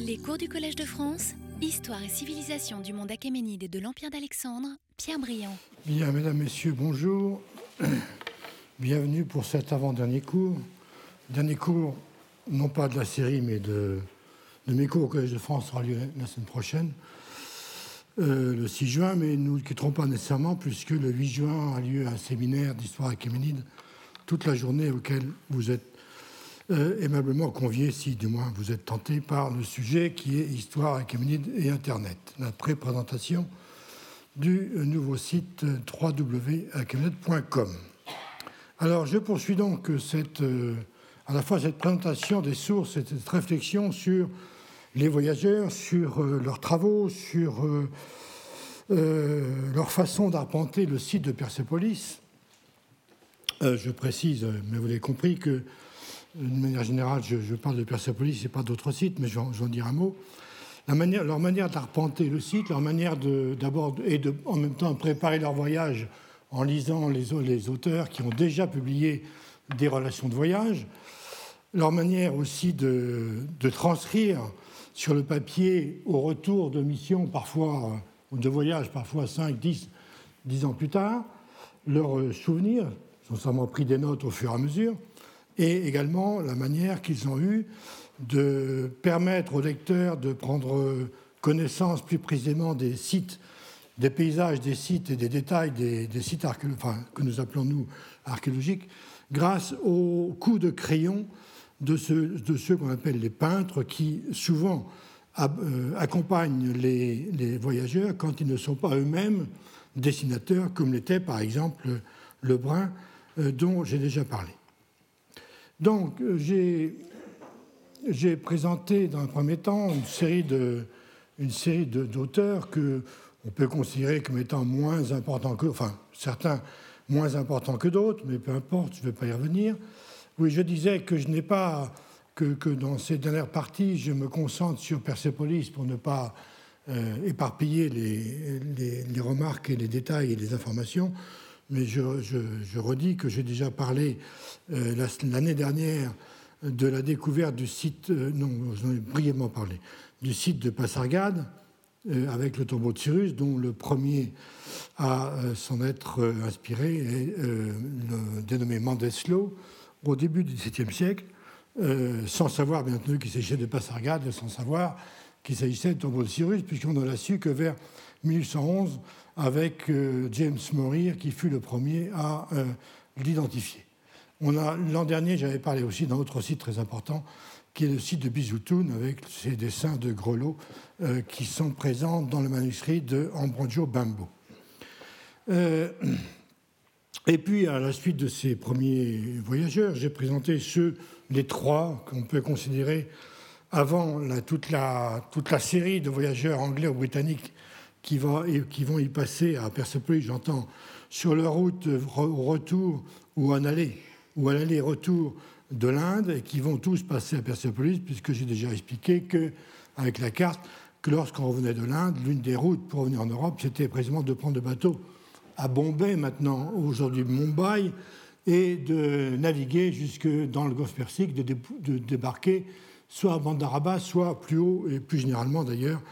Les cours du Collège de France, Histoire et civilisation du monde achéménide et de l'Empire d'Alexandre, Pierre Briand. Bien, mesdames, messieurs, bonjour. Bienvenue pour cet avant-dernier cours. Dernier cours, non pas de la série, mais de mes cours au Collège de France aura lieu la semaine prochaine, le 6 juin, mais nous ne quitterons pas nécessairement, puisque le 8 juin a lieu un séminaire d'histoire achéménide, toute la journée auquel vous êtes aimablement conviés, si du moins vous êtes tentés par le sujet qui est Histoire achéménide et Internet, la pré-présentation du nouveau site www.achéménide.com. Alors, je poursuis donc à la fois cette présentation des sources et cette réflexion sur les voyageurs, sur leurs travaux, sur leur façon d'arpenter le site de Persépolis. Je précise, mais vous avez compris que, d'une manière générale, je parle de Persépolis et pas d'autres sites, mais j'en dirai un mot. Leur manière d'arpenter le site, leur manière d'abord et en même temps préparer leur voyage en lisant les auteurs qui ont déjà publié des relations de voyage, leur manière aussi de transcrire sur le papier au retour de mission parfois, ou de voyage parfois 5, 10 ans plus tard, leurs souvenirs, ils ont sûrement pris des notes au fur et à mesure, et également la manière qu'ils ont eue de permettre aux lecteurs de prendre connaissance plus précisément des sites, des paysages des sites et des détails des sites que nous appelons, nous, archéologiques, grâce au coup de crayon de ceux qu'on appelle les peintres, qui souvent accompagnent les voyageurs quand ils ne sont pas eux-mêmes dessinateurs, comme l'était par exemple Lebrun, dont j'ai déjà parlé. Donc, j'ai présenté dans un premier temps une série d'auteurs qu'on peut considérer comme étant moins importants certains moins importants que d'autres, mais peu importe, je ne vais pas y revenir. Oui, je disais que je n'ai pas, que dans ces dernières parties, je me concentre sur Persépolis pour ne pas éparpiller les remarques et les détails et les informations, mais je redis que j'ai déjà parlé l'année dernière de la découverte du site, j'en ai brièvement parlé, du site de Pasargade, avec le tombeau de Cyrus, dont le premier à s'en être inspiré est le dénommé Mandeslo, au début du XVIIe siècle, sans savoir bien entendu qu'il s'agissait de Pasargade, sans savoir qu'il s'agissait du tombeau de Cyrus, puisqu'on ne l'a su que vers 1811 avec James Morir, qui fut le premier à l'identifier. L'an dernier, j'avais parlé aussi d'un autre site très important, qui est le site de Bizoutoun, avec ses dessins de grelots qui sont présents dans le manuscrit de Ambrogio Bembo. Et puis, à la suite de ces premiers voyageurs, j'ai présenté les trois qu'on peut considérer avant toute la série de voyageurs anglais ou britanniques qui vont y passer à Persépolis, j'entends, sur leur route au retour ou à l'aller-retour de l'Inde, et qui vont tous passer à Persépolis, puisque j'ai déjà expliqué avec la carte que lorsqu'on revenait de l'Inde, l'une des routes pour revenir en Europe, c'était précisément de prendre le bateau à Bombay, maintenant aujourd'hui Mumbai, et de naviguer jusque dans le golfe Persique, de débarquer soit à Bandarabas, soit plus haut, et plus généralement d'ailleurs,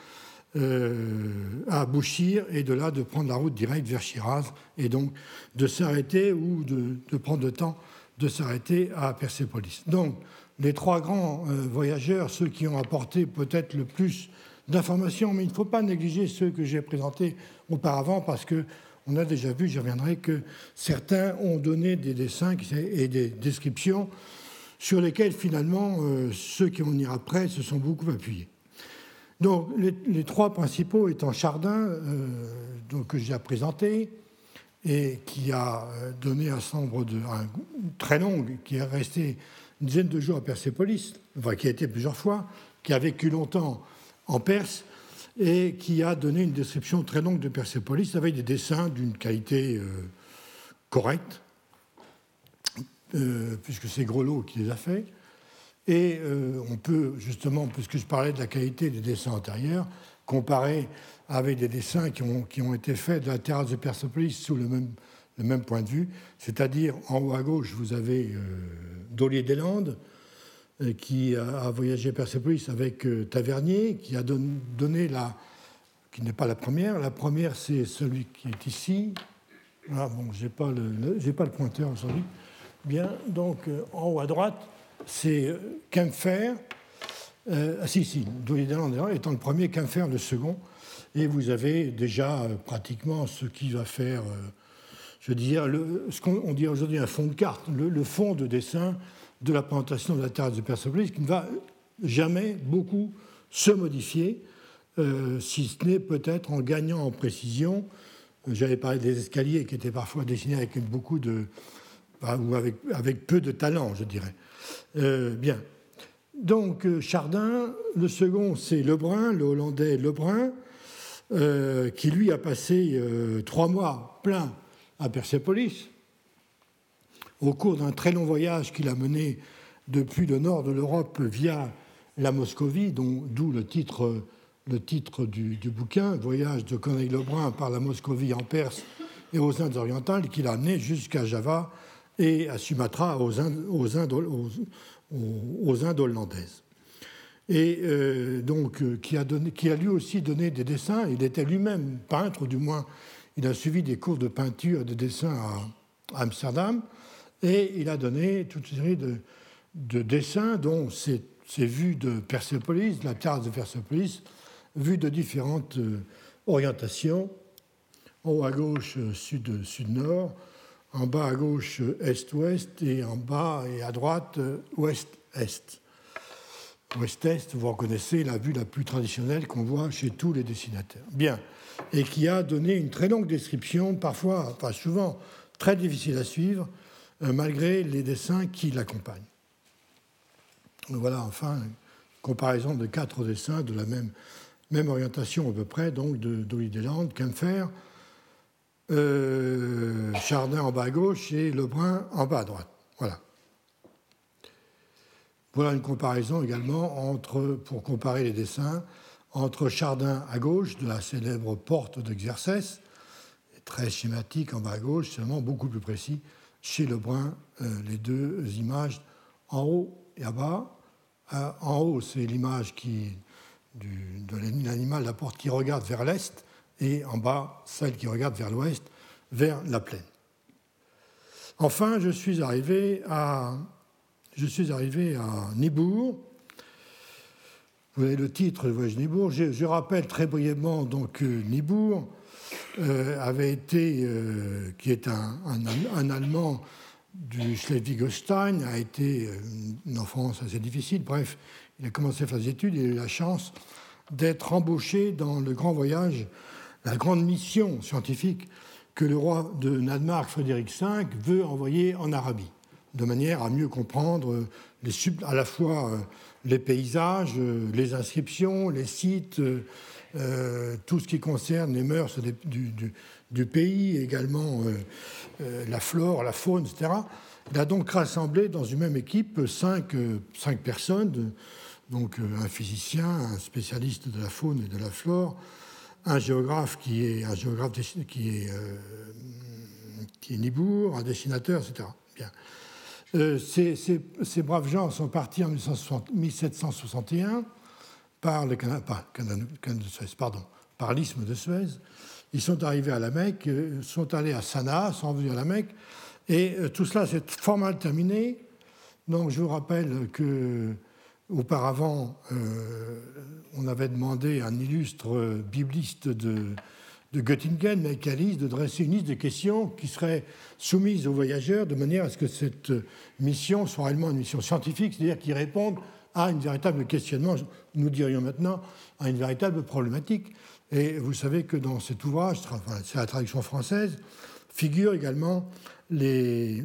à Bouchir, et de là de prendre la route directe vers Shiraz, et donc de s'arrêter ou de prendre le temps de s'arrêter à Persépolis. Donc, les trois grands voyageurs, ceux qui ont apporté peut-être le plus d'informations, mais il ne faut pas négliger ceux que j'ai présentés auparavant, parce qu'on a déjà vu, j'y reviendrai, que certains ont donné des dessins et des descriptions sur lesquels, finalement, ceux qui vont venir après se sont beaucoup appuyés. Donc, les trois principaux étant Chardin, que j'ai présenté, et qui a donné un nombre très long, qui est resté une dizaine de jours à Persépolis, qui a été plusieurs fois, qui a vécu longtemps en Perse, et qui a donné une description très longue de Persépolis avec des dessins d'une qualité correcte, puisque c'est Grelot qui les a faits. Et on peut, justement, puisque je parlais de la qualité des dessins antérieurs, comparer avec des dessins qui ont été faits de la terrasse de Persépolis sous le même point de vue, c'est-à-dire en haut à gauche, vous avez Dollier des Landes, qui a voyagé à Persépolis avec Tavernier, qui a donné qui n'est pas la première. La première, c'est celui qui est ici. Ah bon, j'ai pas le pointeur aujourd'hui. Bien, donc en haut à droite, c'est Kempfer. Dooley Deland étant le premier, Kempfer le second. Et vous avez déjà pratiquement ce qui va faire, je veux dire, ce qu'on dit aujourd'hui un fond de carte, le fond de dessin de la présentation de la terrasse de Persépolis, qui ne va jamais beaucoup se modifier, si ce n'est peut-être en gagnant en précision. J'avais parlé des escaliers qui étaient parfois dessinés avec ou avec peu de talent, je dirais. Bien. Donc, Chardin, le second, c'est Lebrun, le Hollandais Lebrun, qui lui a passé 3 mois pleins à Persépolis, au cours d'un très long voyage qu'il a mené depuis le nord de l'Europe via la Moscovie, d'où le titre du bouquin, Voyage de Corneille Lebrun par la Moscovie en Perse et aux Indes orientales, qu'il a amené jusqu'à Java et à Sumatra, aux Indes hollandaises. Et qui a lui aussi donné des dessins. Il était lui-même peintre, ou du moins il a suivi des cours de peinture et de dessin à Amsterdam, et il a donné toute une série de dessins dont ces vues de Persépolis, de la terrasse de Persépolis, vues de différentes orientations, en haut à gauche sud-nord, en bas à gauche est-ouest, et en bas et à droite ouest-est. Ouest-est, vous reconnaissez la vue la plus traditionnelle qu'on voit chez tous les dessinateurs. Bien, et qui a donné une très longue description, souvent très difficile à suivre, malgré les dessins qui l'accompagnent. Voilà, enfin, une comparaison de 4 dessins de la même orientation à peu près, donc de Dooley Deland, Kempfer, Chardin en bas à gauche et Lebrun en bas à droite. Voilà. Voilà une comparaison également pour comparer les dessins, entre Chardin à gauche, de la célèbre porte de Xerxès, très schématique en bas à gauche, seulement beaucoup plus précis chez Lebrun, les deux images en haut et en bas. En haut, c'est l'image de l'animal, la porte qui regarde vers l'est, et en bas, celle qui regarde vers l'ouest, vers la plaine. Enfin, je suis arrivé à Nibourg. Vous avez le titre, le voyage de Nibourg. Je rappelle très brièvement donc Nibourg avait été, qui est un Allemand du Schleswig-Holstein, a été une enfance assez difficile. Bref, il a commencé à faire des études et il a eu la chance d'être embauché dans le grand voyage, la grande mission scientifique que le roi de Danemark, Frédéric V, veut envoyer en Arabie, de manière à mieux comprendre à la fois les paysages, les inscriptions, les sites, tout ce qui concerne les mœurs du pays, également la flore, la faune, etc. Il a donc rassemblé dans une même équipe 5 personnes, donc un physicien, un spécialiste de la faune et de la flore, un géographe qui est Nibourg, un dessinateur, etc. Bien. Ces braves gens sont partis en 1761 par l'isthme de Suez. Ils sont arrivés à la Mecque, sont allés à Sanaa, sont revenus à la Mecque, et tout cela s'est fort mal terminé. Donc je vous rappelle qu'auparavant, on avait demandé à un illustre bibliste de Göttingen, Michaelis, de dresser une liste de questions qui seraient soumises aux voyageurs de manière à ce que cette mission soit réellement une mission scientifique, c'est-à-dire qu'ils répondent à un véritable questionnement, nous dirions maintenant, à une véritable problématique. Et vous savez que dans cet ouvrage, c'est la traduction française, figure également le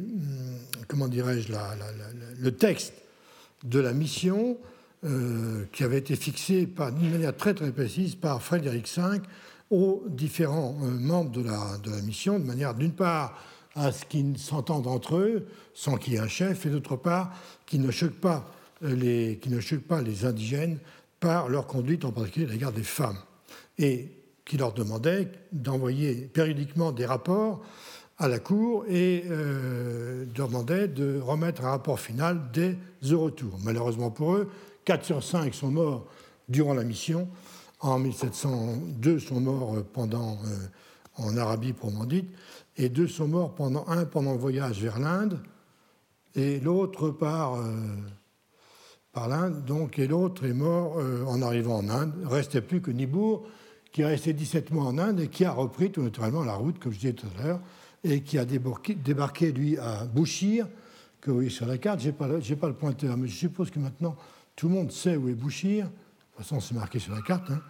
texte de la mission qui avait été fixé d'une manière très très précise par Frédéric V aux différents membres de la mission, de manière d'une part à ce qu'ils s'entendent entre eux sans qu'il y ait un chef, et d'autre part qu'ils ne choquent pas les indigènes par leur conduite, en particulier à l'égard des femmes, et qui leur demandait d'envoyer périodiquement des rapports à la cour et demandait de remettre un rapport final dès le retour. Malheureusement pour eux, 4 sur 5 sont morts durant la mission. En 1702 sont morts en Arabie proprement dite, et 2 sont morts pendant le voyage vers l'Inde, et l'autre par l'Inde, donc, et l'autre est mort en arrivant en Inde. Il ne restait plus que Nibour, qui est resté 17 mois en Inde et qui a repris tout naturellement la route, comme je disais tout à l'heure, et qui a débarqué, lui, à Bouchir, que vous voyez sur la carte. Je n'ai pas le pointeur, mais je suppose que maintenant, tout le monde sait où est Bouchir. De toute façon, c'est marqué sur la carte. Hein.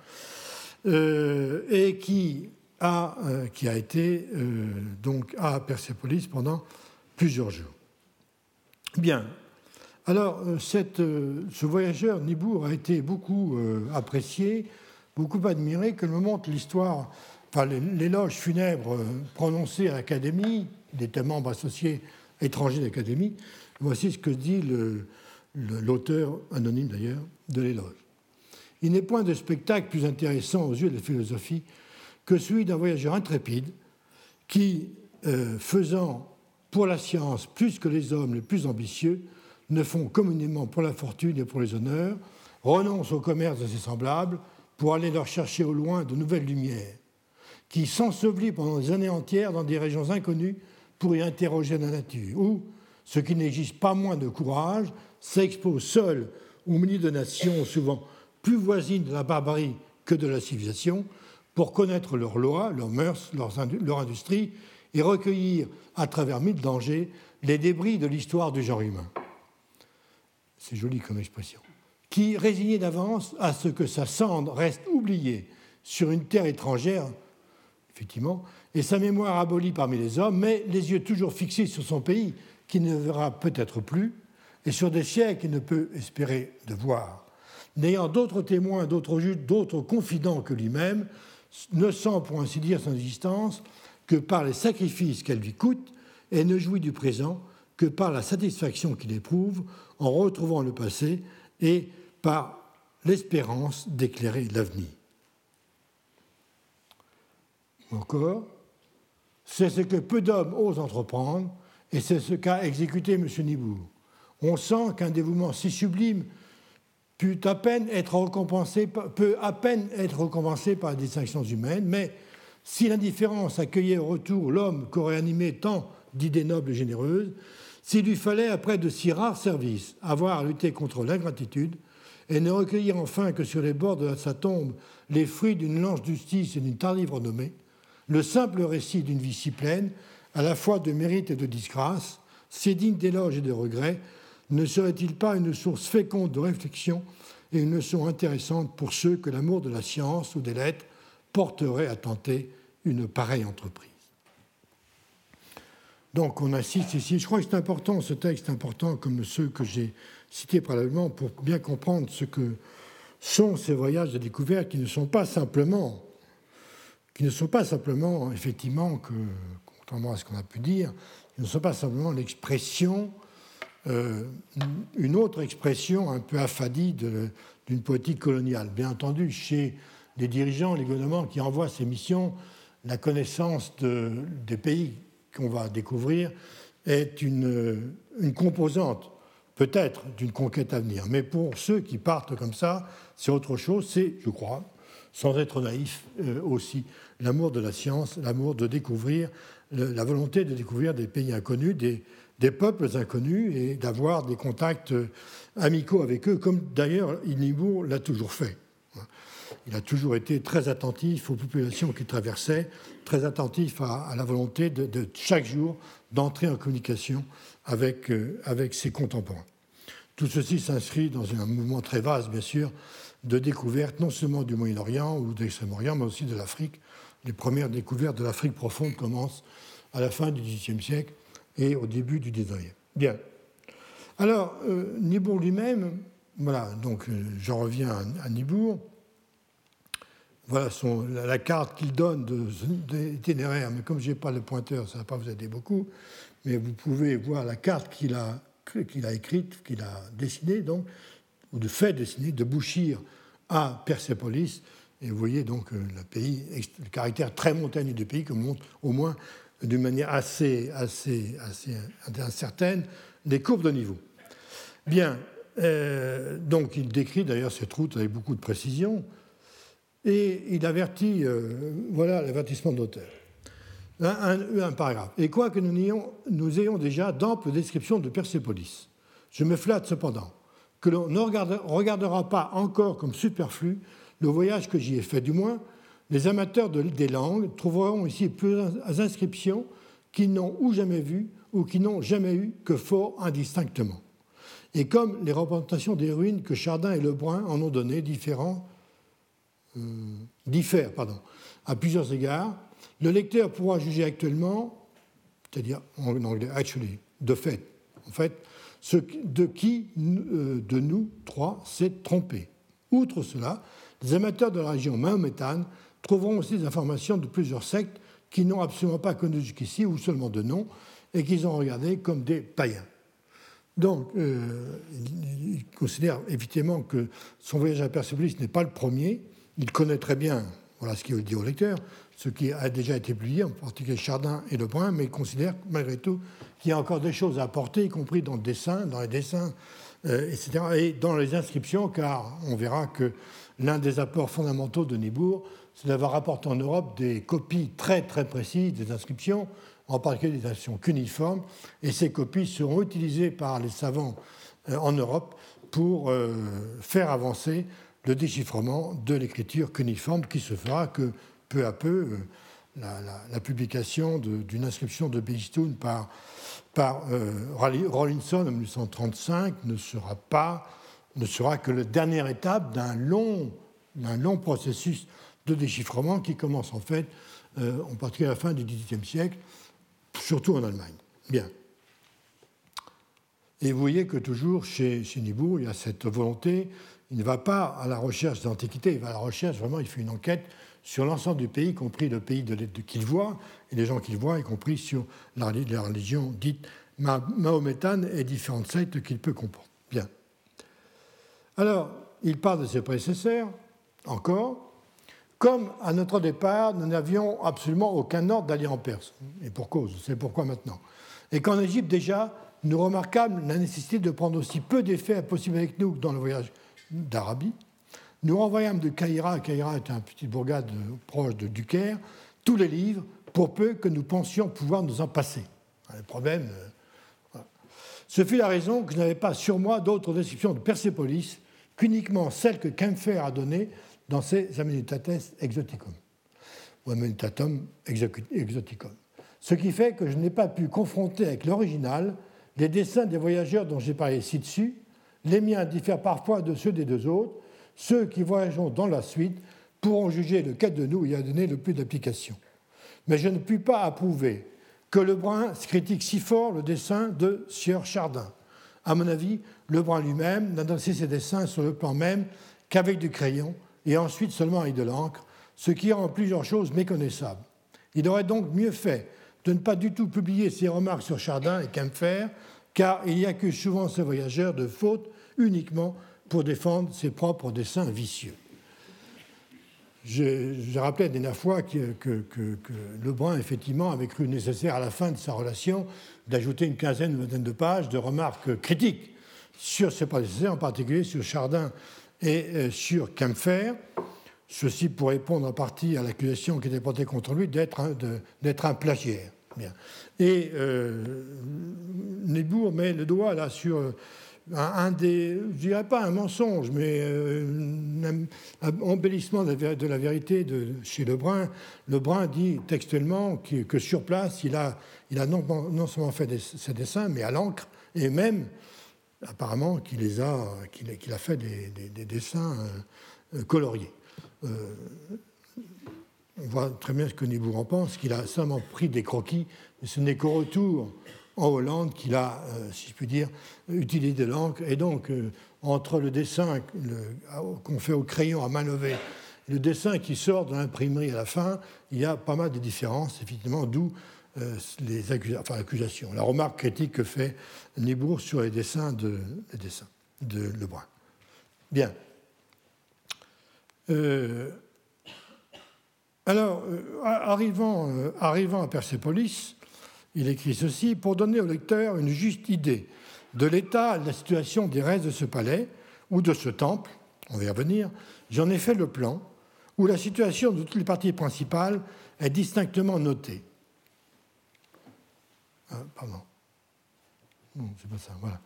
Et qui a été donc à Persépolis pendant plusieurs jours. Bien. Alors, ce voyageur, Nibour, a été beaucoup apprécié, beaucoup admiré, que me montre l'histoire, enfin l'éloge funèbre prononcé à l'Académie, il était membre associé étranger de l'Académie. Voici ce que dit l'auteur, anonyme d'ailleurs, de l'éloge. Il n'est point de spectacle plus intéressant aux yeux de la philosophie que celui d'un voyageur intrépide qui, faisant pour la science plus que les hommes les plus ambitieux, ne font communément pour la fortune et pour les honneurs, renoncent au commerce de ses semblables pour aller leur chercher au loin de nouvelles lumières, qui s'ensevelit pendant des années entières dans des régions inconnues pour y interroger la nature, ou, ce qui n'exige pas moins de courage, s'expose seul au milieu de nations souvent plus voisines de la barbarie que de la civilisation, pour connaître leurs lois, leurs mœurs, leur industrie, et recueillir, à travers mille dangers, les débris de l'histoire du genre humain. C'est joli comme expression. Qui, résigné d'avance à ce que sa cendre reste oubliée sur une terre étrangère, effectivement, et sa mémoire abolie parmi les hommes, mais les yeux toujours fixés sur son pays, qu'il ne verra peut-être plus, et sur des siècles qu'il ne peut espérer de voir, n'ayant d'autres témoins, d'autres juges, d'autres confidents que lui-même, ne sent pour ainsi dire son existence que par les sacrifices qu'elle lui coûte, et ne jouit du présent que par la satisfaction qu'il éprouve en retrouvant le passé et par l'espérance d'éclairer l'avenir. Encore, c'est ce que peu d'hommes osent entreprendre, et c'est ce qu'a exécuté M. Nibour. On sent qu'un dévouement si sublime peut à peine être récompensé par les distinctions humaines, mais si l'indifférence accueillait au retour l'homme qu'aurait animé tant d'idées nobles et généreuses, s'il lui fallait, après de si rares services, avoir à lutter contre l'ingratitude et ne recueillir enfin que sur les bords de sa tombe les fruits d'une lente justice et d'une tardive renommée, le simple récit d'une vie si pleine, à la fois de mérite et de disgrâce, si digne d'éloges et de regrets, ne serait-il pas une source féconde de réflexion et une leçon intéressante pour ceux que l'amour de la science ou des lettres porterait à tenter une pareille entreprise? Donc on assiste ici, je crois que c'est important, ce texte est important comme ceux que j'ai cités préalablement pour bien comprendre ce que sont ces voyages de découverte qui ne sont pas simplement effectivement, contrairement à ce qu'on a pu dire, qui ne sont pas simplement l'expression, une autre expression un peu affadie d'une politique coloniale. Bien entendu, chez les dirigeants, les gouvernements qui envoient ces missions, la connaissance des pays qu'on va découvrir est une composante, peut-être, d'une conquête à venir. Mais pour ceux qui partent comme ça, c'est autre chose, c'est, je crois, sans être naïf aussi, l'amour de la science, l'amour de découvrir, la volonté de découvrir des pays inconnus, des peuples inconnus et d'avoir des contacts amicaux avec eux, comme d'ailleurs Nibour l'a toujours fait. Il a toujours été très attentif aux populations qu'il traversait, très attentif à la volonté de chaque jour d'entrer en communication avec ses contemporains. Tout ceci s'inscrit dans un mouvement très vaste, bien sûr, de découverte non seulement du Moyen-Orient ou de l'Extrême-Orient, mais aussi de l'Afrique. Les premières découvertes de l'Afrique profonde commencent à la fin du XVIIIe siècle et au début du XIXe. Bien. Alors, Nibour lui-même, voilà, donc j'en reviens à Nibour. Voilà la carte qu'il donne d'itinéraire, mais comme je n'ai pas le pointeur, ça ne va pas vous aider beaucoup, mais vous pouvez voir la carte qu'il a écrite, qu'il a dessinée, donc, ou de fait dessiner, de Bouchir à Persépolis, et vous voyez donc le caractère très montagneux du pays, que montre au moins d'une manière assez incertaine les courbes de niveau. Bien, donc il décrit d'ailleurs cette route avec beaucoup de précision et il avertit, voilà l'avertissement de l'auteur. Un paragraphe. Et quoique nous ayons déjà d'amples descriptions de Persépolis, je me flatte cependant que l'on ne regardera pas encore comme superflu le voyage que j'y ai fait. Du moins, les amateurs des langues trouveront ici plusieurs inscriptions qu'ils n'ont ou jamais vues ou qui n'ont jamais eu que fort indistinctement. Et comme les représentations des ruines que Chardin et Lebrun en ont données diffèrent à plusieurs égards, le lecteur pourra juger actuellement, c'est-à-dire en anglais, actually, de fait, en fait, de qui de nous trois s'est trompé. Outre cela, les amateurs de la région mahométane trouveront aussi des informations de plusieurs sectes qui n'ont absolument pas connu jusqu'ici, ou seulement de nom, et qu'ils ont regardé comme des païens. Donc, il considère évidemment que son voyage à Persépolis n'est pas le premier. Il connaît très bien, voilà ce qu'il dit au lecteur, ce qui a déjà été publié, en particulier Chardin et Lebrun, mais il considère malgré tout qu'il y a encore des choses à apporter, y compris dans les dessins, etc., et dans les inscriptions, car on verra que l'un des apports fondamentaux de Niebuhr, c'est d'avoir rapporté en Europe des copies très très précises des inscriptions, en particulier des inscriptions cuniformes, et ces copies seront utilisées par les savants en Europe pour faire avancer le déchiffrement de l'écriture cuniforme qui se fera que peu à peu la publication d'une inscription de Behistun par Rawlinson en 1835 ne sera que la dernière étape d'un long processus de déchiffrement qui commence en fait en particulier à la fin du XVIIIe siècle, surtout en Allemagne. Bien. Et vous voyez que toujours chez Niebuhr, il y a cette volonté, il ne va pas à la recherche d'antiquité, il va à la recherche, vraiment, il fait une enquête sur l'ensemble du pays, y compris le pays qu'il voit, et les gens qu'il voit, y compris sur la religion dite mahométane et différentes sectes qu'il peut comprendre. Bien. Alors, il parle de ses prédécesseurs, encore, comme à notre départ, nous n'avions absolument aucun ordre d'aller en Perse, et pour cause, c'est pourquoi maintenant. Et qu'en Égypte, déjà, nous remarquâmes la nécessité de prendre aussi peu d'effets possible avec nous que dans le voyage d'Arabie. Nous renvoyâmes de Caïra était une petite bourgade proche du Caire, tous les livres, pour peu que nous pensions pouvoir nous en passer. Le problème, voilà. Ce fut la raison que je n'avais pas sur moi d'autres descriptions de Persépolis qu'uniquement celles que Kempfer a données dans ses Amenitates Exoticum, ou Amenitatum Exoticum. Ce qui fait que je n'ai pas pu confronter avec l'original les dessins des voyageurs dont j'ai parlé ci-dessus. Les miens diffèrent parfois de ceux des deux autres. Ceux qui voyageront dans la suite pourront juger lequel de nous y a donné le plus d'application. Mais je ne puis pas approuver que Lebrun critique si fort le dessin de Sieur Chardin. À mon avis, Lebrun lui-même n'a dressé ses dessins sur le plan même qu'avec du crayon et ensuite seulement avec de l'encre, ce qui rend plusieurs choses méconnaissables. Il aurait donc mieux fait de ne pas du tout publier ses remarques sur Chardin et Kempfer, car il y accuse souvent ces voyageurs de fautes uniquement pour défendre ses propres dessins vicieux. Je rappelais la dernière fois que Lebrun, effectivement, avait cru nécessaire à la fin de sa relation d'ajouter une quinzaine, une vingtaine de pages de remarques critiques sur ses prédécesseurs, en particulier sur Chardin et sur Kempfer. Ceci pour répondre en partie à l'accusation qui était portée contre lui d'être un plagiaire. Bien. Et Niebuhr met le doigt là sur je ne dirais pas un mensonge, mais un embellissement de la vérité chez Lebrun. Lebrun dit textuellement que sur place, il a non seulement fait ses dessins, mais à l'encre, et même, apparemment, qu'il a fait des dessins coloriés. On voit très bien ce que Niebuhr en pense, qu'il a seulement pris des croquis, mais ce n'est qu'au retour en Hollande qu'il a, si je puis dire, utilisé de l'encre. Et donc, entre le dessin qu'on fait au crayon à main levée et le dessin qui sort de l'imprimerie à la fin, il y a pas mal de différences, effectivement, d'où l'accusations. La remarque critique que fait Niebuhr sur les dessins de Lebrun. Bien. Alors, arrivant à Persépolis, il écrit ceci: « Pour donner au lecteur une juste idée de l'état et de la situation des restes de ce palais ou de ce temple, on va y revenir, j'en ai fait le plan où la situation de toutes les parties principales est distinctement notée. » Pardon. Non, c'est pas ça, voilà.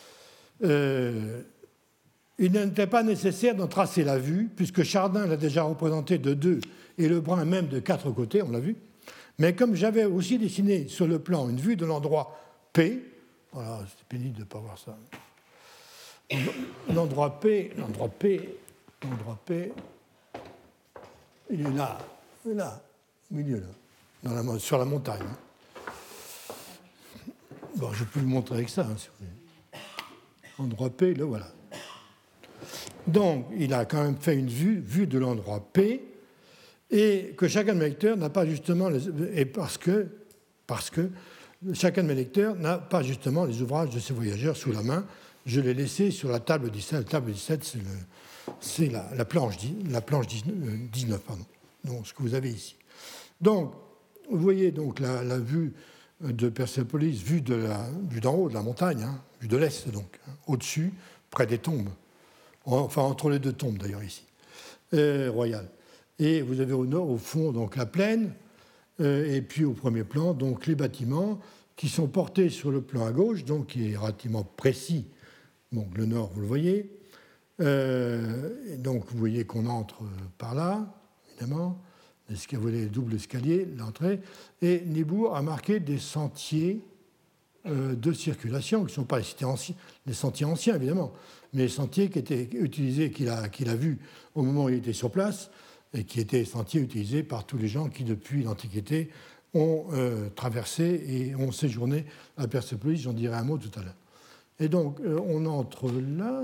Il n'était pas nécessaire d'en tracer la vue, puisque Chardin l'a déjà représenté de 2 et Lebrun même de 4 côtés, on l'a vu. Mais comme j'avais aussi dessiné sur le plan une vue de l'endroit P, voilà, c'est pénible de ne pas voir ça. L'endroit P, il est là, au milieu, là, sur la montagne. Bon, je peux le montrer avec ça, si vous voulez. L'endroit P, là, voilà. Donc, il a quand même fait une vue de l'endroit P, et que chacun de mes lecteurs n'a pas justement, parce que chacun de mes lecteurs n'a pas justement les ouvrages de ces voyageurs sous la main. Je l'ai laissé sur la table 17. La table 17, c'est la planche 19, pardon. Donc, ce que vous avez ici. Donc, vous voyez donc la vue de Persépolis, vue d'en haut de la montagne, hein, vue de l'est donc, hein, au-dessus, près des tombes. Enfin, entre les 2 tombes d'ailleurs ici, royales. Et vous avez au nord, au fond, donc la plaine, et puis au premier plan, donc les bâtiments qui sont portés sur le plan à gauche, donc qui est relativement précis. Donc le nord, vous le voyez. Et donc vous voyez qu'on entre par là, évidemment. Vous voyez le double escalier, l'entrée. Et Nibourg a marqué des sentiers de circulation, qui ne sont pas les sentiers anciens, évidemment, mais les sentiers qui étaient utilisés, qu'il a vus au moment où il était sur place, et qui étaient sentiers utilisés par tous les gens qui, depuis l'Antiquité, ont traversé et ont séjourné à Persépolis. J'en dirai un mot tout à l'heure. Et donc, on entre là.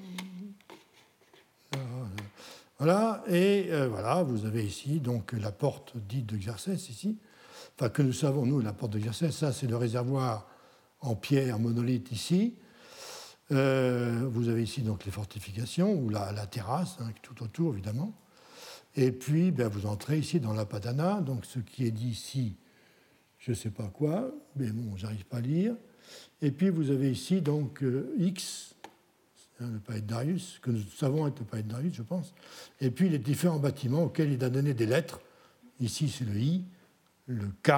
Voilà, et voilà, vous avez ici donc la porte dite de Xerxès, ici. Enfin, que nous savons, nous, la porte de Xerxès, ça, c'est le réservoir en pierre, en monolithe, ici. Vous avez ici donc les fortifications, ou la terrasse, hein, tout autour, évidemment. Et puis, ben, vous entrez ici dans la Padana, donc ce qui est dit ici, je ne sais pas quoi, mais bon, j'arrive pas à lire. Et puis, vous avez ici donc X, le palais de Darius, que nous savons être le palais de Darius, je pense. Et puis, les différents bâtiments auxquels il a donné des lettres. Ici, c'est le I, le K,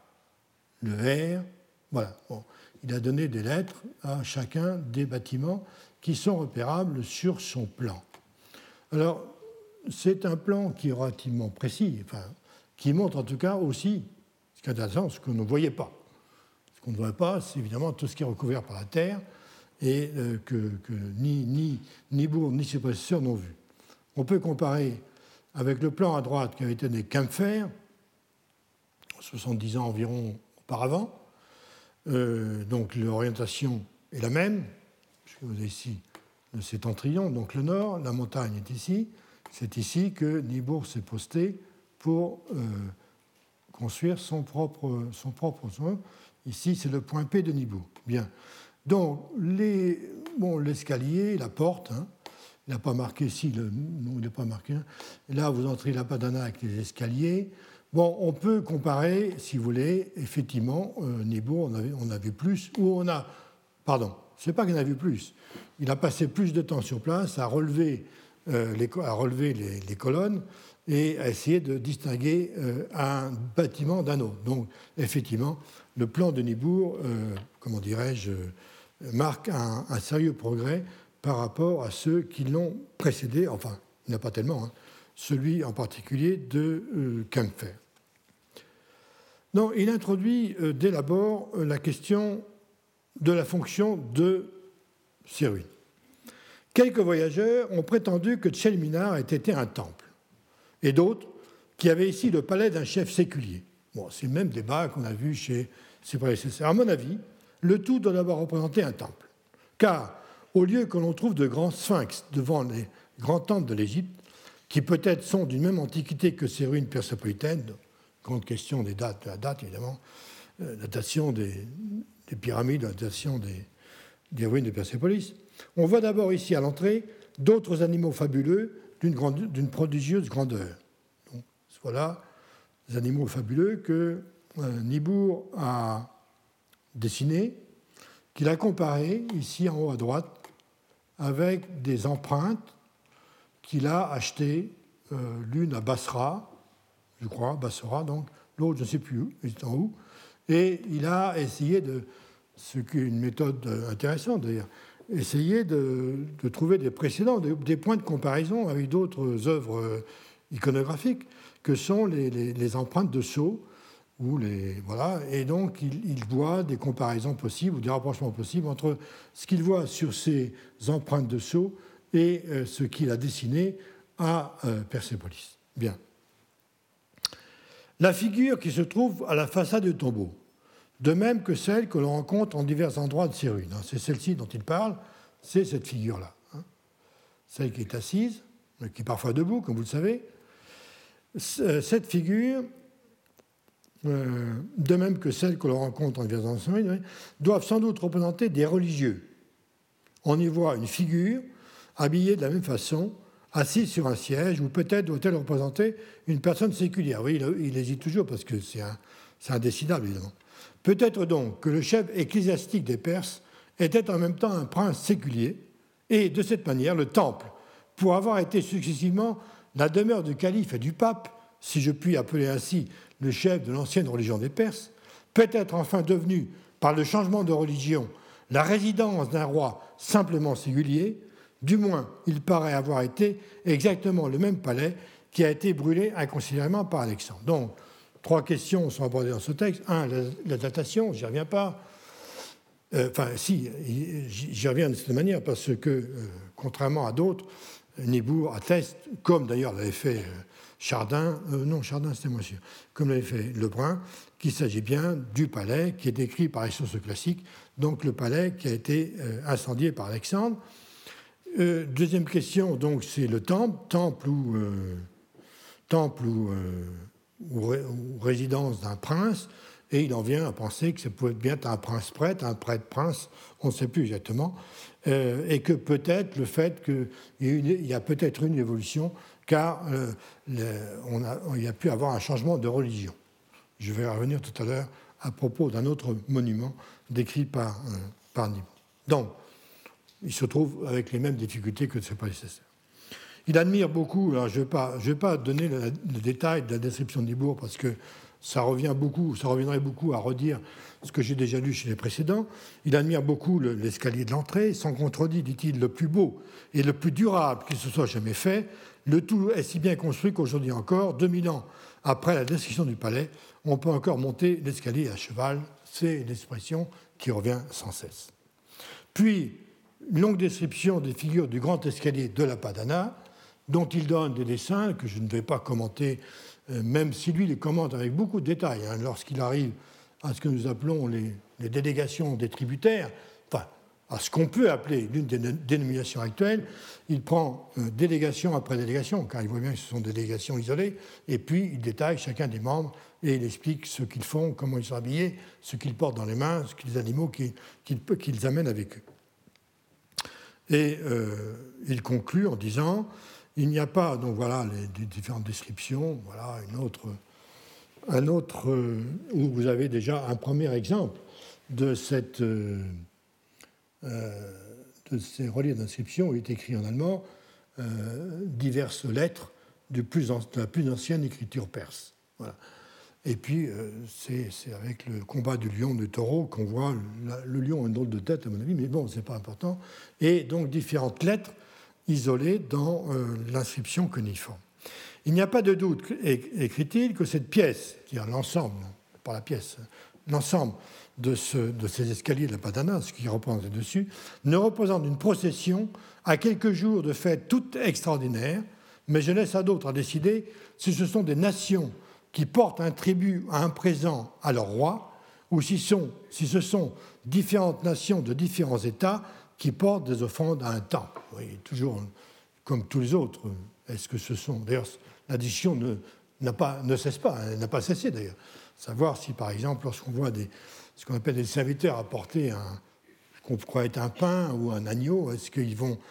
le R. Voilà. Bon. Il a donné des lettres à chacun des bâtiments qui sont repérables sur son plan. Alors, c'est un plan qui est relativement précis, enfin, qui montre en tout cas aussi, ce qui est intéressant, ce que nous ne voyait pas. Ce qu'on ne voit pas, c'est évidemment tout ce qui est recouvert par la terre et que ni Nibourg ni ses possesseurs n'ont vu. On peut comparer avec le plan à droite qui avait été donné Kempfer, 70 ans environ auparavant. Donc l'orientation est la même, puisque vous avez ici le septentrion, donc le nord, la montagne est ici. C'est ici que Nibourg s'est posté pour construire son propre soin. Ici, c'est le point P de Nibourg. Bien. Donc, l'escalier, la porte, hein, il n'a pas marqué ici, non, il n'a pas marqué. Là, vous entrez la Padana avec les escaliers. Bon, on peut comparer, si vous voulez, effectivement, Nibourg, on a vu plus, c'est pas qu'il en a vu plus. Il a passé plus de temps sur place à relever les colonnes et à essayer de distinguer un bâtiment d'un autre. Donc, effectivement, le plan de Nibourg, comment dirais-je, marque un sérieux progrès par rapport à ceux qui l'ont précédé, enfin, il n'y en a pas tellement, hein, celui en particulier de Kempfer. Non, il introduit dès l'abord la question de la fonction de ces ruines. Quelques voyageurs ont prétendu que Tchelminar ait été un temple, et d'autres qui avaient ici le palais d'un chef séculier. Bon, c'est le même débat qu'on a vu chez ses prédécesseurs. À mon avis, le tout doit d'abord représenter un temple, car au lieu que l'on trouve de grands sphinx devant les grands temples de l'Égypte, qui peut-être sont d'une même antiquité que ces ruines persépolitaines, grande question des dates, de la date évidemment, la datation des pyramides, la datation des ruines de Persépolis. On voit d'abord ici à l'entrée d'autres animaux fabuleux d'une prodigieuse grandeur. Donc, Voilà des animaux fabuleux que Niebuhr a dessinés, qu'il a comparés, ici en haut à droite, avec des empreintes qu'il a achetées, l'une à Basra, je crois, Bassora, donc, l'autre, je ne sais plus où, il est en haut, et il a essayé de, ce qui est une méthode intéressante d'ailleurs, essayer de trouver des précédents, des points de comparaison avec d'autres œuvres iconographiques que sont les empreintes de sceaux, voilà, et donc il voit des comparaisons possibles ou des rapprochements possibles entre ce qu'il voit sur ces empreintes de sceaux et ce qu'il a dessiné à Persépolis. Bien. La figure qui se trouve à la façade du tombeau, de même que celle que l'on rencontre en divers endroits de ces ruines. C'est celle-ci dont il parle, c'est cette figure-là. Celle qui est assise, mais qui est parfois debout, comme vous le savez. Cette figure, de même que celle que l'on rencontre en divers endroits de ces ruines, doivent sans doute représenter des religieux. On y voit une figure habillée de la même façon, assise sur un siège, ou peut-être doit-elle représenter une personne séculière. Oui, il hésite toujours parce que c'est indécidable, évidemment. Peut-être donc que le chef ecclésiastique des Perses était en même temps un prince séculier, et de cette manière, le temple, pour avoir été successivement la demeure du calife et du pape, si je puis appeler ainsi le chef de l'ancienne religion des Perses, peut être enfin devenu, par le changement de religion, la résidence d'un roi simplement singulier. Du moins, il paraît avoir été exactement le même palais qui a été brûlé inconsidérément par Alexandre. Donc, 3 questions sont abordées dans ce texte. 1, la datation, j'y reviens pas. Si, j'y reviens de cette manière parce que, contrairement à d'autres, Niebuhr atteste, comme d'ailleurs l'avait fait Chardin, Chardin c'était moins sûr, comme l'avait fait Lebrun, qu'il s'agit bien du palais qui est décrit par les sources classiques, donc le palais qui a été incendié par Alexandre. Deuxième question, donc, c'est le temple ou résidence d'un prince, et il en vient à penser que ça peut être bien un prince-prêtre, un prêtre-prince, on ne sait plus exactement, et que peut-être le fait qu'il y a peut-être une évolution, car il y a pu avoir un changement de religion. Je vais revenir tout à l'heure à propos d'un autre monument décrit par Niebuhr. Donc, il se trouve avec les mêmes difficultés que ses prédécesseurs. Il admire beaucoup, alors je ne vais pas donner le détail de la description de Niebuhr parce que ça reviendrait beaucoup à redire ce que j'ai déjà lu chez les précédents. Il admire beaucoup l'escalier de l'entrée, sans contredit, dit-il, le plus beau et le plus durable qui se soit jamais fait. Le tout est si bien construit qu'aujourd'hui encore, 2000 ans après la destruction du palais, on peut encore monter l'escalier à cheval. C'est l'expression qui revient sans cesse. Puis, une longue description des figures du grand escalier de la Padana, dont il donne des dessins que je ne vais pas commenter, même si lui les commente avec beaucoup de détails. Lorsqu'il arrive à ce que nous appelons les délégations des tributaires, enfin, à ce qu'on peut appeler l'une des dénominations actuelles, il prend délégation après délégation, car il voit bien que ce sont des délégations isolées, et puis il détaille chacun des membres et il explique ce qu'ils font, comment ils sont habillés, ce qu'ils portent dans les mains, les animaux qu'ils amènent avec eux. Et il conclut en disant il n'y a pas, donc voilà les différentes descriptions, voilà un autre où vous avez déjà un premier exemple de ces reliefs d'inscription où il est écrit en allemand diverses lettres de la plus ancienne écriture perse. Voilà. Et puis, c'est avec le combat du lion, du taureau, qu'on voit le lion a une drôle de tête, à mon avis, mais bon, ce n'est pas important. Et donc, différentes lettres isolées dans l'inscription cunéiforme. Il n'y a pas de doute, écrit-il, que cette pièce, c'est-à-dire l'ensemble, pas la pièce, l'ensemble de ces escaliers de la Padana, ce qui représente dessus, ne représente une procession à quelques jours de fête toute extraordinaire, mais je laisse à d'autres à décider si ce sont des nations qui portent un tribut à un présent à leur roi, ou si ce sont différentes nations de différents États qui portent des offrandes à un temple. Oui, toujours comme tous les autres. Est-ce que ce sont... D'ailleurs, la discussion ne cesse pas, elle n'a pas cessé d'ailleurs. Savoir si, par exemple, lorsqu'on voit ce qu'on appelle des serviteurs apporter ce qu'on croit être un pain ou un agneau, est-ce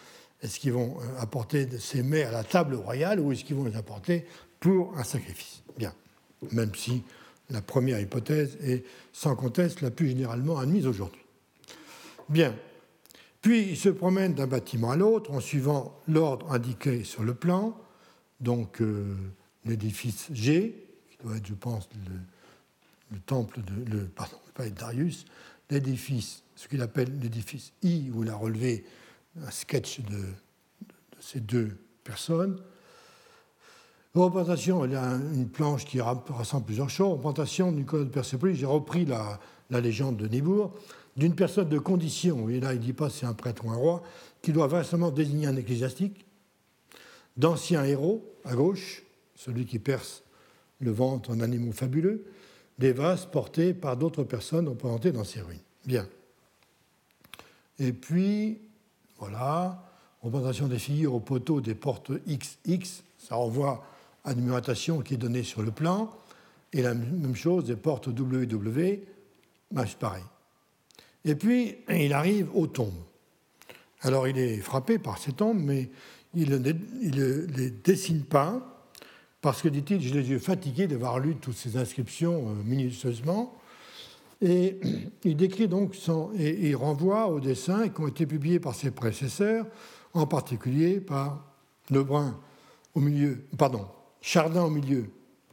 Est-ce qu'ils vont apporter ces mets à la table royale ou est-ce qu'ils vont les apporter pour un sacrifice? Bien, même si la première hypothèse est sans conteste la plus généralement admise aujourd'hui. Bien, puis ils se promènent d'un bâtiment à l'autre en suivant l'ordre indiqué sur le plan, donc l'édifice G, qui doit être, je pense, le temple de... pardon, pas être Darius, l'édifice, ce qu'il appelle l'édifice I, où il a relevé un sketch de ces deux personnes. Représentation, il y a une planche qui rassemble plusieurs choses. Représentation du Nicolas de Persépolis, j'ai repris la légende de Nibourg, d'une personne de condition, et là il ne dit pas si c'est un prêtre ou un roi, qui doit vraisemblablement désigner un ecclésiastique, d'anciens héros, à gauche, celui qui perce le ventre en animaux fabuleux, des vases portés par d'autres personnes représentées dans ces ruines. Bien. Et puis, voilà, représentation des figures au poteau des portes XX, ça renvoie à une numérotation qui est donnée sur le plan, et la même chose des portes WW, c'est pareil. Et puis, il arrive aux tombes. Alors, il est frappé par ces tombes, mais il ne les dessine pas, parce que, dit-il, j'ai les yeux fatigués d'avoir lu toutes ces inscriptions minutieusement. Et il décrit donc, et il renvoie aux dessins qui ont été publiés par ses prédécesseurs, en particulier par Lebrun au milieu, pardon, Chardin au milieu,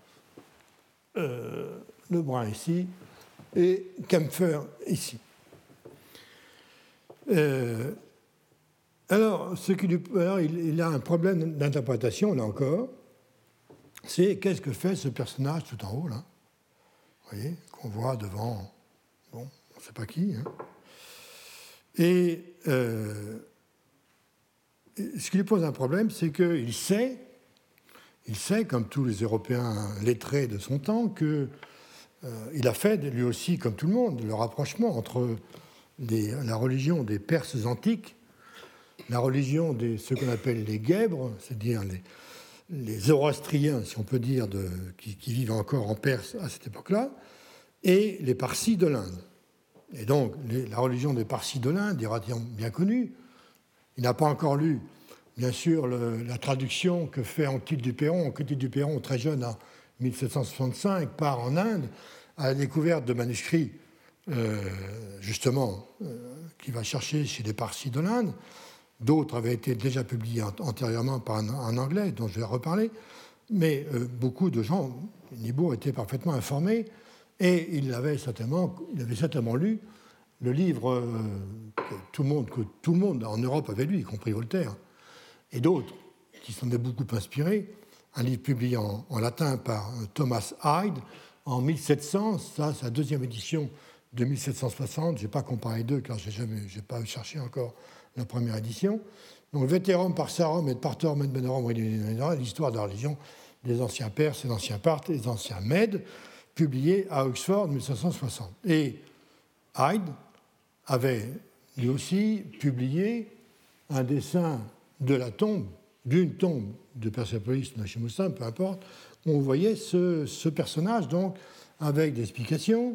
Lebrun ici, et Kempfer ici. Alors, il a un problème d'interprétation, là encore, c'est qu'est-ce que fait ce personnage tout en haut, là, vous voyez, qu'on voit devant, bon, on ne sait pas qui, hein. Et ce qui lui pose un problème, c'est qu'il sait, comme tous les Européens lettrés de son temps, qu'il a fait, lui aussi, comme tout le monde, le rapprochement entre la religion des Perses antiques, la religion de ce qu'on appelle les Guèbres, c'est-à-dire les Zoroastriens, si on peut dire, qui vivent encore en Perse à cette époque-là, et les Parsis de l'Inde. Et donc, la religion des Parsis de l'Inde, irradiant bien connue, il n'a pas encore lu, bien sûr, la traduction que fait Anquetil du Perron. Anquetil du Perron, très jeune, en 1765, part en Inde à la découverte de manuscrits, justement, qu'il va chercher chez les Parsis de l'Inde. D'autres avaient été déjà publiés antérieurement par un Anglais, dont je vais reparler. Mais beaucoup de gens, Nibourg était parfaitement informé, et il avait certainement lu le livre que tout le monde en Europe avait lu, y compris Voltaire, et d'autres qui s'en étaient beaucoup inspirés, un livre publié en latin par Thomas Hyde en 1700, ça c'est la deuxième édition de 1760, je n'ai pas comparé les deux car je n'ai pas cherché encore la première édition. Donc Veterum Parsarum et Partorum et Benorum, l'histoire de la religion des anciens Perses, des anciens Parthes et des anciens Mèdes, publié à Oxford en 1760. Et Hyde avait lui aussi publié un dessin de la tombe, d'une tombe de Persépolis, de Nachimostan, peu importe, où on voyait ce personnage, donc, avec des explications.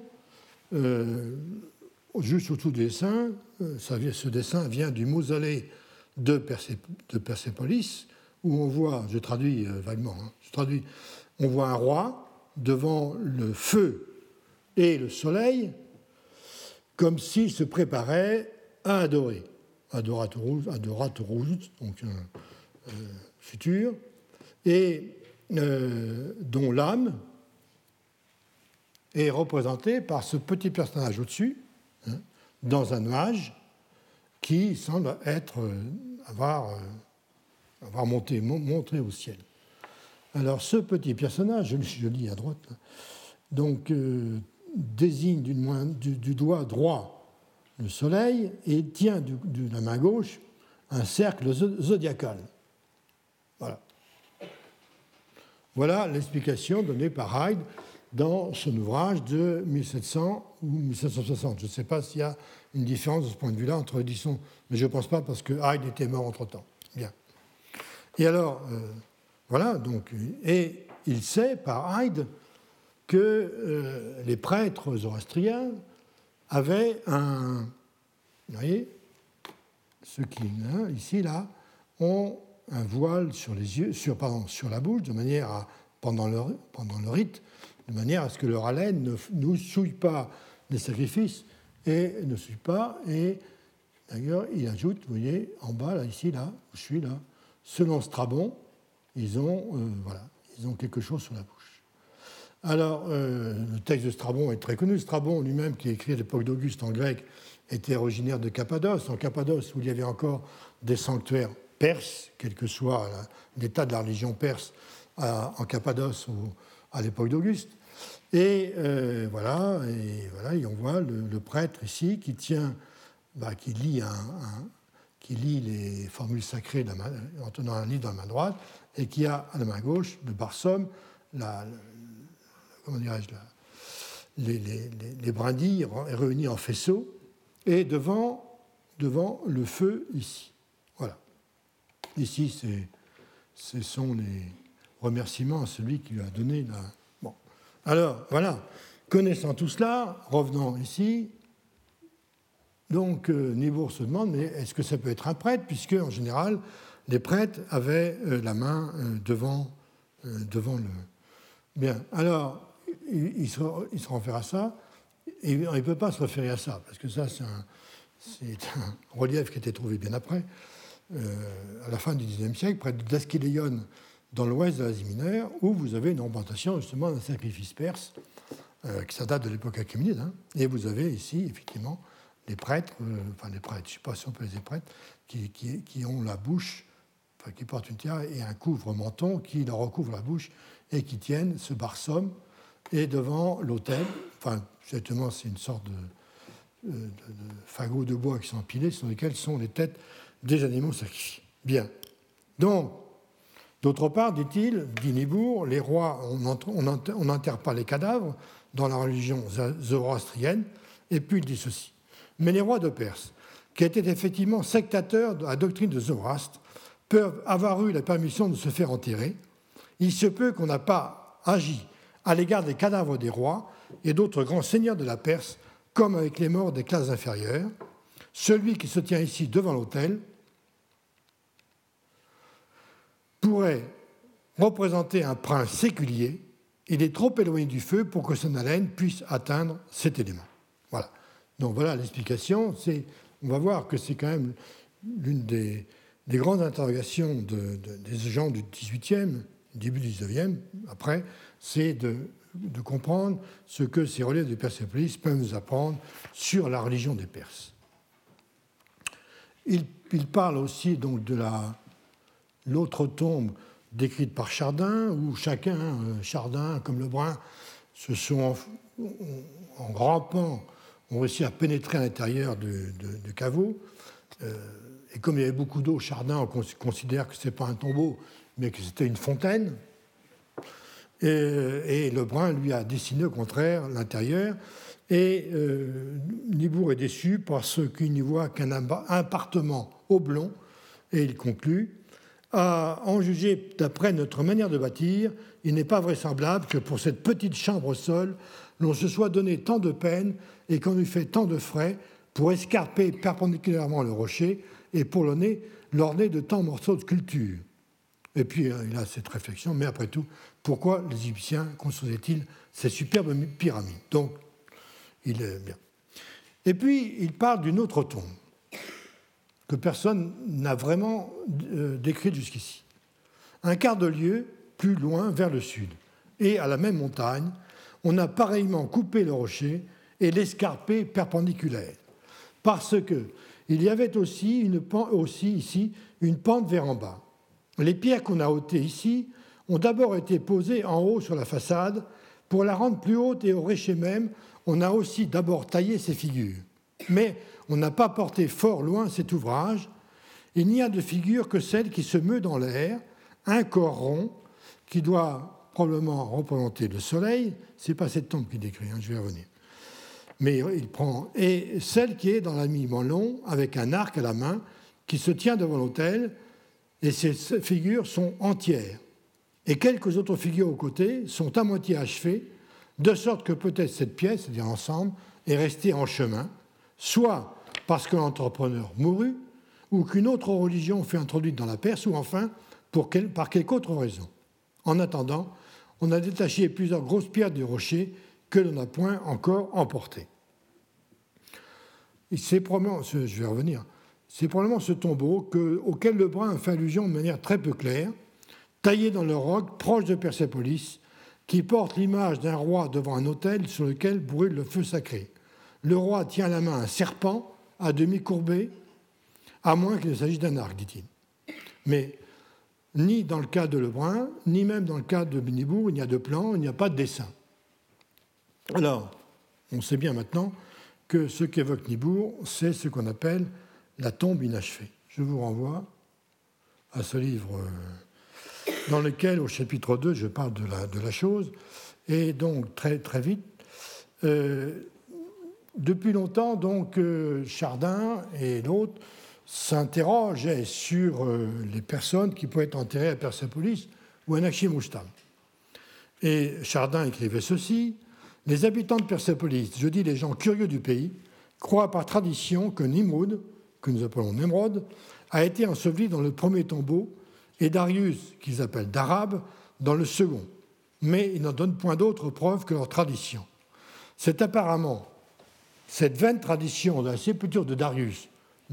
Juste au-dessous du dessin, ce dessin vient du mausolée de Persépolis, où on voit, je traduis vaguement, on voit un roi devant le feu et le soleil, comme s'il se préparait à adorer. Adoratorus, donc futur, et dont l'âme est représentée par ce petit personnage au-dessus, hein, dans un nuage qui semble avoir monté au ciel. Alors ce petit personnage, je lis à droite, là, donc désigne du doigt droit le soleil et tient de la main gauche un cercle zodiacal. Voilà l'explication donnée par Hyde dans son ouvrage de 1700 ou 1760. Je ne sais pas s'il y a une différence de ce point de vue-là entre l'édition, mais je ne pense pas parce que Hyde était mort entre-temps. Bien. Et alors, voilà, donc, et il sait par Hyde que les prêtres zoroastriens avaient vous voyez, ce qui, ici, là, ont un voile sur les yeux, sur la bouche, de manière à, pendant le rite, de manière à ce que leur haleine ne nous souille pas les sacrifices et ne souille pas. Et d'ailleurs, il ajoute, vous voyez, en bas, là, ici, là, où je suis, là, selon Strabon, ils ont quelque chose sur la bouche. Alors, le texte de Strabon est très connu. Strabon lui-même, qui écrit à l'époque d'Auguste en grec, était originaire de Cappadoce. En Cappadoce, où il y avait encore des sanctuaires perses, quel que soit l'état de la religion perse en Cappadoce ou à l'époque d'Auguste. Et voilà, et on voit le prêtre ici qui tient, qui lit les formules sacrées en tenant un livre dans la main droite, et qui a à la main gauche le barsum, les brindilles réunies en faisceaux, et devant le feu ici. Voilà. Ici, ce sont les remerciements à celui qui lui a donné la... Bon. Alors, voilà. Connaissant tout cela, revenons ici. Donc, Niebuhr se demande, mais est-ce que ça peut être un prêtre, puisque, en général, les prêtres avaient la main devant le... Bien, alors, il se réfère à ça, et il ne peut pas se référer à ça, parce que ça, c'est un relief qui a été trouvé bien après, à la fin du XIXe siècle, près d'Askéléon, dans l'ouest de l'Asie mineure, où vous avez une représentation justement d'un sacrifice perse, qui ça date de l'époque achéménide, hein, et vous avez ici, effectivement, les prêtres, je ne sais pas si on peut les prêtres, qui ont la bouche, qui portent une tiare et un couvre-menton qui leur recouvre la bouche et qui tiennent ce barsum, et devant l'autel, exactement, c'est une sorte de fagots de bois qui sont empilés, sur lesquels sont les têtes des animaux sacrifiés. Bien. Donc, d'autre part, dit-il, dit Niebuhr, les rois, on n'enterre pas les cadavres dans la religion zoroastrienne, et puis il dit ceci. Mais les rois de Perse, qui étaient effectivement sectateurs de la doctrine de Zoroastre, peuvent avoir eu la permission de se faire enterrer. Il se peut qu'on n'a pas agi à l'égard des cadavres des rois et d'autres grands seigneurs de la Perse, comme avec les morts des classes inférieures. Celui qui se tient ici devant l'autel pourrait représenter un prince séculier. Il est trop éloigné du feu pour que son haleine puisse atteindre cet élément. Voilà. Donc voilà l'explication. On va voir que c'est quand même l'une des grandes interrogations des gens du XVIIIe, début du XIXe, après, c'est de comprendre ce que ces reliefs de Persépolis peuvent nous apprendre sur la religion des Perses. Il parle aussi donc de l'autre tombe décrite par Chardin, où chacun, Chardin comme Lebrun, se sont en rampant, ont réussi à pénétrer à l'intérieur du caveau. Et comme il y avait beaucoup d'eau, Chardin on considère que ce n'est pas un tombeau, mais que c'était une fontaine. Et Lebrun, lui, a dessiné au contraire l'intérieur. Et Niebuhr est déçu parce qu'il n'y voit qu'un appartement oblong. Et il conclut, à en juger d'après notre manière de bâtir, il n'est pas vraisemblable que pour cette petite chambre au sol, l'on se soit donné tant de peine et qu'on eût fait tant de frais pour escarper perpendiculairement le rocher et pour l'orner de tant morceaux de sculpture. Et puis il a cette réflexion, mais après tout, pourquoi les Égyptiens construisaient-ils ces superbes pyramides? Donc, il est bien. Et puis, il parle d'une autre tombe que personne n'a vraiment décrite jusqu'ici. Un quart de lieue plus loin vers le sud, et à la même montagne, on a pareillement coupé le rocher et l'escarpé perpendiculaire, parce qu'il y avait aussi ici une pente vers en bas. Les pierres qu'on a ôtées ici ont d'abord été posées en haut sur la façade. Pour la rendre plus haute et au rocher même, on a aussi d'abord taillé ces figures. Mais on n'a pas porté fort loin cet ouvrage. Il n'y a de figure que celle qui se meut dans l'air, un corps rond, qui doit probablement représenter le soleil. Ce n'est pas cette tombe qu'il décrit, je vais y revenir. Mais il prend... Et celle qui est dans l'habillement long, avec un arc à la main, qui se tient devant l'autel, et ces figures sont entières. Et quelques autres figures aux côtés sont à moitié achevées, de sorte que peut-être cette pièce, c'est-à-dire l'ensemble, est restée en chemin, soit parce que l'entrepreneur mourut, ou qu'une autre religion fut introduite dans la Perse, ou enfin par quelque autre raison. En attendant, on a détaché plusieurs grosses pierres du rocher que l'on n'a point encore emportées. C'est probablement ce tombeau auquel Lebrun fait allusion de manière très peu claire, taillé dans le roc proche de Persépolis, qui porte l'image d'un roi devant un autel sur lequel brûle le feu sacré. Le roi tient à la main un serpent à demi courbé, à moins qu'il ne s'agisse d'un arc, dit-il. Mais ni dans le cas de Lebrun, ni même dans le cas de Nibourg, il n'y a de plan, il n'y a pas de dessin. Alors, on sait bien maintenant que ce qu'évoque Nibourg, c'est ce qu'on appelle la tombe inachevée. Je vous renvoie à ce livre dans lequel, au chapitre 2, je parle de la chose. Et donc, très, très vite, depuis longtemps, donc, Chardin et l'autre s'interrogeaient sur les personnes qui pouvaient être enterrées à Persépolis ou à Nakshimoustam. Et Chardin écrivait ceci: « Les habitants de Persépolis, je dis les gens curieux du pays, croient par tradition que Nimrod, que nous appelons Nemrod, a été enseveli dans le premier tombeau et Darius, qu'ils appellent d'Arabe, dans le second. Mais ils n'en donnent point d'autre preuve que leur tradition. C'est apparemment cette vaine tradition de la sépulture de Darius,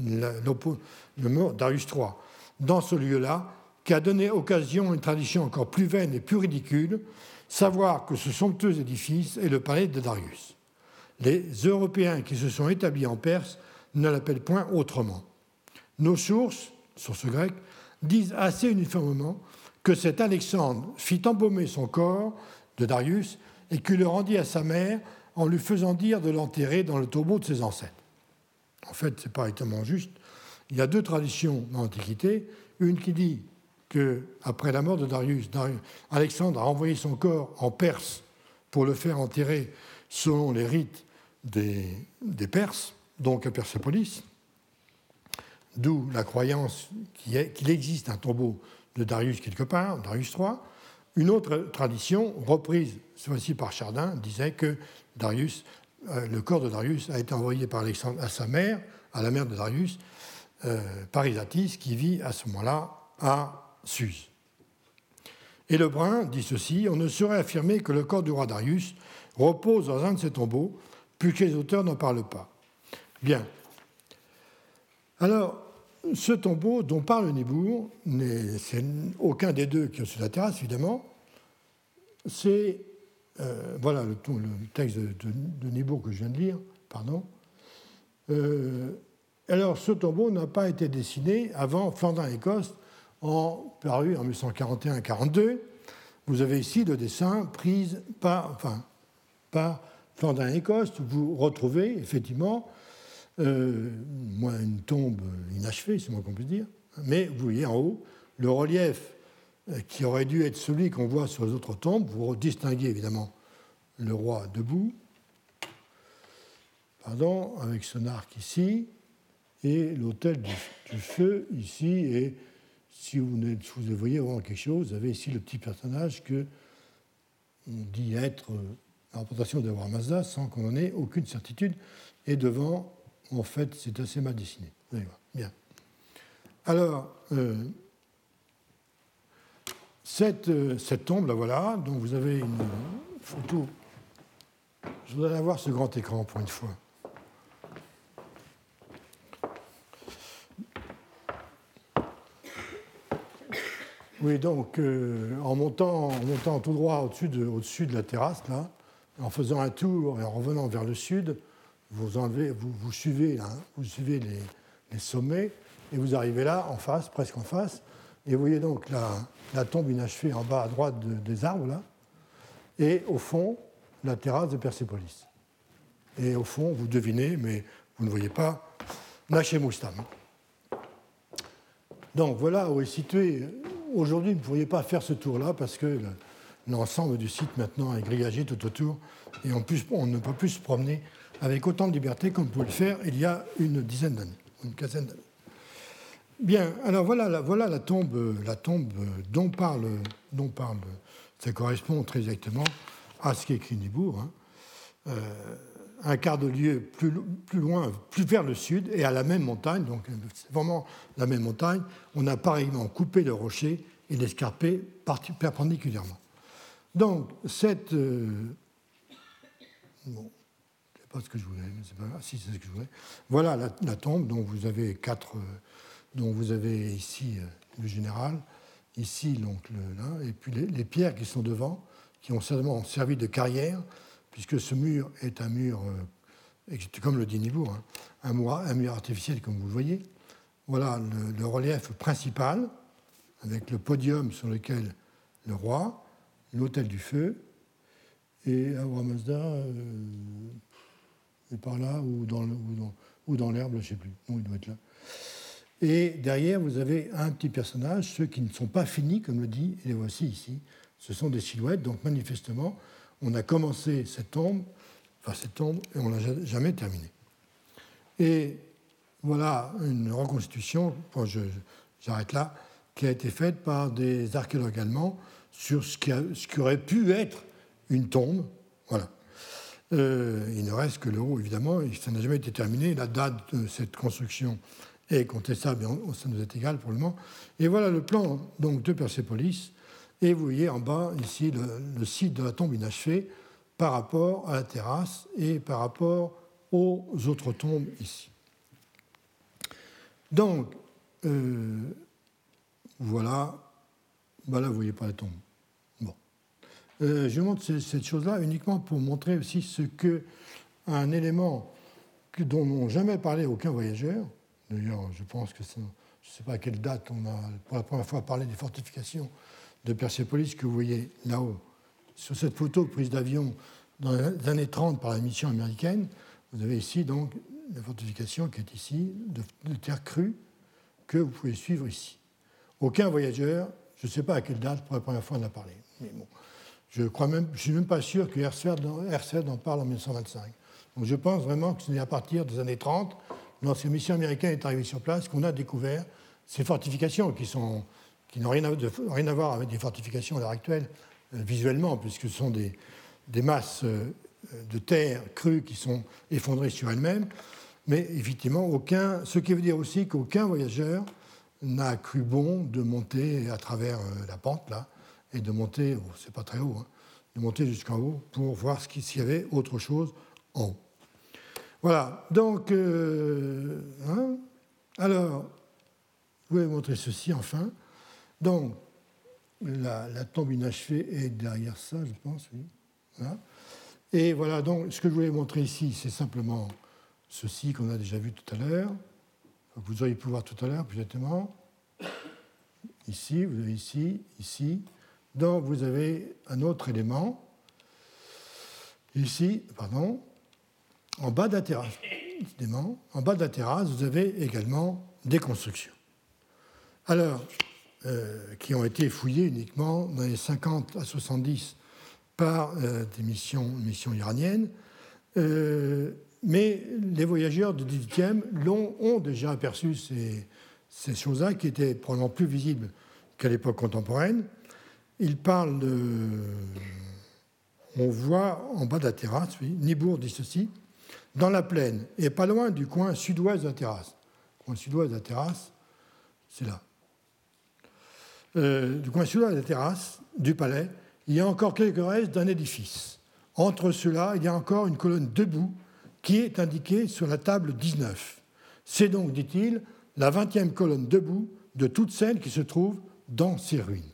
le mot Darius III, dans ce lieu-là, qui a donné occasion à une tradition encore plus vaine et plus ridicule, savoir que ce somptueux édifice est le palais de Darius. Les Européens qui se sont établis en Perse ne l'appellent point autrement. Nos sources grecques, disent assez uniformément que cet Alexandre fit embaumer son corps de Darius et qu'il le rendit à sa mère en lui faisant dire de l'enterrer dans le tombeau de ses ancêtres. En fait, ce n'est pas exactement juste. Il y a deux traditions dans l'Antiquité. Une qui dit qu'après la mort de Darius, Alexandre a envoyé son corps en Perse pour le faire enterrer selon les rites des Perses, donc à Persépolis, d'où la croyance qu'il existe un tombeau de Darius quelque part, Darius III. Une autre tradition, reprise cette fois-ci par Chardin, disait que le corps de Darius a été envoyé par Alexandre à sa mère, à la mère de Darius, Parisatis, qui vit à ce moment-là à Suse. Et Lebrun dit ceci: on ne saurait affirmer que le corps du roi Darius repose dans un de ces tombeaux, puisque les auteurs n'en parlent pas. Bien. Alors, ce tombeau dont parle Nibourg, c'est aucun des deux qui est sur la terrasse, évidemment. C'est, voilà le texte de Nibourg que je viens de lire, pardon. Alors, ce tombeau n'a pas été dessiné avant Flandin et Coste, paru en 1941-42. Vous avez ici le dessin pris par Flandin et Coste. Vous retrouvez effectivement une tombe inachevée, c'est moins qu'on peut dire, mais vous voyez en haut le relief qui aurait dû être celui qu'on voit sur les autres tombes. Vous distinguez évidemment le roi debout, avec son arc ici, et l'autel du feu ici. Et si vous voyez vraiment quelque chose, vous avez ici le petit personnage que on dit être la représentation de War Mazda sans qu'on en ait aucune certitude. Et devant, en fait, c'est assez mal dessiné. Vous allez voir. Bien. Alors, cette tombe, là, voilà, donc vous avez une photo. Je voudrais avoir ce grand écran pour une fois. Oui, donc, en montant tout droit au-dessus de la terrasse, là, en faisant un tour et en revenant vers le sud, vous suivez les sommets et vous arrivez là, en face, presque en face, et vous voyez donc la tombe inachevée en bas à droite des arbres, là, et au fond, la terrasse de Persépolis. Et au fond, vous devinez, mais vous ne voyez pas, Nakshimoustam. Donc voilà où est situé. Aujourd'hui, vous ne pourriez pas faire ce tour-là parce que l'ensemble du site maintenant est grillagé tout autour et on ne peut plus se promener avec autant de liberté qu'on pouvait le faire il y a une dizaine d'années, une quinzaine d'années. Bien, alors voilà la tombe dont parle. Ça correspond très exactement à ce qu'écrit Nibourg. un quart de lieue plus loin, plus vers le sud, et à la même montagne, donc c'est vraiment la même montagne, on a pareillement coupé le rocher et l'escarpé perpendiculairement. Donc, cette... bon, c'est pas ce que je voulais, mais c'est pas grave. Si, c'est ce que je voulais. Voilà la tombe dont vous avez dont vous avez ici le général, ici l'oncle là, et puis les pierres qui sont devant, qui ont certainement servi de carrière, puisque ce mur est un mur, comme le dit Nibourg, hein, un mur artificiel comme vous le voyez. Voilà le relief principal, avec le podium sur lequel le roi, l'autel du feu, et Ahura Mazda est par là, ou dans l'herbe, je ne sais plus. Non, il doit être là. Et derrière, vous avez un petit personnage, ceux qui ne sont pas finis, comme le dit, et les voici ici. Ce sont des silhouettes, donc manifestement, on a commencé cette tombe, et on ne l'a jamais terminée. Et voilà une reconstitution, j'arrête là, qui a été faite par des archéologues allemands sur ce qui aurait pu être une tombe. Voilà. Il ne reste que le haut, évidemment, et ça n'a jamais été terminé. La date de cette construction est contestable, mais ça nous est égal pour le moment. Et voilà le plan donc, de Persépolis. Et vous voyez en bas, ici, le site de la tombe inachevée par rapport à la terrasse et par rapport aux autres tombes ici. Donc, voilà. Là, vous ne voyez pas la tombe. Bon. Je montre cette chose-là uniquement pour montrer aussi un élément dont n'ont jamais parlé aucun voyageur. D'ailleurs, je pense que je ne sais pas à quelle date on a pour la première fois parlé des fortifications de Persépolis que vous voyez là-haut. Sur cette photo prise d'avion dans les années 30 par la mission américaine, vous avez ici donc la fortification qui est ici, de terre crue, que vous pouvez suivre ici. Aucun voyageur, je ne sais pas à quelle date pour la première fois on a parlé. Mais bon, je ne suis même pas sûr que Hersfeld en parle en 1925. Donc je pense vraiment que c'est à partir des années 30, lorsque la mission américaine est arrivée sur place, qu'on a découvert ces fortifications qui n'ont rien à voir avec des fortifications à l'heure actuelle, visuellement, puisque ce sont des masses de terre crue qui sont effondrées sur elles-mêmes. Mais effectivement, ce qui veut dire aussi qu'aucun voyageur n'a cru bon de monter à travers la pente, là, et de monter, c'est pas très haut, hein, de monter jusqu'en haut pour voir s'il y avait autre chose en haut. Voilà, donc, alors, je vais vous montrer ceci enfin. Donc, la tombe inachevée est derrière ça, je pense, oui. Voilà. Et voilà, donc, ce que je voulais montrer ici, c'est simplement ceci qu'on a déjà vu tout à l'heure. Vous auriez pu voir tout à l'heure, plus exactement. Ici, vous avez ici. Donc, vous avez un autre élément. Ici, en bas de la terrasse. Évidemment, en bas de la terrasse, vous avez également des constructions. Alors, qui ont été fouillées uniquement dans les 50 à 70 par des missions iraniennes. Mais les voyageurs du XVIIIe ont déjà aperçu ces choses-là qui étaient probablement plus visibles qu'à l'époque contemporaine. Ils parlent on voit en bas de la terrasse, oui, Nibourg dit ceci, dans la plaine et pas loin du coin sud-ouest de la terrasse. Le coin sud-ouest de la terrasse, c'est là. Du coin sud-ouest de la terrasse du palais, il y a encore quelques restes d'un édifice. Entre ceux-là, il y a encore une colonne debout qui est indiquée sur la table 19. C'est donc, dit-il, la 20e colonne debout de toutes celles qui se trouvent dans ces ruines.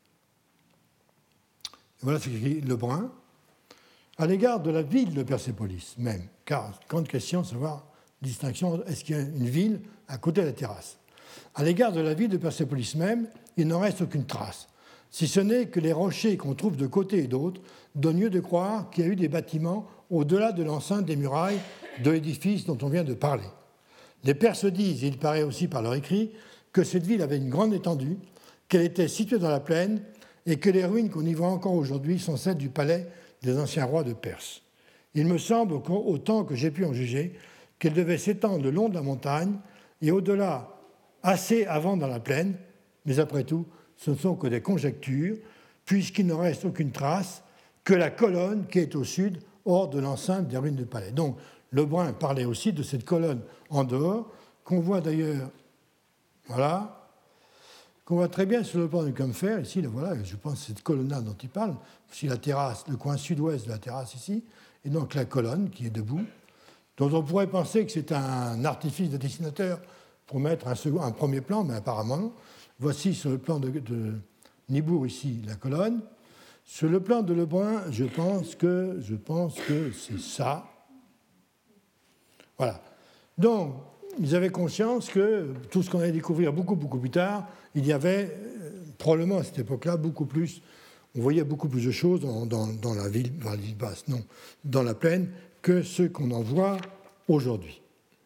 Et voilà ce qu'écrit Lebrun. À l'égard de la ville de Persépolis même, car grande question de savoir distinction, est-ce qu'il y a une ville à côté de la terrasse? À l'égard de la ville de Persépolis même, il n'en reste aucune trace, si ce n'est que les rochers qu'on trouve de côté et d'autre donnent lieu de croire qu'il y a eu des bâtiments au-delà de l'enceinte des murailles de l'édifice dont on vient de parler. Les Perses disent, et il paraît aussi par leur écrit, que cette ville avait une grande étendue, qu'elle était située dans la plaine et que les ruines qu'on y voit encore aujourd'hui sont celles du palais des anciens rois de Perse. Il me semble, autant que j'ai pu en juger, qu'elle devait s'étendre le long de la montagne et au-delà, assez avant dans la plaine, mais après tout, ce ne sont que des conjectures, puisqu'il ne reste aucune trace que la colonne qui est au sud hors de l'enceinte des ruines du palais. Donc Lebrun parlait aussi de cette colonne en dehors, qu'on voit d'ailleurs, voilà, qu'on voit très bien sur le plan du Combeferre, ici, voilà, je pense que c'est cette colonnade dont il parle, ici la terrasse, le coin sud-ouest de la terrasse ici, et donc la colonne qui est debout, dont on pourrait penser que c'est un artifice de dessinateur pour mettre un premier plan, mais apparemment non. Voici sur le plan de Nibourg ici la colonne. Sur le plan de Lebrun, je pense que c'est ça. Voilà. Donc, ils avaient conscience que tout ce qu'on allait découvrir beaucoup plus tard, il y avait probablement à cette époque-là beaucoup plus, on voyait beaucoup plus de choses dans la ville basse, non, dans la plaine, que ce qu'on en voit aujourd'hui.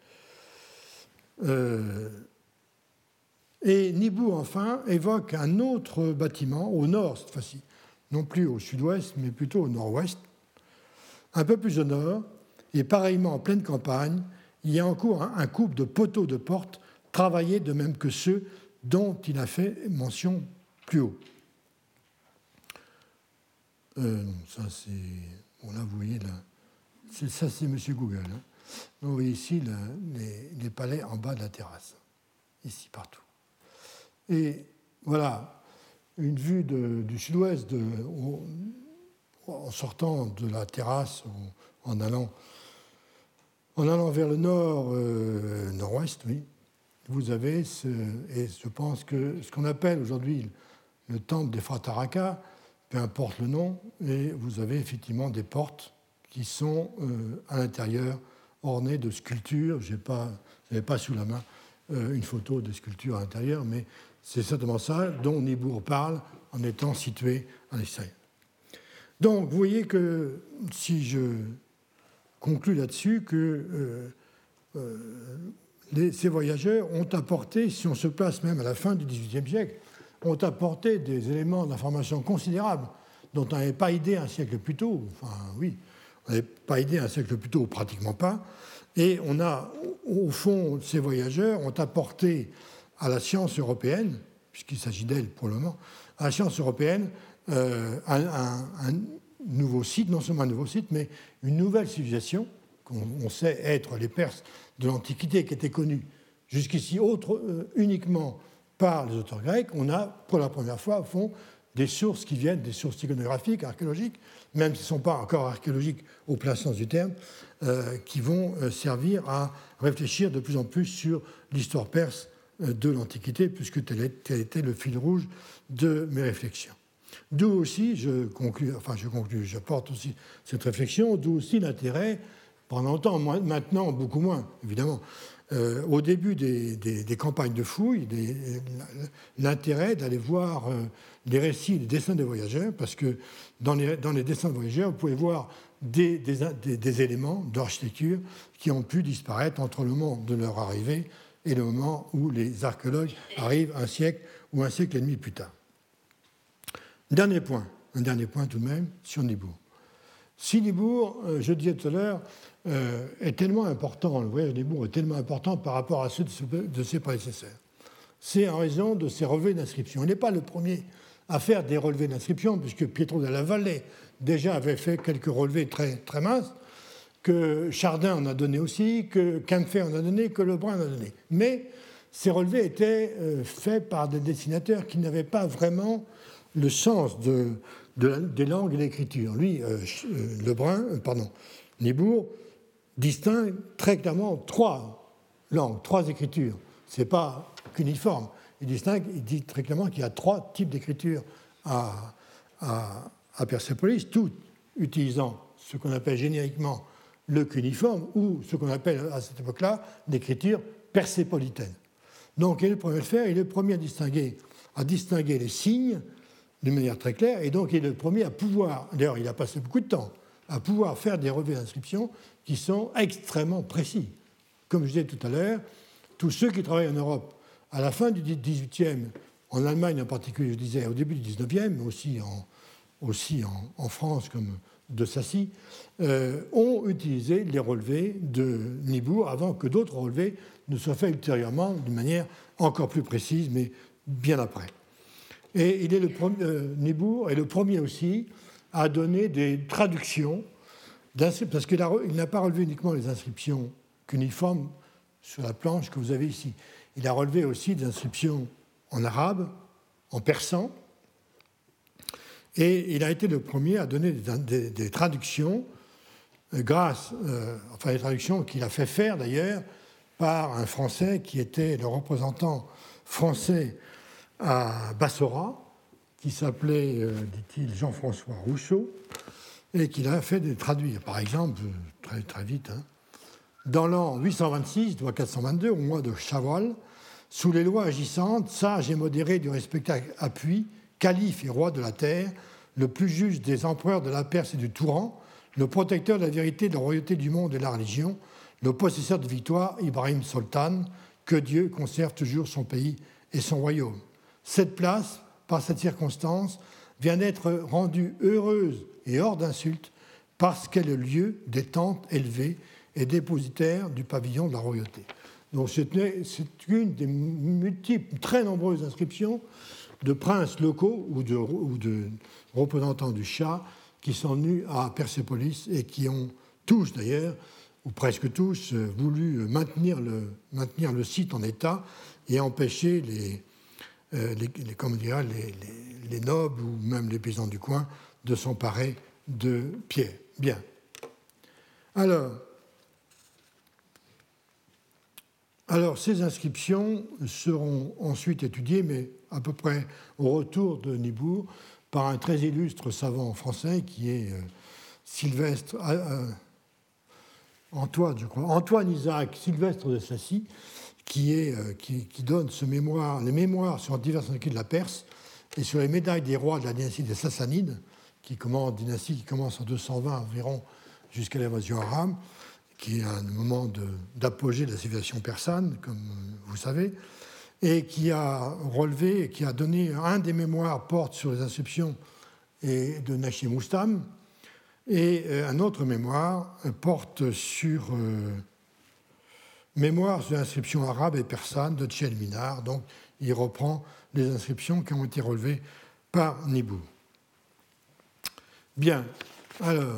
Et Nibourg, enfin, évoque un autre bâtiment, au nord cette fois-ci, non plus au sud-ouest, mais plutôt au nord-ouest, un peu plus au nord, et pareillement en pleine campagne, il y a encore un couple de poteaux de porte travaillés de même que ceux dont il a fait mention plus haut. Non, ça c'est... Bon, là, vous voyez, là, ça c'est M. Google. Hein. Donc, vous voyez ici les palais en bas de la terrasse, ici, partout. Et voilà, une vue du sud-ouest en sortant de la terrasse, en allant vers le nord-ouest, oui, vous avez, et je pense que ce qu'on appelle aujourd'hui le temple des Frataraka, peu importe le nom, et vous avez effectivement des portes qui sont à l'intérieur ornées de sculptures. Je n'avais pas sous la main une photo de sculpture à l'intérieur, mais c'est certainement ça dont Nibourg parle en étant situé à l'extérieur. Donc, vous voyez que si je conclus là-dessus que ces voyageurs ont apporté, si on se place même à la fin du XVIIIe siècle, ont apporté des éléments d'information considérables dont on n'avait pas idée un siècle plus tôt. Enfin, oui, on n'avait pas idée un siècle plus tôt, ou pratiquement pas. Et on a, au fond, ces voyageurs ont apporté à la science européenne, puisqu'il s'agit d'elle pour le moment, à la science européenne un nouveau site, non seulement un nouveau site, mais une nouvelle civilisation, qu'on sait être les Perses de l'Antiquité, qui étaient connus jusqu'ici uniquement par les auteurs grecs. On a, pour la première fois, au fond, des sources qui viennent, des sources iconographiques, archéologiques, même s'ils ne sont pas encore archéologiques au plein sens du terme, qui vont servir à réfléchir de plus en plus sur l'histoire perse de l'Antiquité, puisque tel était le fil rouge de mes réflexions. D'où aussi, j'apporte aussi cette réflexion, d'où aussi l'intérêt, pendant longtemps, maintenant beaucoup moins, évidemment, au début des campagnes de fouilles, l'intérêt d'aller voir les récits, les dessins des voyageurs, parce que dans les dessins de voyageurs, vous pouvez voir des éléments d'architecture qui ont pu disparaître entre le moment de leur arrivée et le moment où les archéologues arrivent un siècle ou un siècle et demi plus tard. Un dernier point tout de même sur Nibourg. Si Nibourg, je disais tout à l'heure, est tellement important, le voyage de Nibourg est tellement important par rapport à ceux de ses prédécesseurs, c'est en raison de ses relevés d'inscription. Il n'est pas le premier à faire des relevés d'inscription, puisque Pietro della Valle déjà avait fait quelques relevés très, très minces, que Chardin en a donné aussi, que Combeferre en a donné, que Lebrun en a donné. Mais ces relevés étaient faits par des dessinateurs qui n'avaient pas vraiment le sens des langues et de l'écriture. Lui, Nibourg distingue très clairement trois langues, trois écritures. Ce n'est pas qu'uniforme. Il dit très clairement qu'il y a trois types d'écriture à Persépolis, toutes utilisant ce qu'on appelle génériquement le cuniforme, ou ce qu'on appelle à cette époque-là l'écriture persépolitaine. Donc il est le premier à le faire, il est le premier à distinguer les signes d'une manière très claire, et donc il est le premier à pouvoir, d'ailleurs il a passé beaucoup de temps, à pouvoir faire des relevés d'inscription qui sont extrêmement précis. Comme je disais tout à l'heure, tous ceux qui travaillent en Europe à la fin du XVIIIe, en Allemagne en particulier, je disais au début du XIXe, mais aussi en France comme de Sassy, ont utilisé les relevés de Nibourg avant que d'autres relevés ne soient faits ultérieurement d'une manière encore plus précise, mais bien après. Et Nibourg est le premier aussi à donner des traductions parce qu'il n'a pas relevé uniquement les inscriptions cuniformes sur la planche que vous avez ici. Il a relevé aussi des inscriptions en arabe, en persan, et il a été le premier à donner des traductions des traductions qu'il a fait faire d'ailleurs par un Français qui était le représentant français à Bassora, qui s'appelait, dit-il, Jean-François Rousseau, et qu'il a fait traduire. Par exemple, très, très vite, dans l'an 826, loi 422, au mois de Chawwal, sous les lois agissantes, sage et modéré du respectable appui, calife et roi de la terre, le plus juste des empereurs de la Perse et du Touran, le protecteur de la vérité, de la royauté du monde et de la religion, le possesseur de victoire, Ibrahim Sultan, que Dieu conserve toujours son pays et son royaume. Cette place, par cette circonstance, vient d'être rendue heureuse et hors d'insulte parce qu'elle est le lieu des tentes élevées et dépositaire du pavillon de la royauté. Donc c'est une des multiples, très nombreuses inscriptions de princes locaux ou de représentants du Shah qui sont venus à Persépolis et qui ont tous d'ailleurs, ou presque tous, voulu maintenir le site en état et empêcher les nobles ou même les paysans du coin de s'emparer de pierres. Bien. Alors, ces inscriptions seront ensuite étudiées, mais à peu près au retour de Nibourg, par un très illustre savant français qui est Antoine Isaac Sylvestre de Sacy, qui donne les mémoires sur diverses antiquités de la Perse et sur les médailles des rois de la dynastie des Sassanides, dynastie qui commence en 220 environ jusqu'à l'invasion arabe, qui est un moment d'apogée de la civilisation persane, comme vous savez, et qui a relevé, qui a donné un des mémoires porte sur les inscriptions de Nachim Oustam, et un autre mémoire porte sur mémoire sur l'inscription arabe et persane de Tchel Minar. Donc, il reprend les inscriptions qui ont été relevées par Nibourg. Bien, alors,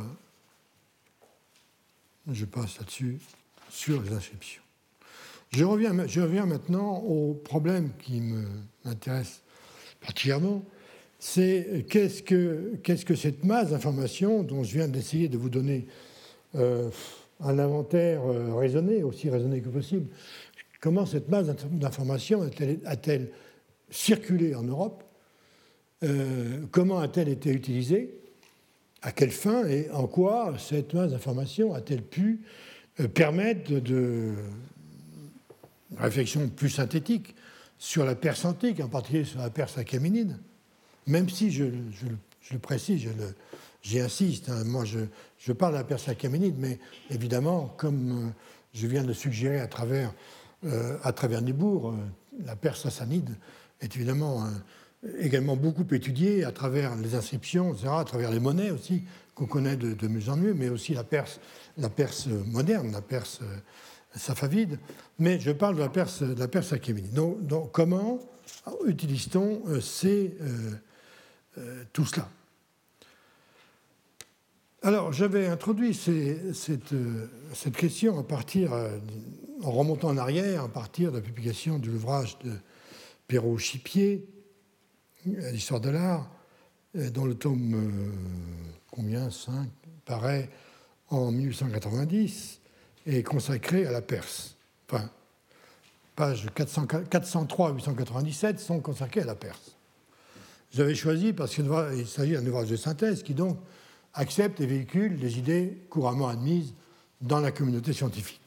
je passe là-dessus sur les inscriptions. Je reviens maintenant au problème qui m'intéresse particulièrement, c'est qu'est-ce que cette masse d'informations dont je viens d'essayer de vous donner un inventaire raisonné, aussi raisonné que possible, comment cette masse d'informations a-t-elle circulé en Europe, comment a-t-elle été utilisée, à quelle fin et en quoi cette masse d'informations a-t-elle pu permettre de réflexion plus synthétique sur la Perse antique, en particulier sur la Perse achéménide, même si je le précise, j'y insiste, moi je parle de la Perse achéménide, mais évidemment, comme je viens de le suggérer à travers Nibourg, la Perse sassanide est évidemment également beaucoup étudiée à travers les inscriptions, etc., à travers les monnaies aussi, qu'on connaît de mieux en mieux, mais aussi la Perse moderne, la Perse safavide, mais je parle de la Perse achéménide. Donc comment utilise-t-on tout cela? Alors, j'avais introduit cette question en remontant en arrière, à partir de la publication de l'ouvrage de Perrault-Chipier, l'histoire de l'art, dont le tome 5 paraît en 1890, est consacré à la Perse. Enfin, pages 403 à 897 sont consacrées à la Perse. J'avais choisi parce qu'il s'agit d'un ouvrage de synthèse qui donc accepte et véhicule les idées couramment admises dans la communauté scientifique.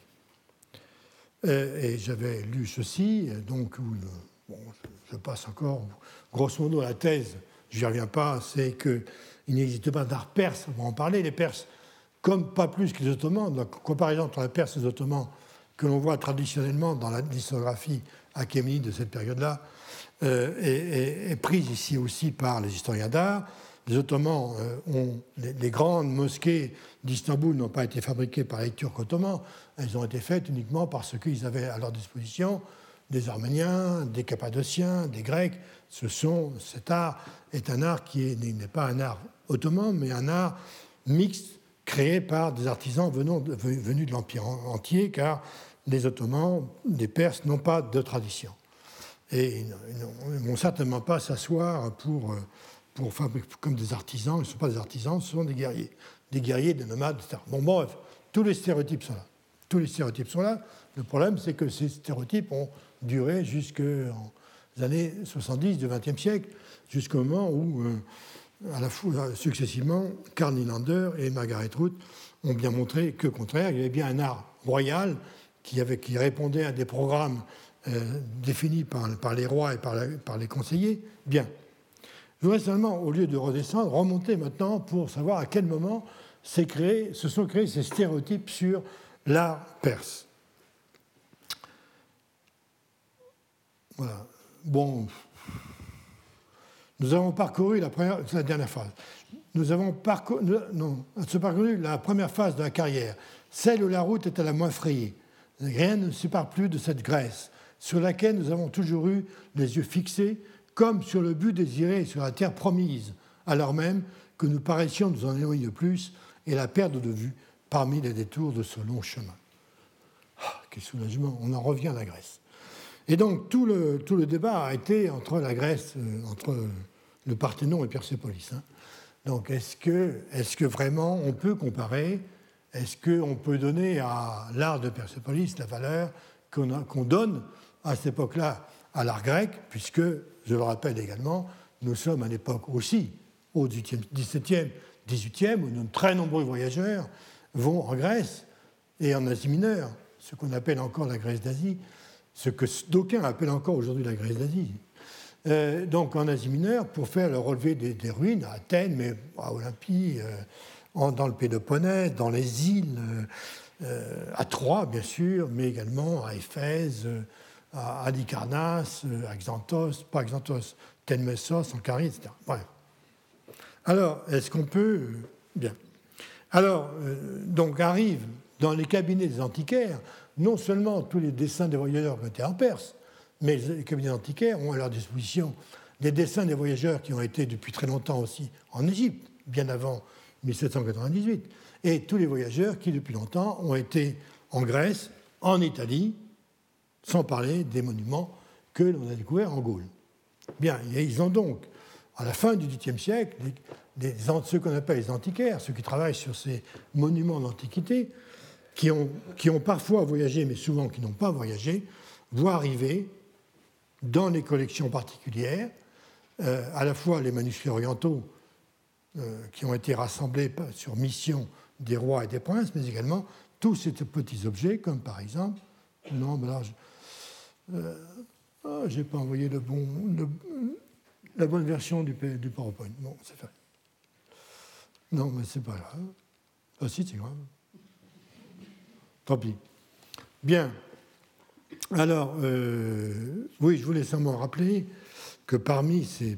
Et j'avais lu ceci, donc je passe encore, grosso modo, la thèse, je n'y reviens pas, c'est qu'il n'existe pas d'art perse, on va en parler, les Perses, comme pas plus que les Ottomans, la comparaison entre la Perse et les Ottomans que l'on voit traditionnellement dans l'historiographie achéménide de cette période-là, est prise ici aussi par les historiens d'art. Les Ottomans les grandes mosquées d'Istanbul n'ont pas été fabriquées par les Turcs ottomans, elles ont été faites uniquement parce qu'ils avaient à leur disposition des Arméniens, des Cappadociens, des Grecs. Cet art est un art qui n'est pas un art ottoman, mais un art mixte créés par des artisans venus de l'Empire entier, car les Ottomans, les Perses, n'ont pas de tradition. Et ils ne vont certainement pas s'asseoir pour fabriquer comme des artisans. Ils ne sont pas des artisans, ce sont des guerriers, des nomades, etc. Bon, bref, tous les stéréotypes sont là. Tous les stéréotypes sont là. Le problème, c'est que ces stéréotypes ont duré jusqu'aux années 70 du XXe siècle, jusqu'au moment où, à la fois successivement, Karl Nylander et Margaret Root ont bien montré qu'au contraire, il y avait bien un art royal qui répondait à des programmes définis par les rois et par les conseillers. Bien. Je voudrais seulement, au lieu de redescendre, remonter maintenant pour savoir à quel moment se sont créés ces stéréotypes sur l'art perse. Voilà. Bon, nous avons parcouru c'est la dernière phase. Nous avons parcouru la première phase de la carrière, celle où la route était la moins frayée. Rien ne nous sépare plus de cette Grèce, sur laquelle nous avons toujours eu les yeux fixés, comme sur le but désiré et sur la terre promise, alors même que nous paraissions nous en éloigner de plus et la perdre de vue parmi les détours de ce long chemin. Ah, quel soulagement, on en revient à la Grèce. Et donc tout le débat a été entre la Grèce, entre le Parthénon et Persépolis. Donc est-ce que vraiment on peut comparer, est-ce qu'on peut donner à l'art de Persépolis la valeur qu'on donne à cette époque-là à l'art grec, puisque, je le rappelle également, nous sommes à l'époque aussi, au XVIIe, XVIIIe, où de très nombreux voyageurs vont en Grèce et en Asie mineure, ce qu'on appelle encore la Grèce d'Asie, ce que d'aucuns appellent encore aujourd'hui la Grèce d'Asie. Donc en Asie mineure, pour faire le relevé des ruines, à Athènes, mais à Olympie, dans le Péloponnèse, dans les îles, à Troie, bien sûr, mais également à Éphèse, à Halicarnasse, à Xanthos, pas Xanthos, Telmessos, Ancharie, etc. Bref. Alors, est-ce qu'on peut... Bien. Alors, donc arrivent dans les cabinets des antiquaires, non seulement tous les dessins des voyageurs qui étaient en Perse, mais les cabinets antiquaires ont à leur disposition des dessins des voyageurs qui ont été depuis très longtemps aussi en Égypte, bien avant 1798, et tous les voyageurs qui depuis longtemps ont été en Grèce, en Italie, sans parler des monuments que l'on a découverts en Gaule. Bien, et ils ont donc, à la fin du XVIIIe siècle, ceux qu'on appelle les antiquaires, ceux qui travaillent sur ces monuments d'antiquité, qui ont parfois voyagé, mais souvent qui n'ont pas voyagé, voient arriver dans les collections particulières, à la fois les manuscrits orientaux qui ont été rassemblés sur mission des rois et des princes, mais également tous ces petits objets, comme par exemple... Non, mais là, je n'ai pas envoyé la bonne version du PowerPoint. Bon, c'est fait. Non, mais c'est pas grave. Ah si, c'est grave. Tant pis. Bien. Alors, oui, je voulais seulement rappeler que parmi ces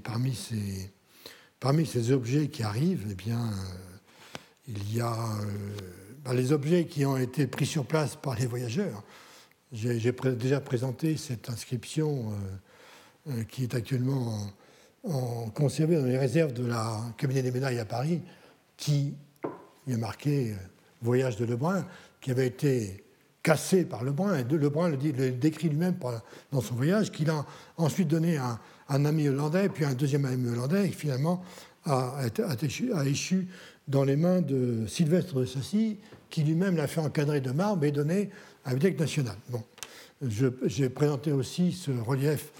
objets qui arrivent, eh bien, il y a les objets qui ont été pris sur place par les voyageurs. J'ai déjà présenté cette inscription qui est actuellement conservée dans les réserves de la cabinet des médailles à Paris, qui est marqué Voyage de Lebrun, qui avait été cassé par Lebrun, et Lebrun le décrit lui-même dans son voyage, qu'il a ensuite donné à un ami hollandais, puis à un deuxième ami hollandais, et qui finalement a échu dans les mains de Sylvestre de Sacy, qui lui-même l'a fait encadrer de marbre et donné à la Bibliothèque nationale. Bon. J'ai présenté aussi ce relief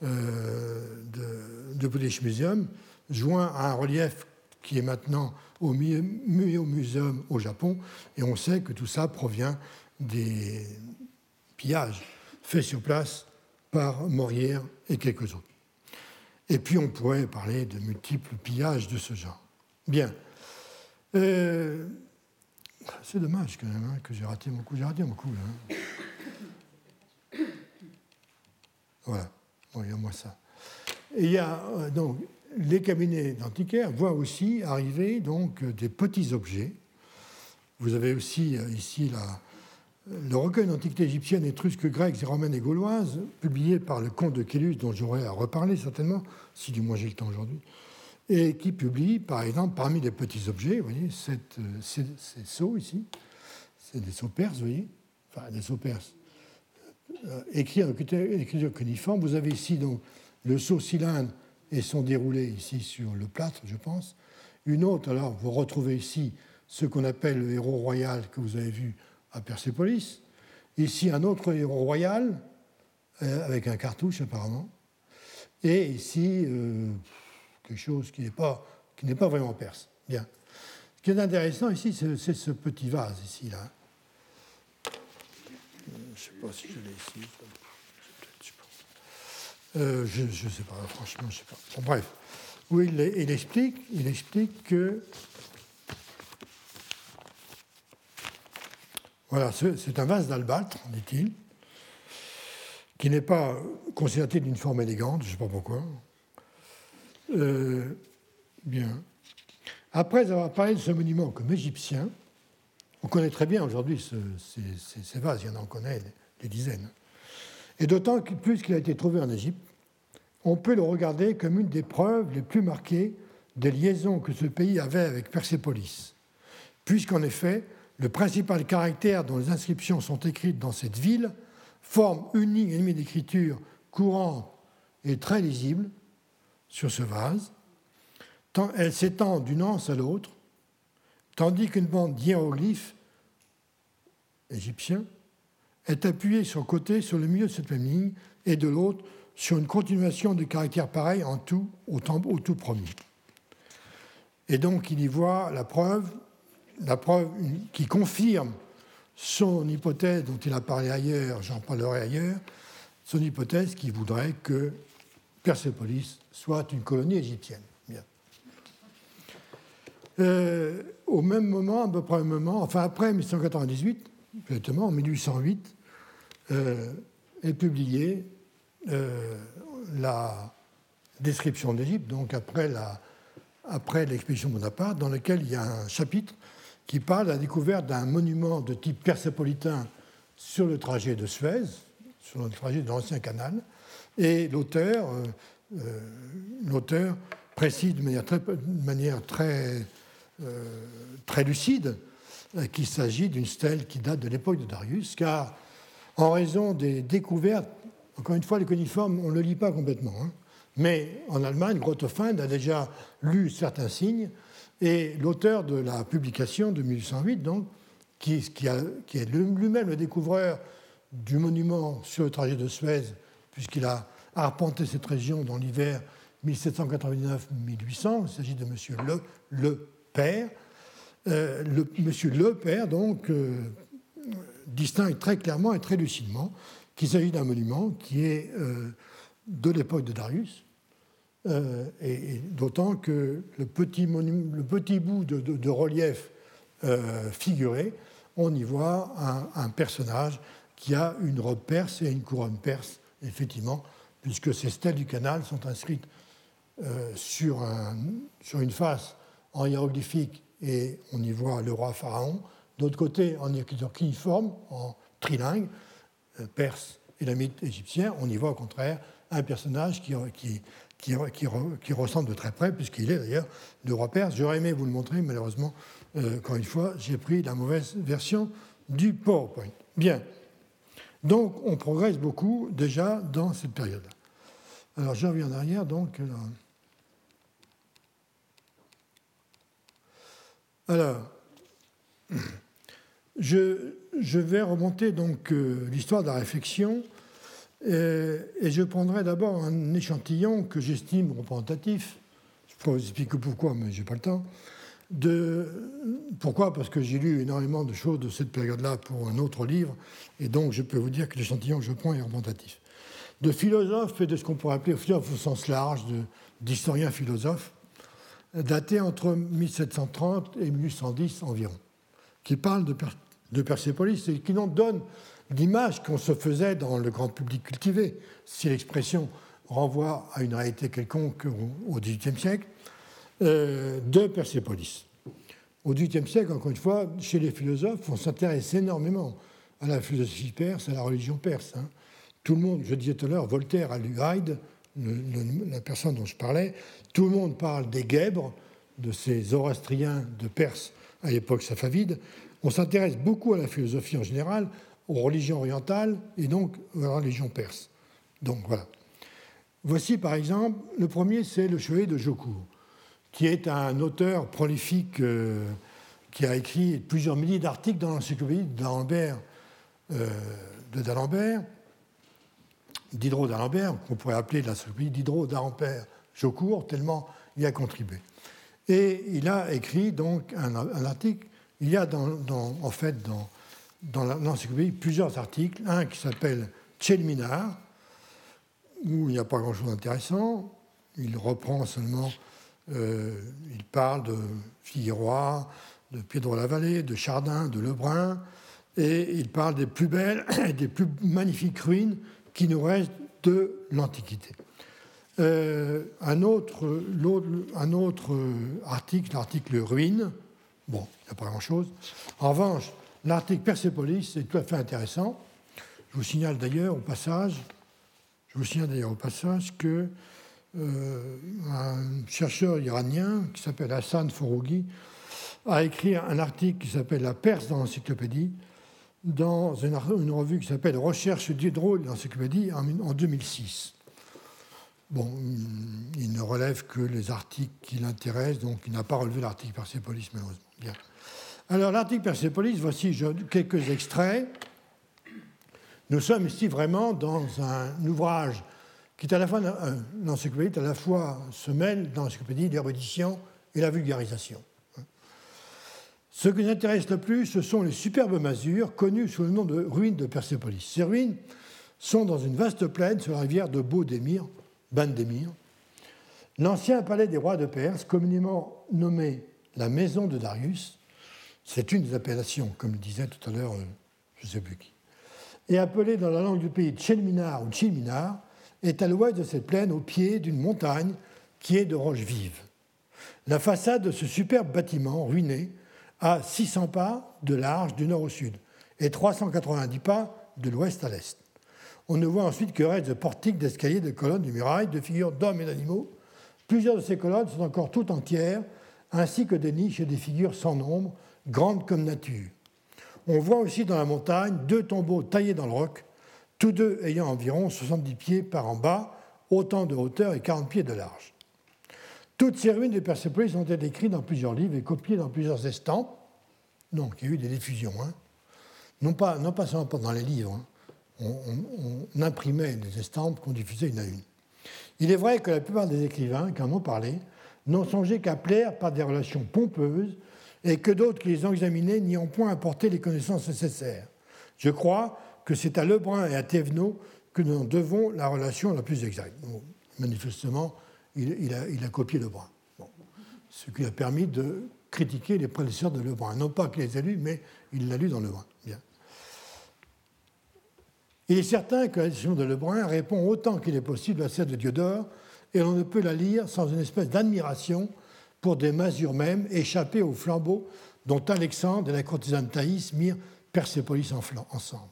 de British Museum, joint à un relief qui est maintenant au Museum au Japon, et on sait que tout ça provient des pillages faits sur place par Morière et quelques autres. Et puis on pourrait parler de multiples pillages de ce genre. Bien. C'est dommage quand même que j'ai raté mon coup. J'ai raté mon coup, là. Voilà. Bon, il y a moi ça. Et il y a donc les cabinets d'antiquaires voient aussi arriver donc des petits objets. Vous avez aussi ici le recueil d'antiquités égyptiennes, étrusques, grecques, romaines et gauloises, publié par le comte de Caylus, dont j'aurai à reparler certainement, si du moins j'ai le temps aujourd'hui. et qui publie, par exemple, parmi les petits objets, vous voyez, ces sceaux ici, c'est des sceaux perses, vous voyez, enfin des sceaux perses, écrits en écriture cuniforme. Vous avez ici donc le sceau cylindre et son déroulé ici sur le plâtre, je pense. Une autre, alors, vous retrouvez ici ce qu'on appelle le héros royal que vous avez vu à Persépolis. Ici, un autre héros royal, avec un cartouche apparemment. Et ici, quelque chose qui n'est pas vraiment perse. Bien. Ce qui est intéressant ici, c'est ce petit vase ici, là. Je ne sais pas si je l'ai ici. Je ne sais pas, franchement, je ne sais pas. Bon, bref. Où il explique que voilà, c'est un vase d'albâtre, dit-il, qui n'est pas concerté d'une forme élégante, je ne sais pas pourquoi. Bien. Après avoir parlé de ce monument comme égyptien, on connaît très bien aujourd'hui ces vases, il y en a, on connaît des dizaines. Et d'autant que, plus qu'il a été trouvé en Égypte, on peut le regarder comme une des preuves les plus marquées des liaisons que ce pays avait avec Persépolis, puisqu'en effet, le principal caractère dont les inscriptions sont écrites dans cette ville, forme unique et ennemie d'écriture courante et très lisible sur ce vase, elle s'étend d'une anse à l'autre, tandis qu'une bande d'hiéroglyphes égyptiens est appuyée sur le côté, sur le milieu de cette même ligne, et de l'autre, sur une continuation de caractères pareils en tout, au tout premier. Et donc, il y voit la preuve qui confirme son hypothèse dont il a parlé ailleurs, j'en parlerai ailleurs, son hypothèse qui voudrait que Persépolis soit une colonie égyptienne. Bien. Au même moment, à peu près au même moment, enfin après 1898, exactement, en 1808, est publiée la description d'Égypte, donc après l'expédition Bonaparte, dans lequel il y a un chapitre qui parle de la découverte d'un monument de type persépolitain sur le trajet de Suez, sur le trajet de l'ancien canal, et l'auteur précise de manière très lucide qu'il s'agit d'une stèle qui date de l'époque de Darius, car en raison des découvertes, encore une fois, les cuniformes, on ne le lit pas complètement, hein, mais en Allemagne, Grotefend a déjà lu certains signes, et l'auteur de la publication de 1808, donc, qui est lui-même le découvreur du monument sur le trajet de Suez, puisqu'il a arpenté cette région dans l'hiver 1799-1800, il s'agit de M. Le Père. M. Le Père, donc, distingue très clairement et très lucidement qu'il s'agit d'un monument qui est de l'époque de Darius, et d'autant que le petit bout de relief figuré, on y voit un personnage qui a une robe perse et une couronne perse, effectivement, puisque ces stèles du canal sont inscrites sur une face en hiéroglyphique et on y voit le roi pharaon, d'autre côté en écriture cuneiforme, en trilingue, perse et lamite égyptien, on y voit au contraire un personnage qui ressemble de très près, puisqu'il est d'ailleurs le roi perse. J'aurais aimé vous le montrer, malheureusement, encore une fois, j'ai pris la mauvaise version du PowerPoint. Bien. Donc, on progresse beaucoup déjà dans cette période-là. Alors, je reviens en arrière, donc. Alors, je vais remonter donc l'histoire de la réflexion et je prendrai d'abord un échantillon que j'estime représentatif. Je pourrais vous expliquer pourquoi, mais je n'ai pas le temps. Pourquoi ? Parce que j'ai lu énormément de choses de cette période-là pour un autre livre, et donc je peux vous dire que l'échantillon que je prends est représentatif. De philosophes et de ce qu'on pourrait appeler philosophes au sens large, d'historiens philosophes, datés entre 1730 et 1810 environ, qui parlent de Persépolis et qui nous donnent l'image qu'on se faisait dans le grand public cultivé, si l'expression renvoie à une réalité quelconque au XVIIIe siècle, de Persépolis. Au XVIIIe siècle, encore une fois, chez les philosophes, on s'intéresse énormément à la philosophie perse, à la religion perse. Hein. Tout le monde, je disais tout à l'heure, Voltaire a lu Hyde, la personne dont je parlais, tout le monde parle des Guèbres, de ces Zoroastriens de Perse à l'époque safavide. On s'intéresse beaucoup à la philosophie en général, aux religions orientales et donc aux religions perses. Donc voilà. Voici par exemple, le premier c'est le chevalier de Jaucourt, qui est un auteur prolifique qui a écrit plusieurs milliers d'articles dans l'encyclopédie Diderot d'Alembert, qu'on pourrait appeler l'encyclopédie Diderot d'Alembert Jaucourt, tellement il a contribué. Et il a écrit donc un article. Il y a dans l'encyclopédie plusieurs articles. Un qui s'appelle Tchelminar, où il n'y a pas grand-chose d'intéressant. Il reprend seulement, il parle de Figueroa, de Piédro-la-Vallée, de Chardin, de Lebrun, et il parle des plus belles et des plus magnifiques ruines qui nous restent de l'Antiquité. Un autre article, l'article Ruines, bon, il n'y a pas grand-chose. En revanche, l'article Persépolis est tout à fait intéressant. Je vous signale d'ailleurs au passage que un chercheur iranien qui s'appelle Hassan Foroughi a écrit un article qui s'appelle La Perse dans l'encyclopédie, dans une revue qui s'appelle Recherche Diderot de l'encyclopédie en 2006. Bon, il ne relève que les articles qui l'intéressent, donc il n'a pas relevé l'article Persépolis, malheureusement. Bien. Alors, l'article Persépolis, voici quelques extraits. Nous sommes ici vraiment dans un ouvrage qui est à la fois l'encyclopédie, à la fois se mêle dans l'encyclopédie l'érudition et la vulgarisation. Ce qui nous intéresse le plus, ce sont les superbes masures connues sous le nom de ruines de Persépolis. Ces ruines sont dans une vaste plaine sur la rivière de Ban-Demir, l'ancien palais des rois de Perse, communément nommé la maison de Darius, c'est une des appellations, comme le disait tout à l'heure, je ne sais plus qui, et appelé dans la langue du pays Tchelminar ou Tchilminar, est à l'ouest de cette plaine, au pied d'une montagne qui est de roches vives. La façade de ce superbe bâtiment ruiné a 600 pas de large du nord au sud et 390 pas de l'ouest à l'est. On ne voit ensuite que restent de portiques, d'escaliers, de colonnes, de murailles, de figures d'hommes et d'animaux. Plusieurs de ces colonnes sont encore toutes entières, ainsi que des niches et des figures sans nombre, grandes comme nature. On voit aussi dans la montagne 2 tombeaux taillés dans le roc, tous deux ayant environ 70 pieds par en bas, autant de hauteur et 40 pieds de large. Toutes ces ruines de Persépolis ont été décrites dans plusieurs livres et copiées dans plusieurs estampes. Donc, il y a eu des diffusions. Non pas seulement dans les livres. On imprimait des estampes qu'on diffusait une à une. Il est vrai que la plupart des écrivains qui en ont parlé n'ont songé qu'à plaire par des relations pompeuses et que d'autres qui les ont examinés n'y ont point apporté les connaissances nécessaires. Je crois que c'est à Lebrun et à Thévenot que nous en devons la relation la plus exacte. Bon, manifestement, il a copié Lebrun. Bon. Ce qui a permis de critiquer les prédécesseurs de Lebrun. Non pas qu'il les ait lus, mais il l'a lu dans Lebrun. Bien. Il est certain que la décision de Lebrun répond autant qu'il est possible à celle de Diodore, et on ne peut la lire sans une espèce d'admiration pour des masures mêmes échappées au flambeau dont Alexandre et la courtisane Thaïs mirent Persépolis ensemble.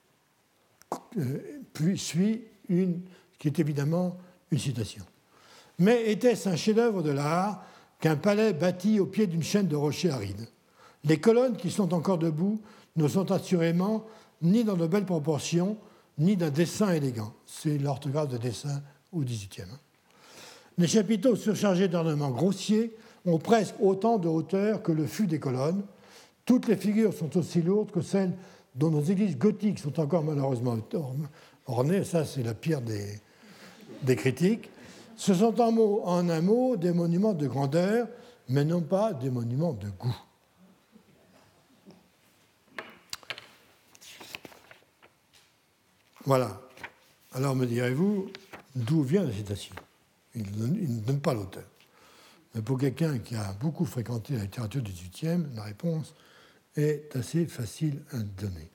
Puis suit une qui est évidemment une citation. Mais était-ce un chef-d'œuvre de l'art qu'un palais bâti au pied d'une chaîne de rochers arides? Les colonnes qui sont encore debout ne sont assurément ni dans de belles proportions, ni d'un dessin élégant. C'est l'orthographe de dessin au XVIIIe. Les chapiteaux surchargés d'ornements grossiers ont presque autant de hauteur que le fût des colonnes. Toutes les figures sont aussi lourdes que celles dont nos églises gothiques sont encore malheureusement ornées. Ça, c'est la pire des critiques. Ce sont en un mot des monuments de grandeur, mais non pas des monuments de goût. Voilà. Alors me direz-vous, d'où vient la citation? Il ne donne pas l'auteur. Mais pour quelqu'un qui a beaucoup fréquenté la littérature du XVIIIe, la réponse est assez facile à donner.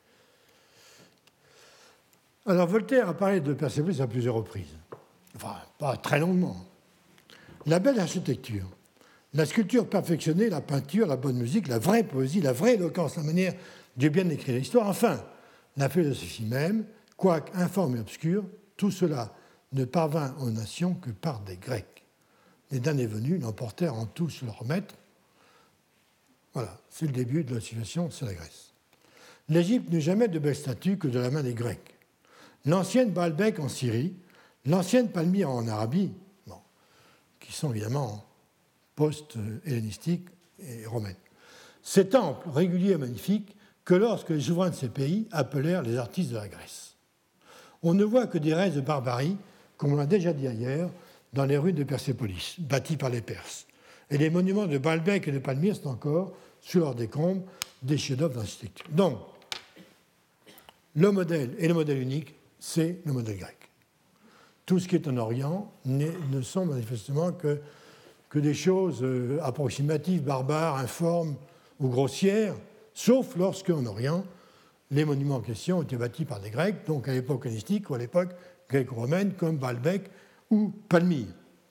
Alors Voltaire a parlé de Persépolis à plusieurs reprises. Enfin, pas très longuement. La belle architecture, la sculpture perfectionnée, la peinture, la bonne musique, la vraie poésie, la vraie éloquence, la manière de bien écrire l'histoire, enfin, la philosophie même, quoique informe et obscure, tout cela ne parvint aux nations que par des Grecs. Les damnés venus l'emportèrent en tout sur leur maître. Voilà, c'est le début de la civilisation, c'est la Grèce. L'Égypte n'eut jamais de belle statue que de la main des Grecs. L'ancienne Baalbek en Syrie, l'ancienne Palmyre en Arabie, bon, qui sont évidemment post-hellénistiques et romaines. Ces temples réguliers et magnifiques que lorsque les souverains de ces pays appelèrent les artistes de la Grèce. On ne voit que des restes de barbarie, comme on l'a déjà dit ailleurs, dans les ruines de Persépolis, bâties par les Perses. Et les monuments de Baalbek et de Palmyre sont encore, sous leurs décombres, des chefs-d'œuvre d'architecture. Donc, le modèle et le modèle unique, c'est le modèle grec. Tout ce qui est en Orient ne sont manifestement que des choses approximatives, barbares, informes ou grossières, sauf lorsque, en Orient, les monuments en question ont été bâtis par des Grecs, donc à l'époque hellénistique ou à l'époque gréco-romaine, comme Baalbek ou Palmyre.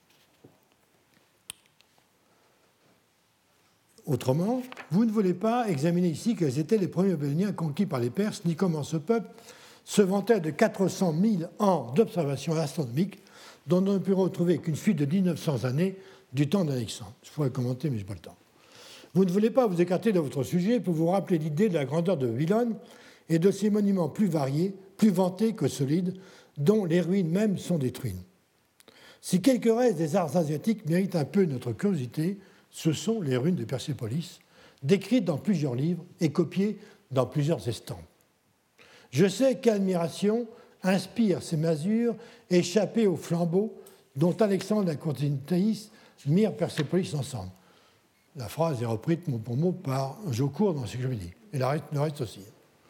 Autrement, vous ne voulez pas examiner ici quels étaient les premiers Babyloniens conquis par les Perses, ni comment ce peuple se vantait de 400 000 ans d'observation astronomique dont on ne peut retrouver qu'une suite de 1900 années du temps d'Alexandre. Je pourrais commenter, mais je n'ai pas le temps. Vous ne voulez pas vous écarter de votre sujet pour vous rappeler l'idée de la grandeur de Babylone et de ses monuments plus variés, plus vantés que solides, dont les ruines même sont détruites. Si quelques restes des arts asiatiques méritent un peu notre curiosité, ce sont les ruines de Persépolis, décrites dans plusieurs livres et copiées dans plusieurs estampes. Je sais qu'admiration inspire ces masures échappées aux flambeaux dont Alexandre et Constantius mirent Persépolis ensemble. La phrase est reprise mot pour mot par Jaucourt dans ce que je me dis, et le reste aussi.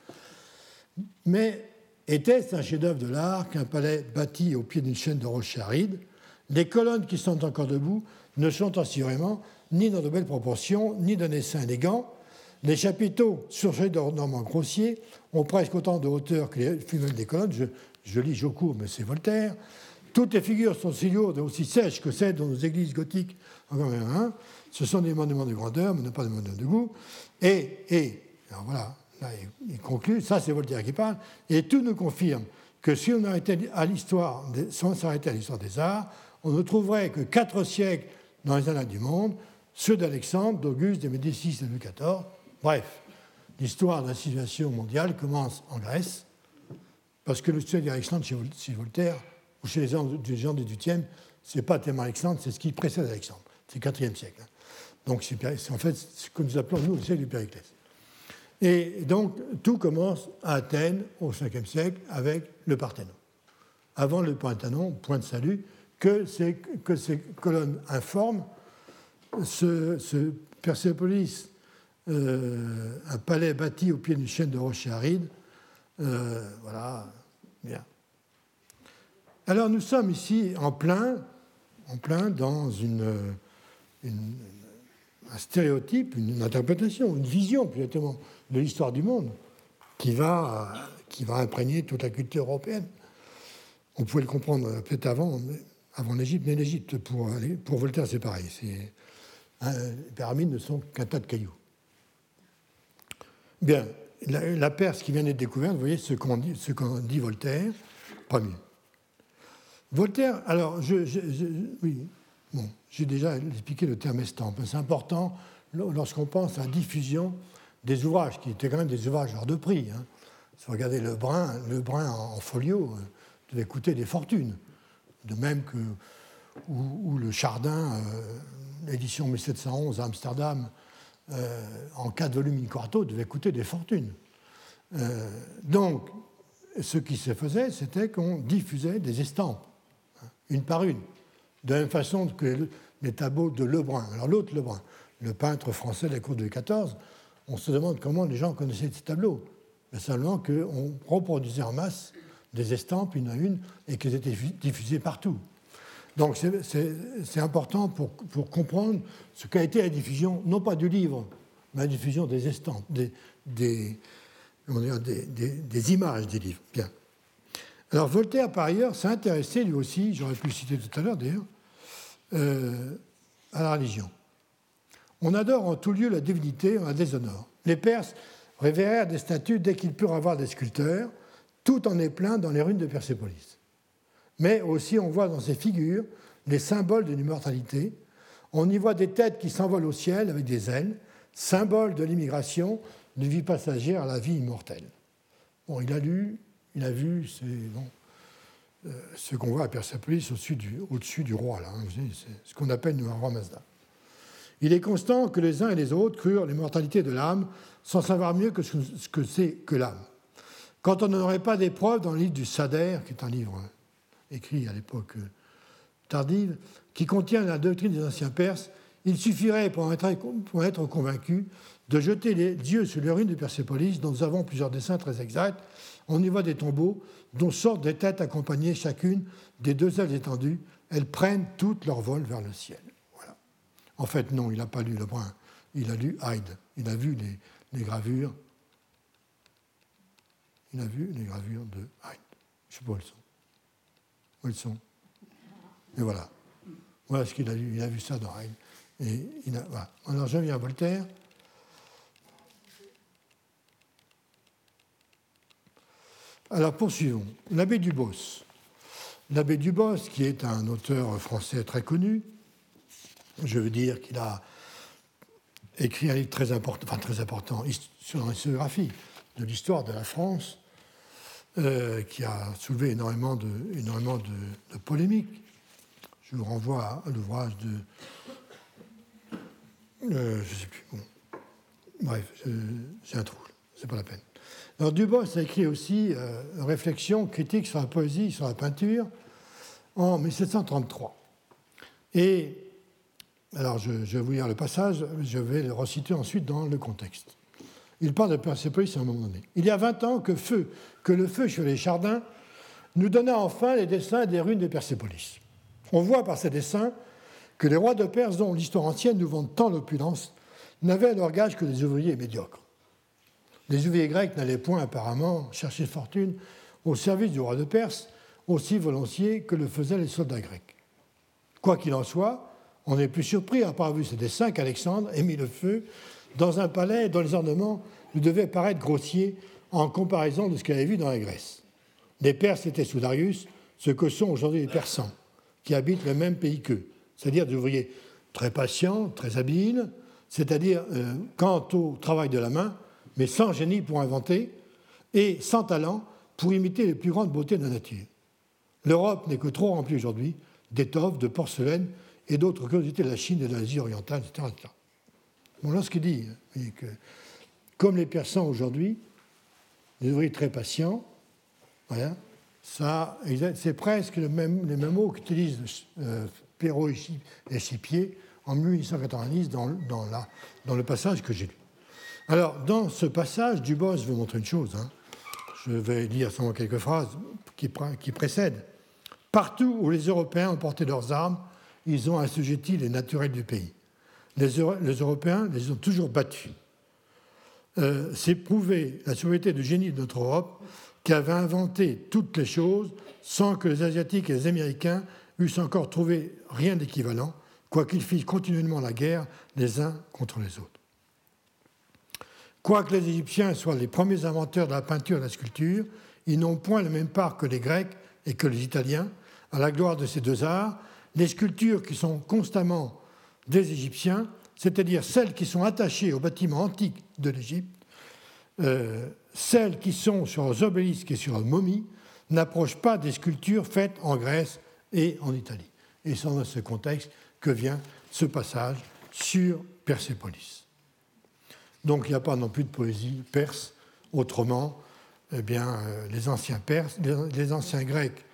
Mais était-ce un chef-d'œuvre de l'art qu'un palais bâti au pied d'une chaîne de rochers arides? Les colonnes qui sont encore debout ne sont assurément ni dans de belles proportions, ni d'un dessin élégant. Les chapiteaux surchargés d'ornements grossiers ont presque autant de hauteur que les fumelles des colonnes. Je lis Jaucourt, mais c'est Voltaire. Toutes les figures sont si lourdes et aussi sèches que celles dans nos églises gothiques. Ce sont des monuments de grandeur, mais non pas des monuments de goût. Alors voilà, là, il conclut, ça c'est Voltaire qui parle, et tout nous confirme que si on s'arrêtait à l'histoire des arts, on ne trouverait que 4 siècles dans les annales du monde, ceux d'Alexandre, d'Auguste, de Médicis et de Louis XIV. Bref, l'histoire de la civilisation mondiale commence en Grèce, parce que le succès d'Alexandre chez Voltaire, ou chez les gens du XVIIIe, ce n'est pas tellement Alexandre, c'est ce qui précède Alexandre. C'est le IVe siècle. Donc c'est en fait ce que nous appelons, nous, le siècle du Périclès. Et donc, tout commence à Athènes, au Ve siècle, avec le Parthénon. Avant le Parthénon, point de salut, que ces colonnes informes, ce Persépolis, un palais bâti au pied d'une chaîne de rochers arides, voilà, bien. Alors nous sommes ici en plein dans un stéréotype, une interprétation, une vision plus exactement de l'histoire du monde qui va imprégner toute la culture européenne. On pouvait le comprendre peut-être avant l'Égypte, mais l'Égypte, pour Voltaire, c'est pareil. Les pyramides ne sont qu'un tas de cailloux. Bien, la Perse qui vient d'être découverte, vous voyez ce qu'en dit Voltaire, pas mieux. Voltaire, alors, oui, bon, j'ai déjà expliqué le terme estampe. C'est important lorsqu'on pense à la diffusion des ouvrages, qui étaient quand même des ouvrages hors de prix. Hein. Si vous regardez le Brun en folio, devait coûter des fortunes. De même que ou le Chardin, édition 1711 à Amsterdam, en 4 volumes in quarto, devait coûter des fortunes. Donc, ce qui se faisait, c'était qu'on diffusait des estampes, une par une, de la même façon que les tableaux de Lebrun. Alors l'autre Lebrun, le peintre français de la cour de Louis XIV, on se demande comment les gens connaissaient ces tableaux. Mais simplement qu'on reproduisait en masse des estampes, une à une, et qu'elles étaient diffusées partout. Donc c'est important pour comprendre ce qu'a été la diffusion, non pas du livre, mais la diffusion des estampes, des images des livres. Bien. Alors Voltaire, par ailleurs, s'est intéressé, lui aussi, j'aurais pu le citer tout à l'heure d'ailleurs, à la religion. On adore en tout lieu la divinité, on la déshonore. Les Perses révérèrent des statues dès qu'ils purent avoir des sculpteurs, tout en est plein dans les ruines de Persépolis. mais aussi on voit dans ces figures les symboles de l'immortalité. On y voit des têtes qui s'envolent au ciel avec des ailes, symbole de l'immigration de vie passagère à la vie immortelle. Bon, il a vu, ce qu'on voit à Persépolis au-dessus du roi, là, hein, c'est ce qu'on appelle un roi Mazda. Il est constant que les uns et les autres crurent l'immortalité de l'âme sans savoir mieux que ce que c'est que l'âme. Quand on n'aurait pas des preuves dans le livre du Sader, qui est un livre écrit à l'époque tardive, qui contient la doctrine des anciens Perses, il suffirait pour être convaincu de jeter les yeux sur les ruines de Persépolis, dont nous avons plusieurs dessins très exacts. On y voit des tombeaux dont sortent des têtes accompagnées chacune des deux ailes étendues. Elles prennent toutes leur vol vers le ciel. Voilà. En fait, non, il n'a pas lu Lebrun, il a lu Hyde. Il a vu les gravures. Il a vu les gravures de Hyde. Je ne sais pas où elles sont. Où elles sont. Et voilà. Voilà ce qu'il a lu. Il a vu ça dans Hyde. Et voilà. Alors, je viens à Voltaire. Alors, poursuivons. L'abbé Dubos. L'abbé Dubos, qui est un auteur français très connu, je veux dire qu'il a écrit un livre très important sur l'historiographie de l'histoire de la France, qui a soulevé énormément de polémiques. Je vous renvoie à l'ouvrage de... je ne sais plus. Bon. Bref, j'ai un trou, c'est pas la peine. Alors, Dubos a écrit aussi une réflexion critique sur la poésie, sur la peinture, en 1733. Et, alors je vais vous lire le passage, je vais le reciter ensuite dans le contexte. Il parle de Persépolis à un moment donné. Il y a 20 ans que le feu sur les Chardins nous donna enfin les dessins des ruines de Persépolis. On voit par ces dessins que les rois de Perse, dont l'histoire ancienne nous vante tant l'opulence, n'avaient à leur gage que des ouvriers médiocres. Les ouvriers grecs n'allaient point apparemment chercher fortune au service du roi de Perse aussi volontiers que le faisaient les soldats grecs. Quoi qu'il en soit, on est plus surpris après avoir vu ces dessins qu'Alexandre ait mis le feu dans un palais dont les ornements lui devaient paraître grossiers en comparaison de ce qu'il avait vu dans la Grèce. Les Perses étaient sous Darius ce que sont aujourd'hui les Persans, qui habitent le même pays qu'eux, c'est-à-dire des ouvriers très patients, très habiles, c'est-à-dire quant au travail de la main, mais sans génie pour inventer et sans talent pour imiter les plus grandes beautés de la nature. L'Europe n'est que trop remplie aujourd'hui d'étoffes, de porcelaine et d'autres curiosités de la Chine et de l'Asie orientale, etc. Bon, là, ce qu'il dit, que comme les Persans aujourd'hui, les ouvriers très patients, voilà, ça, c'est presque les mêmes mots qu'utilise Perrault et Chipier en 1890 dans le passage que j'ai lu. Alors, dans ce passage, Dubos veut montrer une chose. Hein. Je vais lire seulement quelques phrases qui précèdent. Partout où les Européens ont porté leurs armes, ils ont assujetti les naturels du pays. Les Européens les ont toujours battus. C'est prouver la supériorité du génie de notre Europe qui avait inventé toutes les choses sans que les Asiatiques et les Américains eussent encore trouvé rien d'équivalent, quoiqu'ils fissent continuellement la guerre les uns contre les autres. Quoique les Égyptiens soient les premiers inventeurs de la peinture et de la sculpture, ils n'ont point la même part que les Grecs et que les Italiens à la gloire de ces deux arts. Les sculptures qui sont constamment des Égyptiens, c'est-à-dire celles qui sont attachées aux bâtiments antiques de l'Égypte, celles qui sont sur les obélisques et sur les momies, n'approchent pas des sculptures faites en Grèce et en Italie. Et c'est dans ce contexte que vient ce passage sur Persépolis. Donc il n'y a pas non plus de poésie perse, autrement, eh bien, les anciens Perses, les anciens Grecs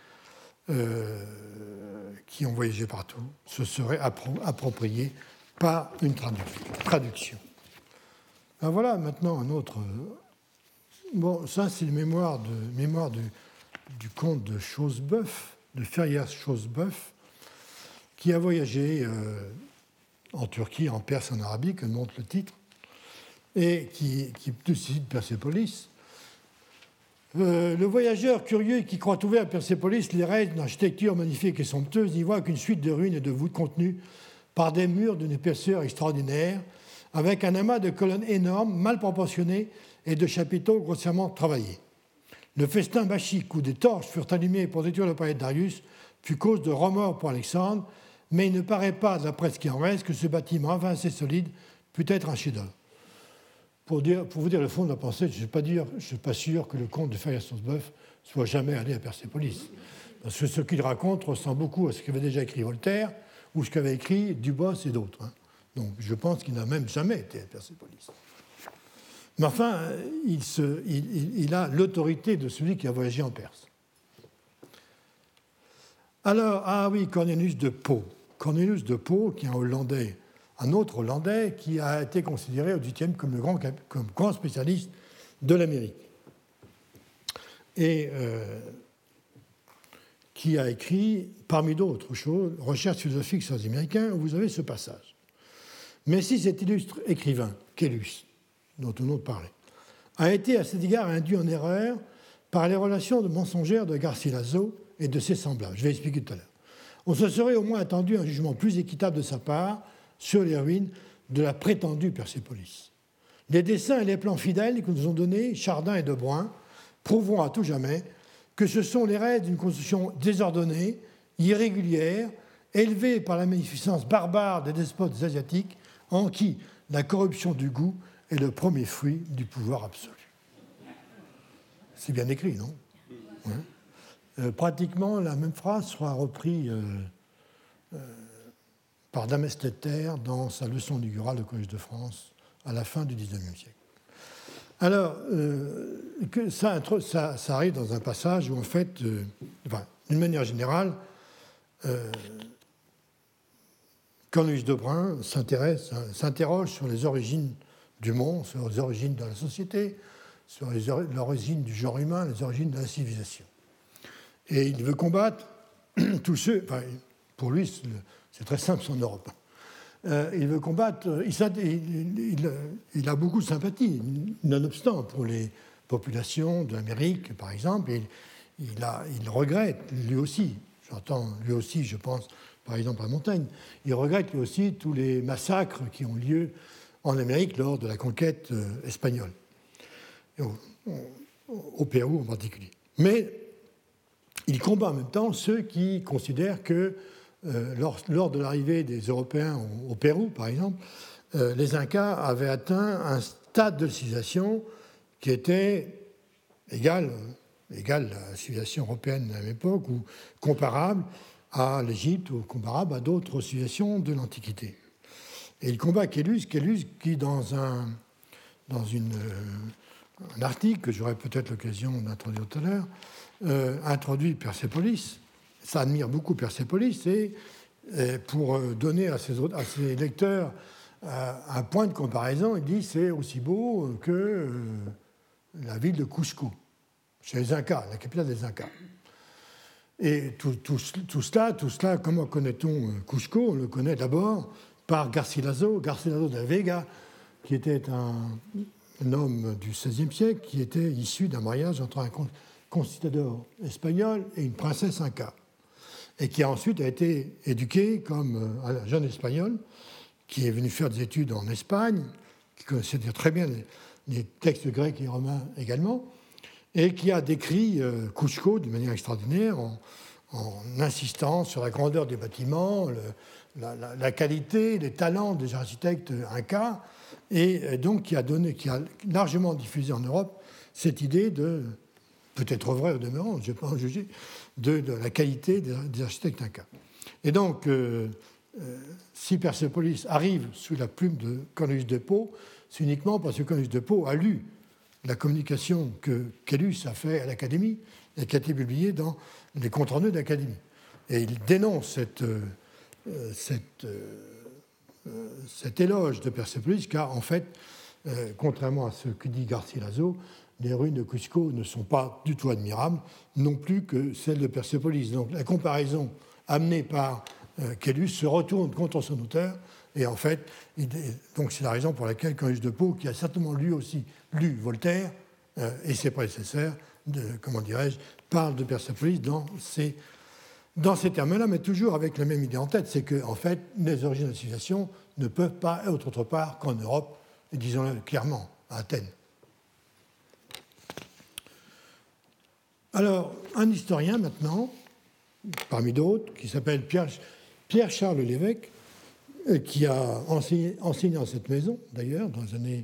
qui ont voyagé partout se seraient appropriés par une traduction. Alors voilà maintenant un autre... Bon, ça c'est le mémoire du comte de Choseboeuf, de Feryas Choseboeuf, qui a voyagé en Turquie, en Perse, en Arabie, que montre le titre, et qui cite Persépolis. Le voyageur curieux qui croit trouver à Persépolis les restes d'une architecture magnifique et somptueuse n'y voit qu'une suite de ruines et de voûtes contenues par des murs d'une épaisseur extraordinaire, avec un amas de colonnes énormes, mal proportionnées, et de chapiteaux grossièrement travaillés. Le festin bachique où des torches furent allumées pour détruire le palais de Darius fut cause de remords pour Alexandre, mais il ne paraît pas, d'après ce qui en reste, que ce bâtiment, enfin assez solide, pût être un chef-d'œuvre. Pour vous dire le fond de la pensée, je ne suis pas sûr que le comte de Ferrières-sur-Boeuf soit jamais allé à Persépolis. Parce que ce qu'il raconte ressemble beaucoup à ce qu'avait déjà écrit Voltaire ou ce qu'avait écrit Dubos et d'autres. Donc je pense qu'il n'a même jamais été à Persépolis. Mais enfin, il a l'autorité de celui qui a voyagé en Perse. Alors, Cornelius de Pau. Cornelius de Pau, qui est un autre Hollandais, qui a été considéré au XVIIIe comme grand spécialiste de l'Amérique. Et qui a écrit, parmi d'autres choses, Recherches philosophiques sur les Américains, où vous avez ce passage. Mais si cet illustre écrivain, Caylus, dont on a parlé, a été à cet égard induit en erreur par les relations mensongères de Garcilaso et de ses semblables. Je vais expliquer tout à l'heure. On se serait au moins attendu un jugement plus équitable de sa part sur les ruines de la prétendue Persépolis. Les dessins et les plans fidèles que nous ont donnés Chardin et Debrun prouveront à tout jamais que ce sont les restes d'une construction désordonnée, irrégulière, élevée par la magnificence barbare des despotes asiatiques en qui la corruption du goût est le premier fruit du pouvoir absolu. C'est bien écrit, non ? Ouais. Pratiquement, la même phrase sera reprise par Damestetter dans sa leçon inaugurale au Collège de France à la fin du XIXe siècle. Alors, ça arrive dans un passage où, en fait, d'une manière générale, Cornelius Debrun s'interroge sur les origines du monde, sur les origines de la société, sur l'origine du genre humain, les origines de la civilisation. Et il veut combattre tous ceux... pour lui, c'est très simple, son Europe. Il veut combattre... Il a beaucoup de sympathie, nonobstant, pour les populations de l'Amérique, par exemple. Et il regrette, lui aussi, je pense, par exemple, à Montaigne, il regrette, lui aussi, tous les massacres qui ont lieu en Amérique lors de la conquête espagnole, au Pérou en particulier. Mais il combat en même temps ceux qui considèrent que, lors de l'arrivée des Européens au Pérou, par exemple, les Incas avaient atteint un stade de civilisation qui était égal à la civilisation européenne de la même époque, ou comparable à l'Égypte, ou comparable à d'autres civilisations de l'Antiquité. Et il combat Caylus qui, dans un article que j'aurai peut-être l'occasion d'introduire tout à l'heure, introduit Persépolis. Ça admire beaucoup Persépolis, et pour donner à ses lecteurs un point de comparaison, il dit c'est aussi beau que la ville de Cusco, chez les Incas, la capitale des Incas. Et tout cela, comment connaît-on Cusco ? On le connaît d'abord par Garcilaso de la Vega, qui était un homme du XVIe siècle, qui était issu d'un mariage entre un conquistador espagnol et une princesse inca, et qui ensuite a été éduqué comme un jeune espagnol, qui est venu faire des études en Espagne, qui connaissait très bien les textes grecs et romains également, et qui a décrit Cusco d'une manière extraordinaire en insistant sur la grandeur des bâtiments, la qualité, les talents des architectes incas, et donc qui a largement diffusé en Europe cette idée de, peut-être vraie au demeurant, je ne vais pas en juger, de la qualité des architectes incas. Et donc, si Persépolis arrive sous la plume de Cornelius de Pau, c'est uniquement parce que Cornelius de Pau a lu la communication que Caylus a fait à l'Académie et qui a été publiée dans les comptes rendus de l'Académie. Et il dénonce cet éloge de Persépolis, car en fait, contrairement à ce que dit Garcilaso, les ruines de Cusco ne sont pas du tout admirables, non plus que celles de Persépolis. Donc la comparaison amenée par Caylus se retourne contre son auteur, et en fait, donc c'est la raison pour laquelle Cornelius de Pau, qui a certainement lui aussi lu Voltaire et ses prédécesseurs, parle de Persépolis dans ces termes-là, mais toujours avec la même idée en tête, c'est que en fait, les origines de la civilisation ne peuvent pas être autre part qu'en Europe, et disons-le clairement, à Athènes. Alors, un historien maintenant, parmi d'autres, qui s'appelle Pierre-Charles Lévesque, qui a enseigné dans cette maison, d'ailleurs, dans les années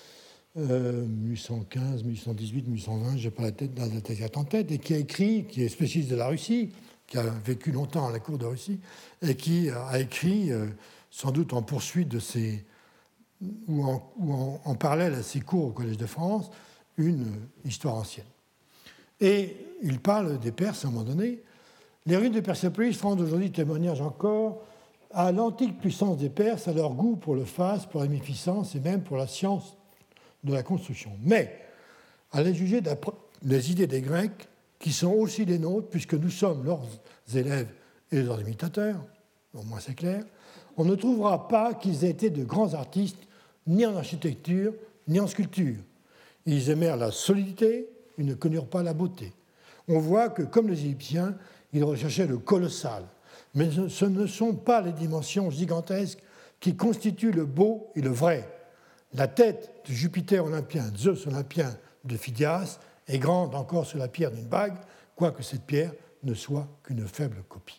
1815, 1818, 1820, je n'ai pas la tête en tête, et qui a écrit, qui est spécialiste de la Russie, qui a vécu longtemps à la cour de Russie, et qui a écrit, sans doute en poursuite de ses, ou en parallèle à ses cours au Collège de France, une histoire ancienne. Et il parle des Perses à un moment donné. Les ruines de Persépolis rendent aujourd'hui témoignage encore à l'antique puissance des Perses, à leur goût pour le faste, pour la magnificence et même pour la science de la construction. Mais, à les juger d'après les idées des Grecs, qui sont aussi les nôtres, puisque nous sommes leurs élèves et leurs imitateurs, au moins c'est clair, on ne trouvera pas qu'ils aient été de grands artistes, ni en architecture, ni en sculpture. Ils aimèrent la solidité, ils ne connurent pas la beauté. On voit que, comme les Égyptiens, ils recherchaient le colossal. Mais ce ne sont pas les dimensions gigantesques qui constituent le beau et le vrai. La tête de Jupiter olympien, Zeus olympien de Phidias, est grande encore sur la pierre d'une bague, quoique cette pierre ne soit qu'une faible copie.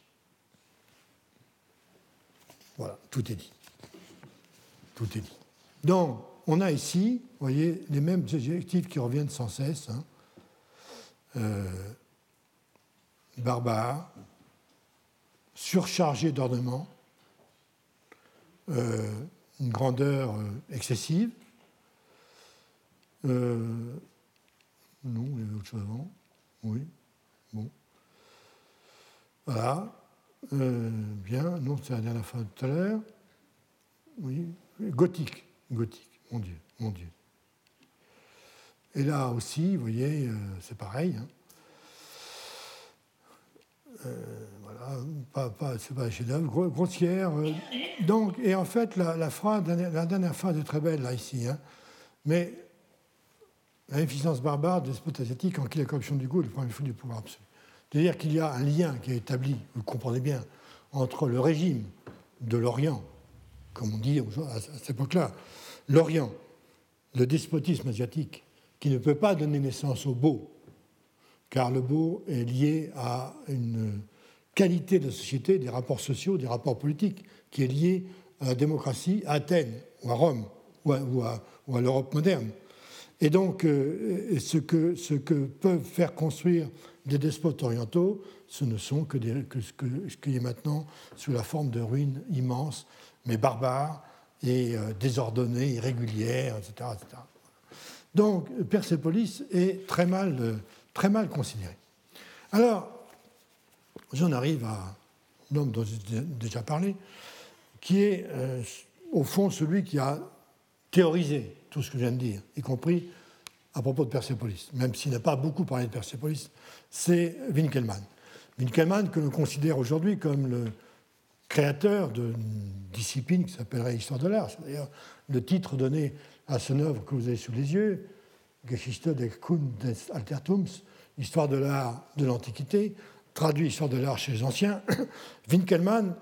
Voilà, tout est dit. Tout est dit. Donc, on a ici, vous voyez, les mêmes adjectifs qui reviennent sans cesse. Barbare, surchargé d'ornements, une grandeur excessive. Non, il y avait autre chose avant. Oui, bon. Voilà. Bien, non, c'est la dernière fois tout à l'heure. Oui, gothique, mon Dieu, mon Dieu. Et là aussi, vous voyez, c'est pareil. Voilà, c'est pas un chef-d'œuvre, grossière. Donc, et en fait, la dernière phrase est très belle, là, ici. Mais la magnificence barbare des despotes asiatiques en qui la corruption du goût est le premier fou du pouvoir absolu. C'est-à-dire qu'il y a un lien qui est établi, vous le comprenez bien, entre le régime de l'Orient, comme on dit à cette époque-là, l'Orient, le despotisme asiatique, qui ne peut pas donner naissance au beau, car le beau est lié à une qualité de la société, des rapports sociaux, des rapports politiques, qui est liée à la démocratie, à Athènes, ou à Rome, ou à l'Europe moderne. Et donc, ce que peuvent faire construire des despotes orientaux, ce ne sont que ce qui est maintenant sous la forme de ruines immenses, mais barbares et désordonnées, irrégulières, etc., etc. Donc, Persépolis est très mal considéré. Alors, j'en arrive à l'homme dont j'ai déjà parlé, qui est au fond celui qui a théorisé tout ce que je viens de dire, y compris à propos de Persépolis, même s'il n'a pas beaucoup parlé de Persépolis, c'est Winckelmann. Winckelmann, que l'on considère aujourd'hui comme le créateur d'une discipline qui s'appellerait Histoire de l'art. C'est d'ailleurs le titre donné à son œuvre que vous avez sous les yeux, Geschichte des Kunst des Altertums, Histoire de l'art de l'Antiquité, traduit Histoire de l'art chez les anciens. Winckelmann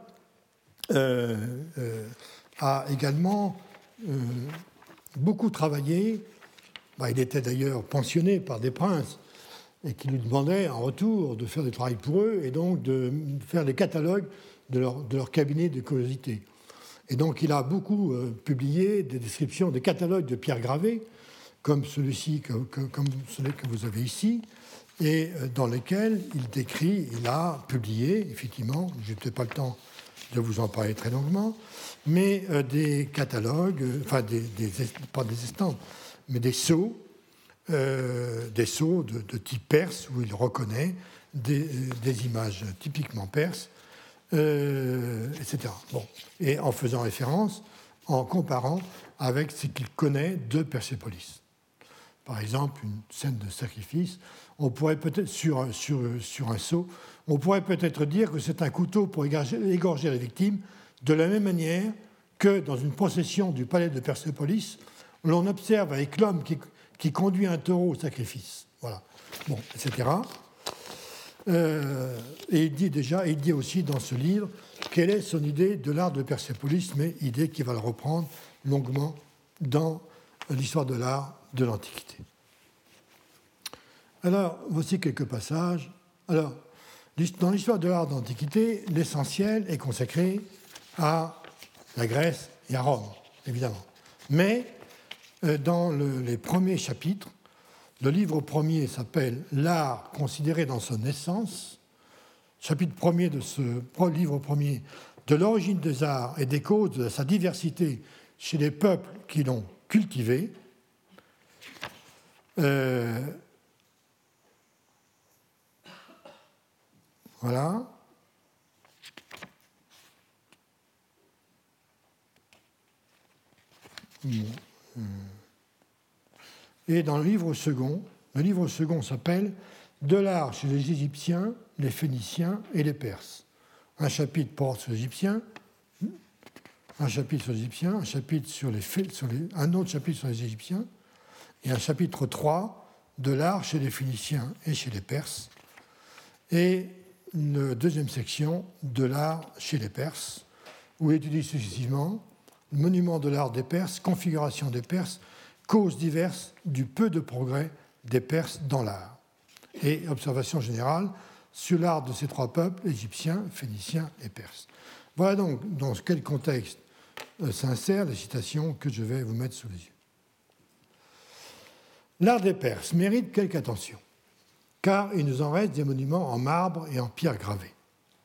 a également beaucoup travaillé. Il était d'ailleurs pensionné par des princes et qui lui demandaient en retour de faire du travail pour eux et donc de faire des catalogues de leur cabinet de curiosité. Et donc il a beaucoup publié des descriptions, des catalogues de pierres gravées, comme celui-ci, comme celui que vous avez ici, et dans lesquels il a publié, effectivement, je n'ai peut-être pas le temps de vous en parler très longuement, mais des catalogues, pas des estampes, mais des sceaux de type perse, où il reconnaît des images typiquement perses, etc. Bon. Et en faisant référence, en comparant avec ce qu'il connaît de Persépolis. Par exemple, une scène de sacrifice, on pourrait peut-être, sur un sceau, on pourrait peut-être dire que c'est un couteau pour égorger la victime, de la même manière que dans une procession du palais de Persépolis, l'on observe avec l'homme qui conduit un taureau au sacrifice. Voilà. Bon, etc. Et il dit aussi dans ce livre quelle est son idée de l'art de Persépolis, mais idée qu'il va le reprendre longuement dans l'histoire de l'art de l'Antiquité. Alors, voici quelques passages. Alors, dans l'histoire de l'art d'Antiquité, l'essentiel est consacré à la Grèce et à Rome, évidemment. Mais dans les premiers chapitres, le livre premier s'appelle « L'art considéré dans son essence », chapitre premier de ce livre premier, de l'origine des arts et des causes de sa diversité chez les peuples qui l'ont cultivé. Voilà. Et dans le livre second s'appelle « De l'art chez les Égyptiens, les Phéniciens et les Perses ». Un chapitre porte sur les Égyptiens, un chapitre sur les Égyptiens, un autre chapitre sur les Égyptiens, et un chapitre 3 de l'art chez les Phéniciens et chez les Perses, et une deuxième section de l'art chez les Perses, où il étudie successivement monument de l'art des Perses, configuration des Perses, causes diverses du peu de progrès des Perses dans l'art, et observation générale sur l'art de ces trois peuples, égyptiens, phéniciens et perses. Voilà donc dans quel contexte s'insèrent les citations que je vais vous mettre sous les yeux. L'art des Perses mérite quelque attention, car il nous en reste des monuments en marbre et en pierre gravée.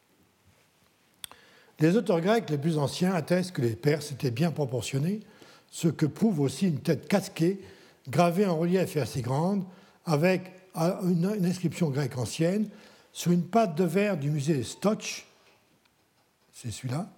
Les auteurs grecs les plus anciens attestent que les Perses étaient bien proportionnés, ce que prouve aussi une tête casquée, gravée en relief et assez grande, avec une inscription grecque ancienne, sur une pâte de verre du musée Stoch, c'est celui-là.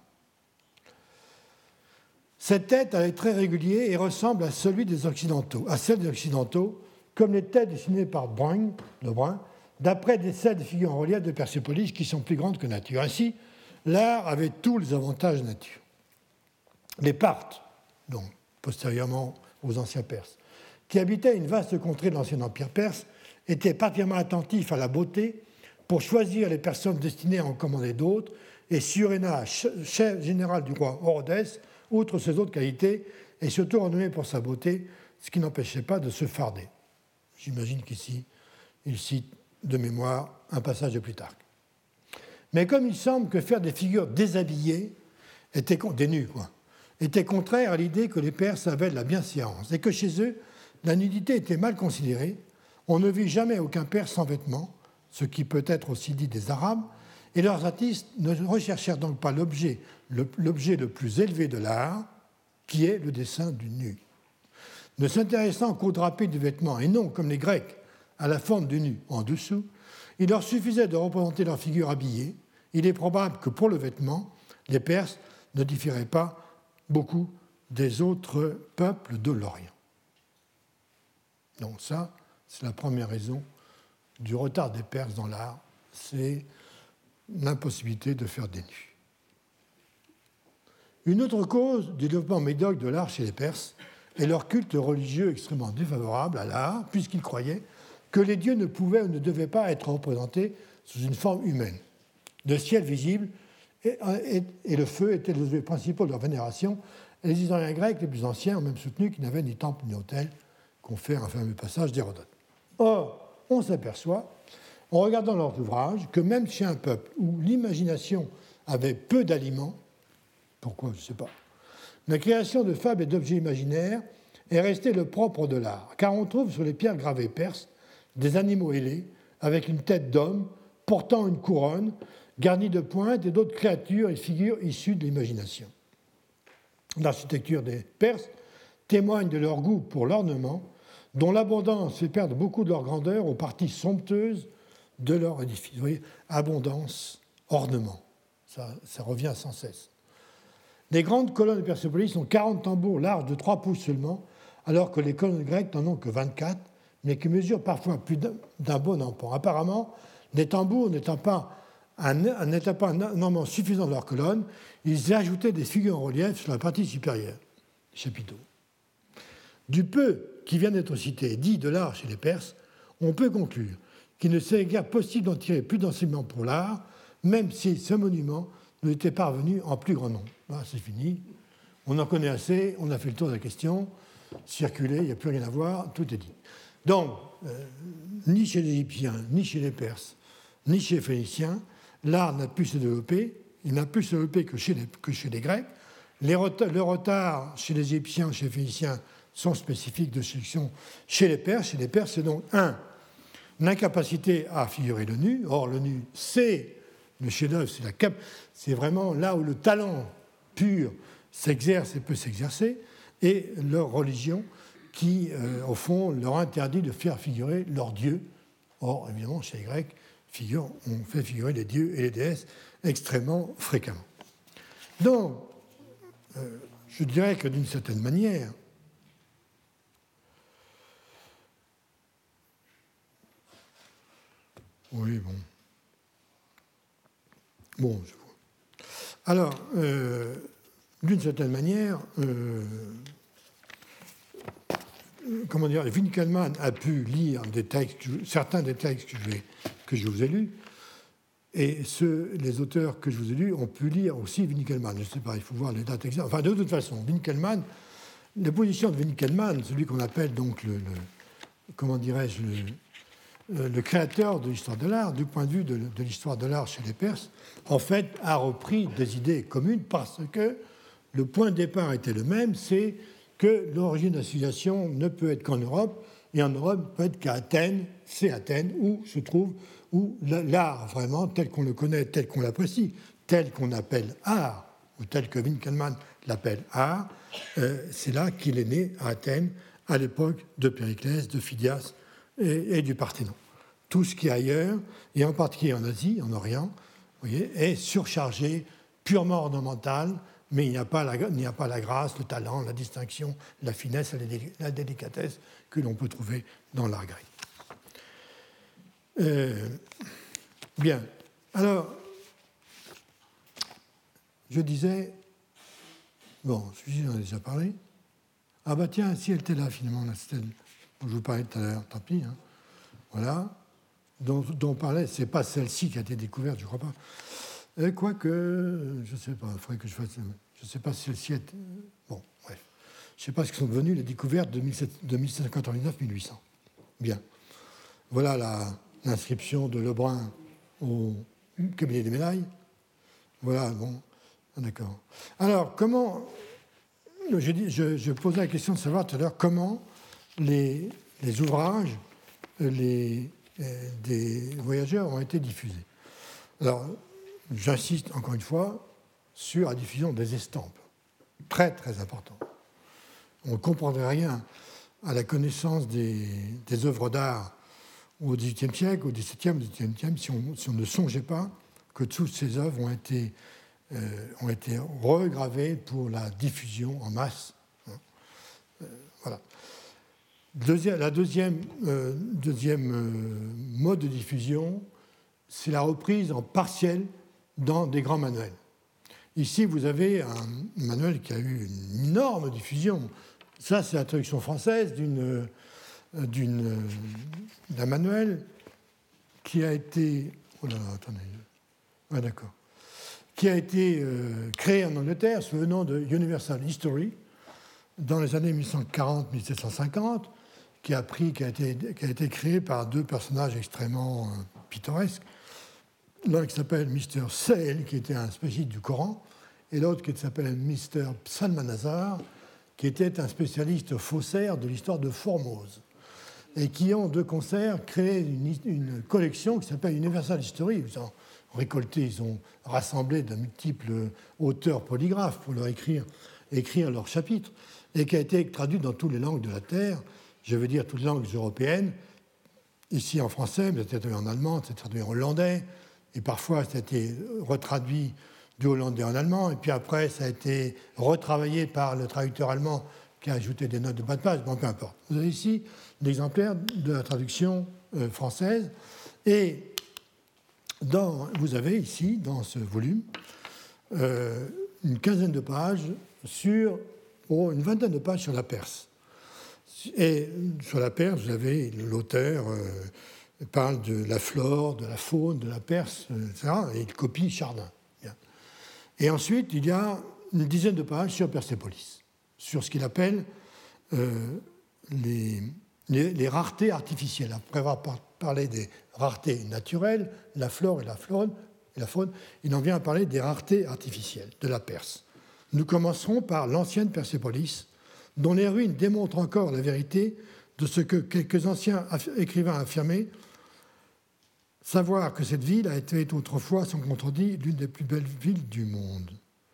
Cette tête est très régulière et ressemble à celle des Occidentaux, comme les têtes dessinées par Lebrun, d'après celles des figures en relief de Persépolis qui sont plus grandes que nature. Ainsi, l'art avait tous les avantages de nature. Les Parthes, donc postérieurement aux anciens Perses, qui habitaient une vaste contrée de l'ancien empire perse, étaient particulièrement attentifs à la beauté pour choisir les personnes destinées à en commander d'autres, et Suréna, chef général du roi Orodes, outre ses autres qualités, est surtout renommé pour sa beauté, ce qui n'empêchait pas de se farder. J'imagine qu'ici, il cite de mémoire un passage de Plutarque. Mais comme il semble que faire des figures déshabillées, des nus, était contraire à l'idée que les Perses avaient de la bienséance, et que chez eux, la nudité était mal considérée, on ne vit jamais aucun Perse sans vêtements, ce qui peut être aussi dit des Arabes, et leurs artistes ne recherchèrent donc pas l'objet le plus élevé de l'art, qui est le dessin du nu. Ne s'intéressant qu'au drapé du vêtement, et non, comme les Grecs, à la forme du nu en dessous, il leur suffisait de représenter leur figure habillée. Il est probable que pour le vêtement, les Perses ne différaient pas beaucoup des autres peuples de l'Orient. Donc ça, c'est la première raison du retard des Perses dans l'art, c'est l'impossibilité de faire des nus. Une autre cause du développement médiocre de l'art chez les Perses est leur culte religieux extrêmement défavorable à l'art, puisqu'ils croyaient que les dieux ne pouvaient ou ne devaient pas être représentés sous une forme humaine. Le ciel visible et le feu étaient les objets principaux de leur vénération, et les historiens grecs les plus anciens ont même soutenu qu'ils n'avaient ni temple ni autel, confère un fameux passage d'Hérodote. Or, on s'aperçoit, en regardant leurs ouvrages, que même chez un peuple où l'imagination avait peu d'aliments, pourquoi, je ne sais pas, la création de fables et d'objets imaginaires est restée le propre de l'art, car on trouve sur les pierres gravées perses des animaux ailés avec une tête d'homme portant une couronne garnie de pointes et d'autres créatures et figures issues de l'imagination. L'architecture des Perses témoigne de leur goût pour l'ornement, dont l'abondance fait perdre beaucoup de leur grandeur aux parties somptueuses de leur édifice. Vous voyez, abondance, ornement, ça revient sans cesse. Les grandes colonnes de Persépolis ont 40 tambours larges de 3 pouces seulement, alors que les colonnes grecques n'en ont que 24, mais qui mesurent parfois plus d'un bon empan. Apparemment, les tambours n'étant pas un ornement suffisant de leurs colonnes, ils ajoutaient des figures en relief sur la partie supérieure des chapiteaux. Du peu qui vient d'être cité, dit de l'art chez les Perses, on peut conclure qu'il ne serait guère possible d'en tirer plus d'enseignements pour l'art, même si ce monument nous était parvenu en plus grand nombre. Voilà, c'est fini. On en connaît assez, on a fait le tour de la question. Circuler, il n'y a plus rien à voir, tout est dit. Donc, ni chez les Égyptiens, ni chez les Perses, ni chez les Phéniciens, l'art n'a pu se développer, il n'a pu se développer que chez les Grecs. Le retard chez les Égyptiens, chez les Phéniciens, sont spécifiques de sélection chez les Perses. Chez les Perses, c'est donc l'incapacité à figurer le nu. Or, le nu, c'est le chef-d'œuvre, c'est vraiment là où le talent pur s'exerce et peut s'exercer, et leur religion qui, au fond, leur interdit de faire figurer leurs dieux. Or, évidemment, chez les Grecs, on fait figurer les dieux et les déesses extrêmement fréquemment. Donc, je dirais que d'une certaine manière, oui, bon. Bon, je vois. Alors, d'une certaine manière, comment dire, Winkelmann a pu lire certains des textes que je vous ai lus, et les auteurs que je vous ai lus ont pu lire aussi Winkelmann. Je ne sais pas, il faut voir les dates exactes. Enfin, de toute façon, Winkelmann, les positions de Winkelmann, celui qu'on appelle donc comment dirais-je, le créateur de l'histoire de l'art, du point de vue de l'histoire de l'art chez les Perses, en fait, a repris des idées communes parce que le point de départ était le même, c'est que l'origine de la civilisation ne peut être qu'en Europe, et en Europe ne peut être qu'à Athènes, c'est Athènes, où l'art, vraiment, tel qu'on le connaît, tel qu'on l'apprécie, tel qu'on appelle art, ou tel que Winkelmann l'appelle art, c'est là qu'il est né, à Athènes, à l'époque de Périclès, de Phidias et du Parthénon. Tout ce qui est ailleurs, et en particulier en Asie, en Orient, vous voyez, est surchargé, purement ornemental, mais il n'y a pas la grâce, le talent, la distinction, la finesse, la délicatesse que l'on peut trouver dans l'art grec. Bien. Alors, je disais... Bon, celui-ci, j'en ai déjà parlé. Ah bah tiens, si elle était là, finalement, la stèle dont je vous parlais tout à l'heure, tant pis. Hein. Voilà. Dont on parlait, c'est pas celle-ci qui a été découverte, je ne crois pas. Quoique, je ne sais pas, il faudrait que je fasse... Je ne sais pas si celle-ci est... Bon, bref. Je ne sais pas ce que sont devenues les découvertes de 1799-1800. Bien. Voilà l'inscription de Lebrun au cabinet des médailles. Voilà, bon, d'accord. Alors, comment... Je posais la question de savoir tout à l'heure comment les ouvrages des voyageurs ont été diffusés. Alors, j'insiste encore une fois sur la diffusion des estampes. Très, très important. On ne comprendrait rien à la connaissance des œuvres d'art au XVIIIe siècle, au XVIIe, au XVIIIe, si on ne songeait pas que toutes ces œuvres ont été regravées pour la diffusion en masse. Voilà. La deuxième mode de diffusion, c'est la reprise en partiel dans des grands manuels. Ici, vous avez un manuel qui a eu une énorme diffusion. Ça, c'est la traduction française d'un manuel qui a été... Oh là là, attendez. Ah, d'accord. Qui a été créé en Angleterre sous le nom de Universal History dans les années 1840-1750, qui a été créé par deux personnages extrêmement pittoresques. L'un qui s'appelle Mr. Sale, qui était un spécialiste du Coran, et l'autre qui s'appelle Mr. Psalmanazar, qui était un spécialiste faussaire de l'histoire de Formose, et qui ont de concert créé une collection qui s'appelle Universal History. Ils ont récolté, ils ont rassemblé de multiples auteurs polygraphes pour leur écrire leurs chapitres, et qui a été traduite dans toutes les langues de la Terre, je veux dire toutes les langues européennes, ici en français, mais c'était traduit en allemand, c'était traduit en hollandais, et parfois ça a été retraduit du hollandais en allemand, et puis après ça a été retravaillé par le traducteur allemand qui a ajouté des notes de bas de page, bon, peu importe. Vous avez ici l'exemplaire de la traduction française, et vous avez ici, dans ce volume, une quinzaine de pages une vingtaine de pages sur la Perse. Et sur la Perse, vous avez l'auteur parle de la flore, de la faune, de la Perse, etc. Et il copie Chardin. Bien. Et ensuite, il y a une dizaine de pages sur Persépolis, sur ce qu'il appelle les les raretés artificielles. Après avoir parlé des raretés naturelles, la flore et la faune, il en vient à parler des raretés artificielles de la Perse. Nous commencerons par l'ancienne Persépolis, dont les ruines démontrent encore la vérité de ce que quelques anciens écrivains affirmaient, savoir que cette ville a été autrefois, sans contredit, l'une des plus belles villes du monde.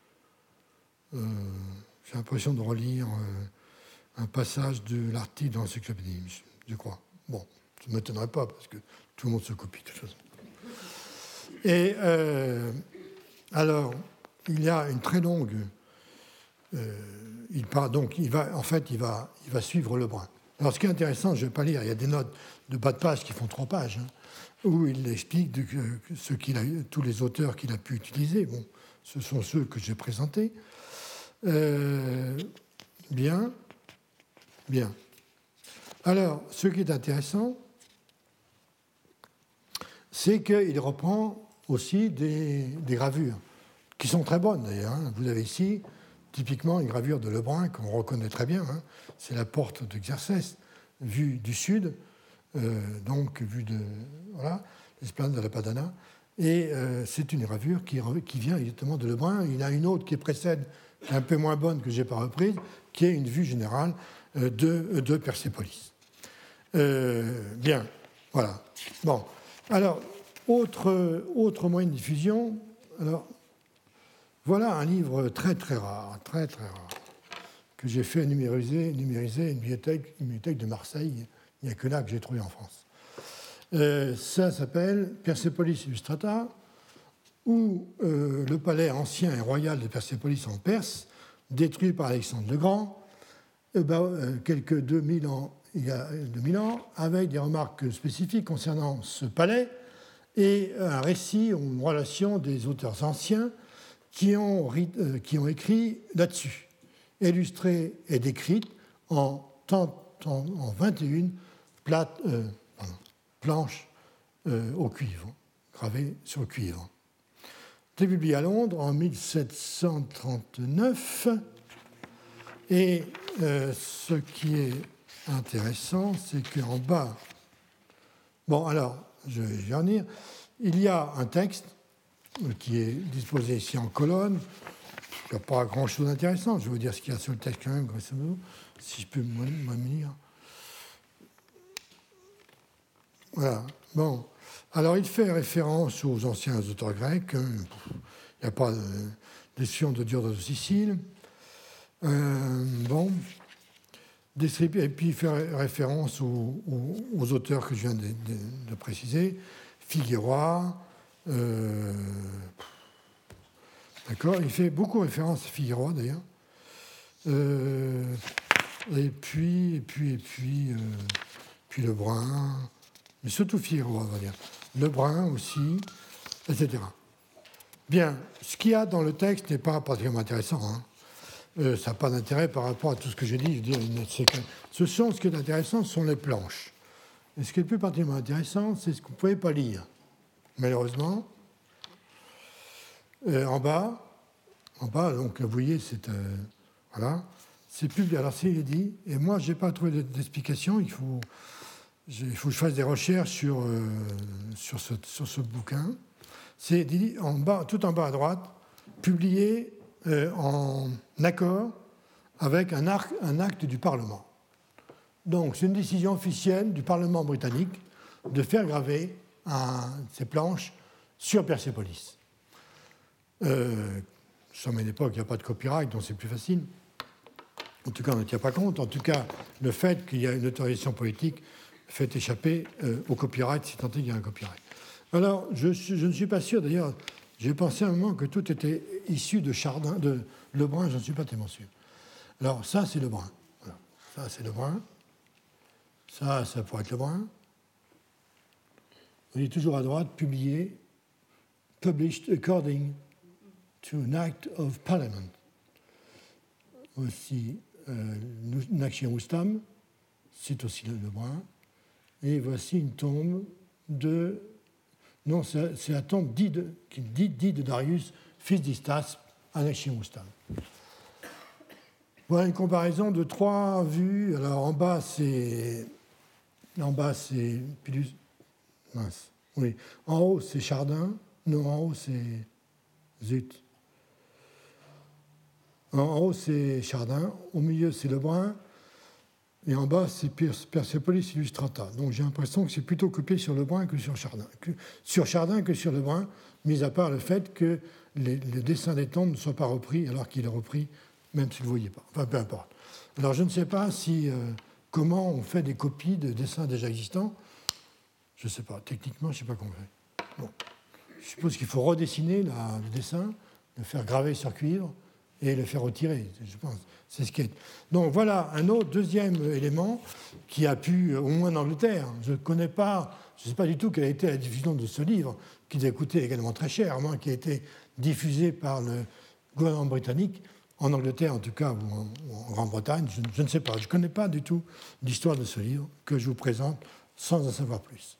J'ai l'impression de relire un passage de l'article dans l'encyclopédie, je crois. Bon, ça ne m'étonnerait pas, parce que tout le monde se copie de toute façon. Et alors, il y a une très longue... il va suivre Lebrun. Alors, ce qui est intéressant, je ne vais pas lire, il y a des notes de bas de page qui font 3 pages, où il explique tous les auteurs qu'il a pu utiliser. Bon, ce sont ceux que j'ai présentés. Bien. Alors, ce qui est intéressant, c'est qu'il reprend aussi des gravures, qui sont très bonnes d'ailleurs. Vous avez ici, typiquement, une gravure de Lebrun qu'on reconnaît très bien. C'est la porte de Xerxès, vue du sud, donc vue de l'esplanade de la Padana. Et c'est une gravure qui vient exactement de Lebrun. Il y en a une autre qui précède, qui est un peu moins bonne, que je n'ai pas reprise, qui est une vue générale de Persépolis. Bien, voilà. Bon, alors, autre moyen de diffusion. Alors, voilà un livre très rare, que j'ai fait numériser une bibliothèque de Marseille. Il n'y a que là que j'ai trouvé en France. Ça s'appelle Persépolis Illustrata, où le palais ancien et royal de Persépolis en Perse, détruit par Alexandre le Grand, quelques 2000 ans, il y a 2000 ans, avec des remarques spécifiques concernant ce palais et un récit ou une relation des auteurs anciens qui ont écrit là-dessus, illustrée et décrite en 21 planches au cuivre, gravées sur le cuivre. C'était publié à Londres en 1739. Et ce qui est intéressant, c'est qu'en bas... Bon, alors, je vais y en venir. Il y a un texte qui est disposé ici en colonne. Il n'y a pas grand-chose d'intéressant. Je vais vous dire ce qu'il y a sur le texte quand même, grosso modo, si je peux m'amener. Voilà. Bon. Alors, il fait référence aux anciens auteurs grecs. Il n'y a pas d'ession de Diodore de Sicile. Bon. Et puis, il fait référence aux auteurs que je viens de préciser. Figueroa. D'accord. Il fait beaucoup référence à Figueroa, d'ailleurs. Et puis Lebrun. Mais surtout Figueroa, on va dire. Lebrun aussi, etc. Bien, ce qu'il y a dans le texte n'est pas particulièrement intéressant. Ça n'a pas d'intérêt par rapport à tout ce que j'ai dit. Je veux dire, ce qui est intéressant, ce sont les planches. Et ce qui est le plus particulièrement intéressant, c'est ce que vous ne pouvez pas lire. Malheureusement, en bas, donc vous voyez, voilà, c'est publié. Alors c'est dit, et moi je n'ai pas trouvé d'explication. Il faut que je fasse des recherches sur ce bouquin. C'est dit tout en bas à droite, publié en accord avec un acte du Parlement. Donc c'est une décision officielle du Parlement britannique de faire graver ces planches sur Persépolis. Sommes à une époque, il n'y a pas de copyright, donc c'est plus facile. En tout cas, on ne tient pas compte. En tout cas, le fait qu'il y a une autorisation politique fait échapper au copyright, si tant est qu'il y a un copyright. Alors, je ne suis pas sûr, d'ailleurs, j'ai pensé à un moment que tout était issu de Chardin, de Lebrun, je ne suis pas tellement sûr. Alors, ça, c'est Lebrun. Voilà. Ça, c'est Lebrun. Ça pourrait être Lebrun. Vous voyez, toujours à droite, publié, published according to an act of parliament. Voici Nakshi Rustam, c'est aussi Lebrun. Et voici une tombe de... Non, c'est la tombe dit de Darius, fils d'Istas, à Nakshi Rustam. Voilà une comparaison de 3 vues. Alors en bas, c'est En bas, c'est Pilus. Mince. Oui. En haut, c'est Chardin. Non, en haut, c'est. Zut. En haut, c'est Chardin. Au milieu, c'est Lebrun. Et en bas, c'est Persepolis Illustrata. Donc j'ai l'impression que c'est plutôt copié sur Lebrun que sur Chardin. Sur Chardin que sur Lebrun, mis à part le fait que le dessin des tombes ne soit pas repris, alors qu'il est repris, même s'il ne le voyait pas. Enfin, peu importe. Alors je ne sais pas si comment on fait des copies de dessins déjà existants. Je ne sais pas. Techniquement, je ne sais pas comment on fait. Bon. Je suppose qu'il faut redessiner le dessin, le faire graver sur cuivre et le faire retirer, je pense. C'est ce qui est. Donc voilà un autre deuxième élément qui a pu, au moins en Angleterre, je ne connais pas, je ne sais pas du tout quelle a été la diffusion de ce livre, qui a coûté également très cher, à moins qui a été diffusé par le gouvernement britannique, en Angleterre en tout cas, ou en Grande-Bretagne, je ne sais pas. Je ne connais pas du tout l'histoire de ce livre que je vous présente sans en savoir plus.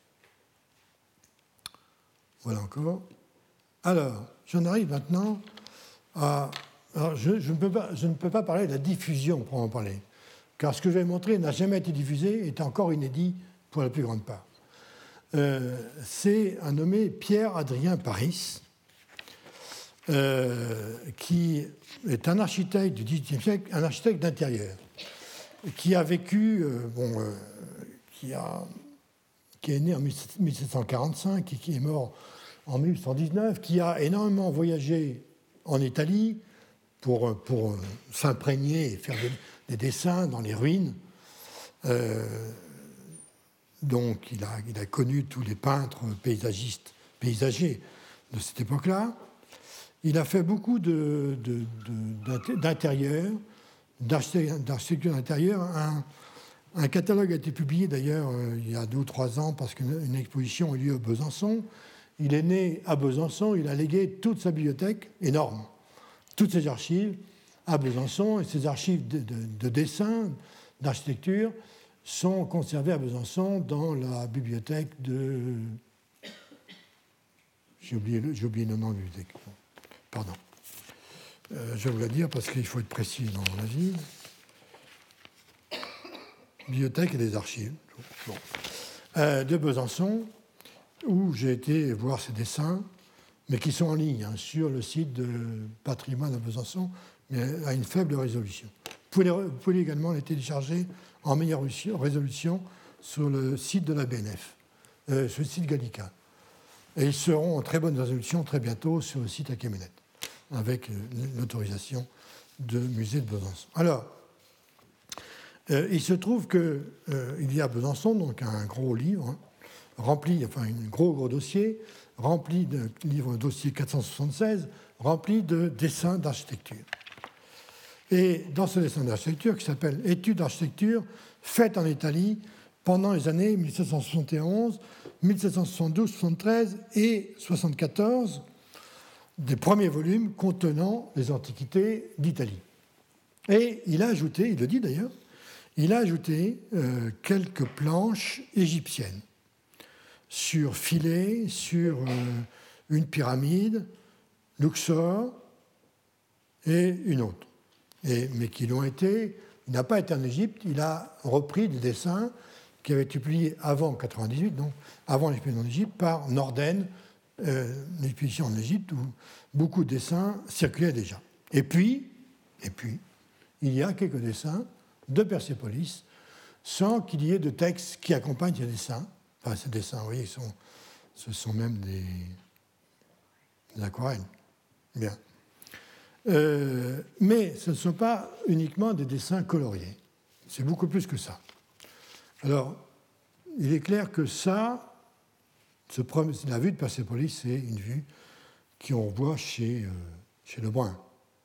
Voilà encore. Alors, j'en arrive maintenant à... Alors, je ne peux pas parler de la diffusion, pour en parler, car ce que je vais montrer n'a jamais été diffusé et est encore inédit pour la plus grande part. C'est un nommé Pierre-Adrien Paris, qui est un architecte du XVIIIe siècle, un architecte d'intérieur, qui a vécu, qui est né en 1745 et qui est mort en 1819, qui a énormément voyagé en Italie pour s'imprégner et faire des dessins dans les ruines. Donc il a connu tous les peintres paysagers de cette époque-là. Il a fait beaucoup d'intérieur, d'architecture d'intérieur. Un catalogue a été publié d'ailleurs il y a 2 ou 3 ans parce qu'une exposition a eu lieu à Besançon. Il est né à Besançon, il a légué toute sa bibliothèque, énorme, toutes ses archives à Besançon, et ses archives de dessin, d'architecture, sont conservées à Besançon dans la bibliothèque de... J'ai oublié le nom de la bibliothèque. Pardon. Je vais vous la dire parce qu'il faut être précis dans la vie. Bibliothèque et des archives. Bon. De Besançon, où j'ai été voir ces dessins, mais qui sont en ligne sur le site de Patrimoine à Besançon, mais à une faible résolution. Vous pouvez également les télécharger en meilleure résolution sur le site de la BNF, sur le site Gallica. Et ils seront en très bonne résolution très bientôt sur le site Akéménète, avec l'autorisation du musée de Besançon. Alors, il se trouve qu'il y a à Besançon donc un gros livre, rempli, enfin un gros dossier, rempli de livre dossier 476, rempli de dessins d'architecture. Et dans ce dessin d'architecture qui s'appelle Études d'architecture faites en Italie pendant les années 1771, 1772, 73 et 74, des premiers volumes contenant les antiquités d'Italie. Et il a ajouté, il le dit d'ailleurs, il a ajouté quelques planches égyptiennes sur Philae, sur une pyramide, Luxor et une autre. Mais qui l'ont été, il n'a pas été en Égypte, il a repris des dessins qui avaient été publiés avant 1998, donc avant l'expédition en Égypte, par Norden, l'expédition en Égypte, où beaucoup de dessins circulaient déjà. Et puis, il y a quelques dessins de Persépolis, sans qu'il y ait de texte qui accompagne ces dessins. Enfin, ces dessins, vous voyez, ce sont même des aquarelles. Bien. Mais ce ne sont pas uniquement des dessins coloriés. C'est beaucoup plus que ça. Alors, il est clair que ça, la vue de Persépolis, c'est une vue qu'on voit chez Lebrun.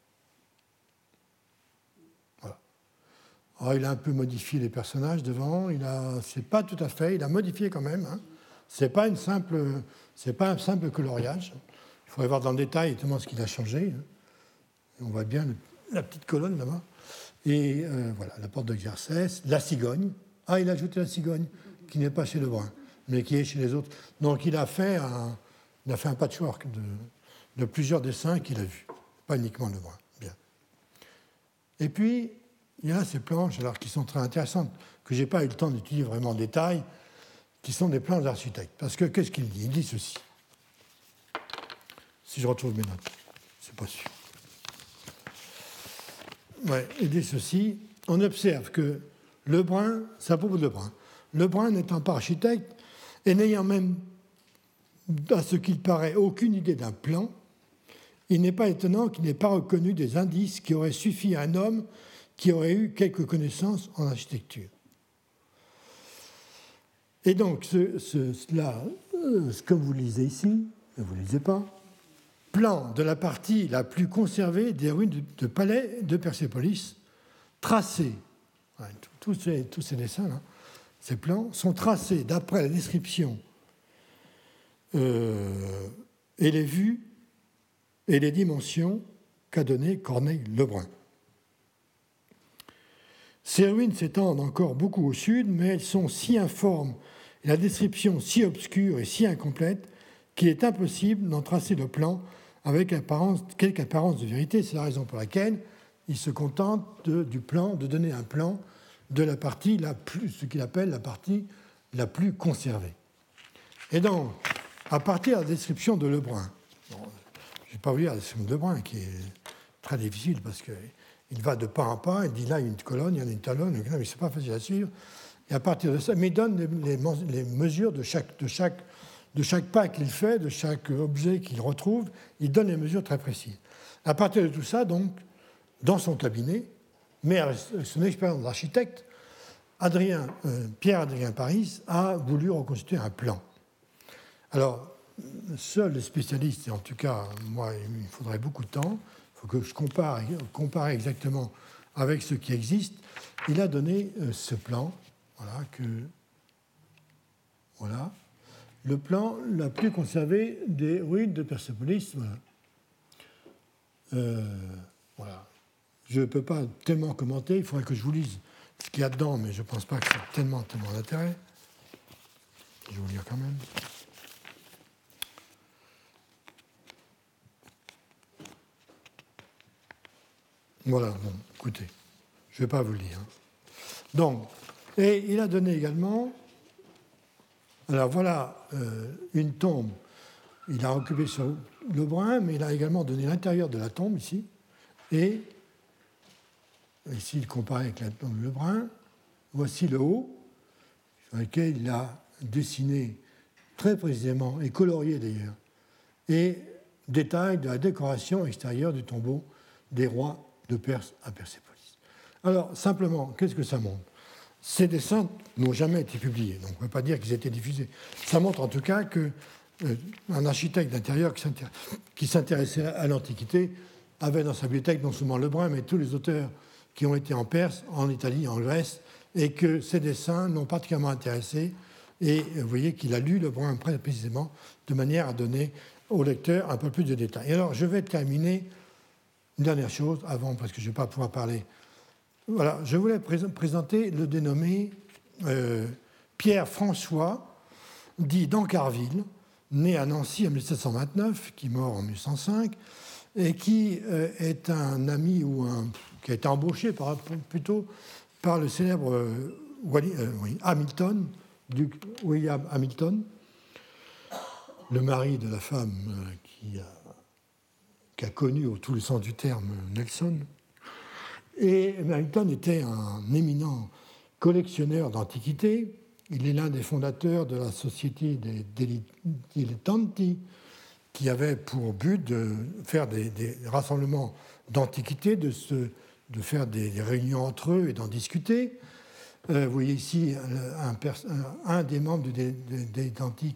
Voilà. Alors, il a un peu modifié les personnages devant. C'est pas tout à fait. Il a modifié quand même. Hein. C'est pas un simple coloriage. Il faudrait voir dans le détail tellement ce qu'il a changé. Hein. On voit bien la petite colonne là-bas. Et voilà, la porte de Xerxès, la cigogne. Ah, il a ajouté la cigogne, qui n'est pas chez Lebrun, mais qui est chez les autres. Donc il a fait un patchwork de plusieurs dessins qu'il a vus, pas uniquement Lebrun. Bien. Et puis, il y a ces planches alors, qui sont très intéressantes, que je n'ai pas eu le temps d'étudier vraiment en détail, qui sont des plans d'architectes. Parce que qu'est-ce qu'il dit? Il dit ceci. Si je retrouve mes notes, c'est pas sûr. Ouais, il dit ceci. On observe que Lebrun, c'est à propos de Lebrun. Lebrun n'étant pas architecte et n'ayant même, à ce qu'il paraît, aucune idée d'un plan, il n'est pas étonnant qu'il n'ait pas reconnu des indices qui auraient suffi à un homme qui aurait eu quelques connaissances en architecture. Et donc, ce que vous lisez ici, ne vous lisez pas, plan de la partie la plus conservée des ruines de palais de Persépolis, tracés, tous ces dessins, là, ces plans, sont tracés d'après la description et les vues et les dimensions qu'a donné Corneille Lebrun. Ces ruines s'étendent encore beaucoup au sud, mais elles sont si informes et la description si obscure et si incomplète qu'il est impossible d'en tracer le plan avec quelque apparence de vérité. C'est la raison pour laquelle il se contente du plan, de donner un plan de la partie ce qu'il appelle la partie la plus conservée. Et donc, à partir de la description de Lebrun, je ne vais pas vous lire la description de Lebrun, qui est très difficile parce qu'il va de pas en pas, il dit là il y a une colonne, il y en a une talonne, mais c'est pas facile à suivre. Et à partir de ça, mais il donne les mesures de chaque pas qu'il fait, de chaque objet qu'il retrouve, il donne les mesures très précises. À partir de tout ça, donc, dans son cabinet, mais avec son expérience d'architecte, Pierre-Adrien Paris a voulu reconstituer un plan. Alors, seuls les spécialistes, et en tout cas, moi, il me faudrait beaucoup de temps, il faut que je compare exactement avec ce qui existe. Il a donné ce plan, voilà, le plan la plus conservé des ruines de Persépolis. Voilà. Je ne peux pas tellement commenter, il faudrait que je vous lise ce qu'il y a dedans, mais je ne pense pas que c'est tellement d'intérêt. Je vais vous lire quand même. Voilà, bon, écoutez, je ne vais pas vous le lire. Donc, et il a donné également, alors voilà, une tombe, il a occupé sur Lebrun, mais il a également donné l'intérieur de la tombe ici, et ici il compare avec la tombe de Lebrun, voici le haut, sur lequel il a dessiné très précisément, et colorié d'ailleurs, et détail de la décoration extérieure du tombeau des rois de Perse à Persépolis. Alors, simplement, qu'est-ce que ça montre? Ces dessins n'ont jamais été publiés, donc on ne peut pas dire qu'ils étaient diffusés. Ça montre en tout cas qu'un architecte d'intérieur qui s'intéressait à l'Antiquité avait dans sa bibliothèque non seulement Lebrun, mais tous les auteurs qui ont été en Perse, en Italie, en Grèce, et que ces dessins l'ont particulièrement intéressé. Et vous voyez qu'il a lu Lebrun précisément de manière à donner au lecteur un peu plus de détails. Et alors, je vais terminer une dernière chose avant, parce que je ne vais pas pouvoir parler. Voilà, je voulais présenter le dénommé Pierre-François, dit d'Ancarville, né à Nancy en 1729, qui est mort en 1805, et qui est un ami qui a été embauché plutôt par le célèbre Hamilton, duc William Hamilton, le mari de la femme qui a connu au tout le sens du terme Nelson. Et Hamilton était un éminent collectionneur d'antiquités. Il est l'un des fondateurs de la Société dei Dilettanti, qui avait pour but de faire des rassemblements d'antiquités, de faire des réunions entre eux et d'en discuter. Vous voyez ici un des membres des Dilettanti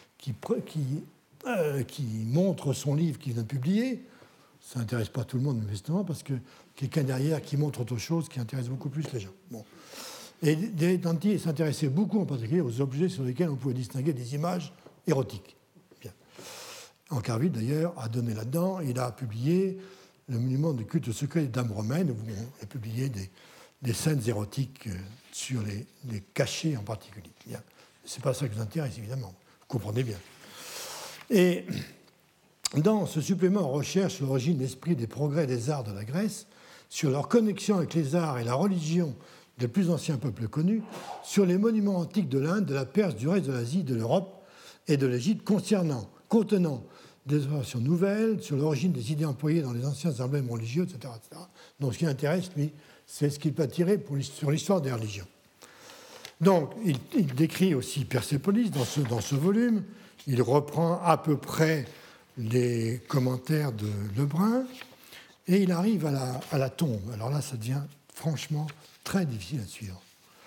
qui montre son livre qu'il vient de publier. Ça n'intéresse pas tout le monde, manifestement, parce que quelqu'un derrière qui montre autre chose qui intéresse beaucoup plus les gens. Bon. Et Dilettanti s'intéressait beaucoup, en particulier, aux objets sur lesquels on pouvait distinguer des images érotiques. Bien. Ancarville, d'ailleurs, a donné là-dedans. Il a publié le monument de culte secret des dames romaines, où il a publié des scènes érotiques sur les cachets en particulier. Bien. Ce n'est pas ça qui vous intéresse, évidemment. Vous comprenez bien. Et dans ce supplément, on recherche l'origine, l'esprit des progrès des arts de la Grèce, sur leur connexion avec les arts et la religion des plus anciens peuples connus, sur les monuments antiques de l'Inde, de la Perse, du reste de l'Asie, de l'Europe et de l'Égypte, contenant des observations nouvelles sur l'origine des idées employées dans les anciens emblèmes religieux, etc., etc. Donc, ce qui intéresse, lui, c'est ce qu'il peut tirer sur l'histoire des religions. Donc, il décrit aussi Persépolis dans ce volume. Il reprend à peu près les commentaires de Lebrun et il arrive à la tombe. Alors là, ça devient franchement très difficile à suivre.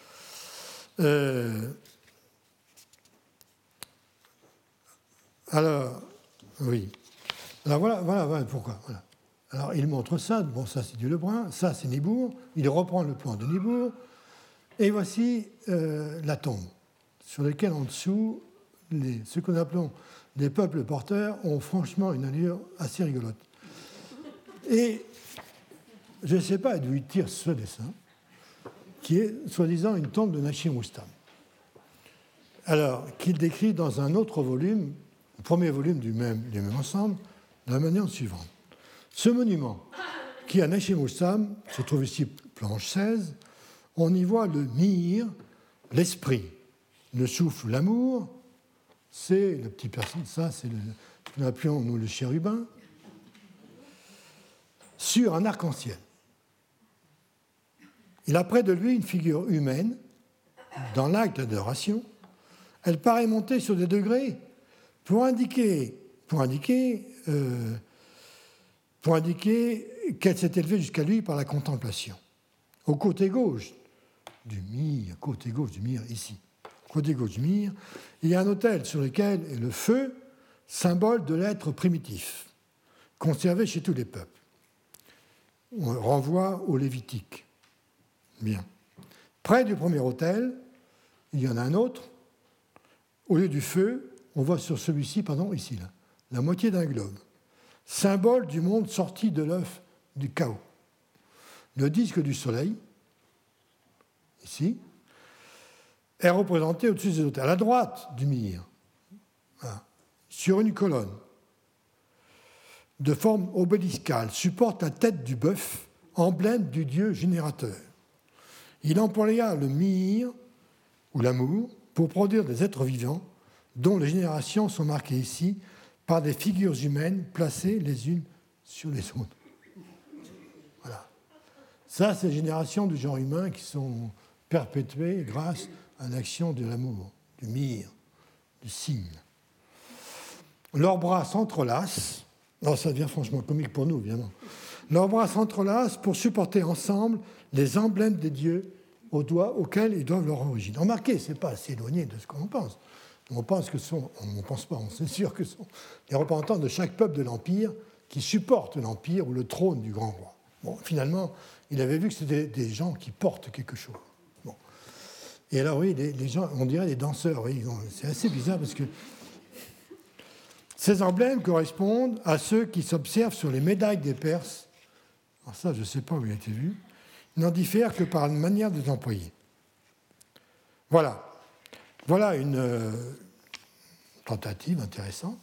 Alors, oui. Alors voilà pourquoi. Voilà. Alors, il montre ça. Bon, ça, c'est du Lebrun. Ça, c'est Nibourg. Il reprend le plan de Nibourg. Et voici la tombe, sur laquelle, en dessous, ce que nous appelons les peuples porteurs ont franchement une allure assez rigolote. Et je ne sais pas d'où il tire ce dessin, qui est, soi-disant, une tombe de Nachim Rustam. Alors, qu'il décrit dans un autre volume, le premier volume du même ensemble, de la manière suivante. Ce monument, qui à Nachim Rustam, se trouve ici, planche 16, on y voit le mire, l'esprit, le souffle, l'amour, c'est le petit personne, ça c'est ce que nous appelons nous le chérubin, sur un arc-en-ciel. Il a près de lui une figure humaine, dans l'acte d'adoration. Elle paraît monter sur des degrés pour indiquer qu'elle s'est élevée jusqu'à lui par la contemplation. Au côté gauche du mire, ici, côté gauche du mire, il y a un autel sur lequel est le feu, symbole de l'être primitif, conservé chez tous les peuples. On renvoie au Lévitique. Bien. Près du premier autel, il y en a un autre. Au lieu du feu, on voit sur celui-ci, ici, là, la moitié d'un globe, symbole du monde sorti de l'œuf du chaos. Le disque du soleil, ici, est représenté au-dessus des autels. À la droite du mire, voilà, sur une colonne de forme obéliscale, supporte la tête du bœuf, emblème du dieu générateur. Il employa le mire, ou l'amour, pour produire des êtres vivants, dont les générations sont marquées ici par des figures humaines placées les unes sur les autres. Voilà. Ça, c'est les générations du genre humain qui sont perpétuées grâce à l'action de l'amour, du mire, du cygne. Leurs bras s'entrelacent. Alors, ça devient franchement comique pour nous, évidemment. Leurs bras s'entrelacent pour supporter ensemble les emblèmes des dieux aux doigts auxquels ils doivent leur origine. Remarquez, ce n'est pas assez éloigné de ce qu'on pense. On pense que on ne pense pas, on est sûr que ce sont les représentants de chaque peuple de l'Empire qui supportent l'Empire ou le trône du grand roi. Bon, finalement, il avait vu que c'était des gens qui portent quelque chose. Bon. Et alors, oui, les gens, on dirait des danseurs. Oui, c'est assez bizarre parce que ces emblèmes correspondent à ceux qui s'observent sur les médailles des Perses. Alors ça, je ne sais pas où il a été vu. N'en diffèrent que par la manière de les employer. Voilà. Voilà une tentative intéressante.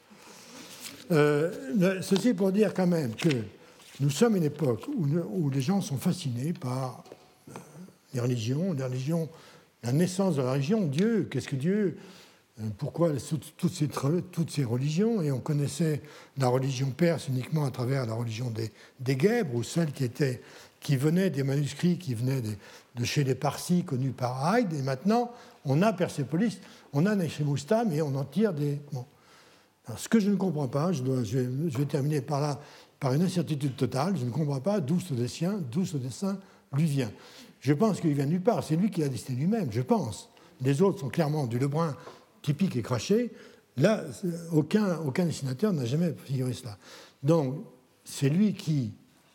Ceci pour dire quand même que nous sommes à une époque où les gens sont fascinés par les religions, la naissance de la religion, Dieu, qu'est-ce que Dieu, pourquoi toutes ces religions, et on connaissait la religion perse uniquement à travers la religion des Guèbres, ou celle qui venait des manuscrits qui venaient de chez les Parsis, connus par Haydn, et maintenant on a Persépolis, on a Nachim Rustam, et on en tire des... Bon. Alors, ce que je ne comprends pas, je vais terminer par une incertitude totale, je ne comprends pas d'où ce dessin lui vient. Je pense qu'il vient nulle part, c'est lui qui l'a dessiné lui-même, je pense. Les autres sont clairement du Lebrun typique et craché. Là, aucun dessinateur n'a jamais figuré cela. Donc, c'est lui qui...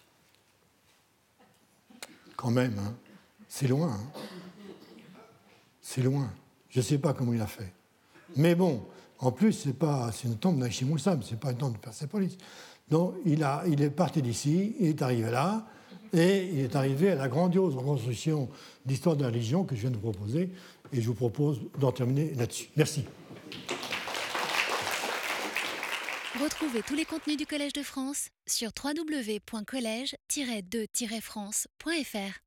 Quand même, hein, c'est loin. Hein. C'est loin. Je ne sais pas comment il a fait. Mais bon, en plus, c'est une tombe de Nachim Rustam, ce n'est pas une tombe de Persépolis. Donc, il est parti d'ici, il est arrivé là, et il est arrivé à la grandiose reconstruction d'histoire de la religion que je viens de vous proposer, et je vous propose d'en terminer là-dessus. Merci. Retrouvez tous les contenus du Collège de France sur www.collège-2-france.fr.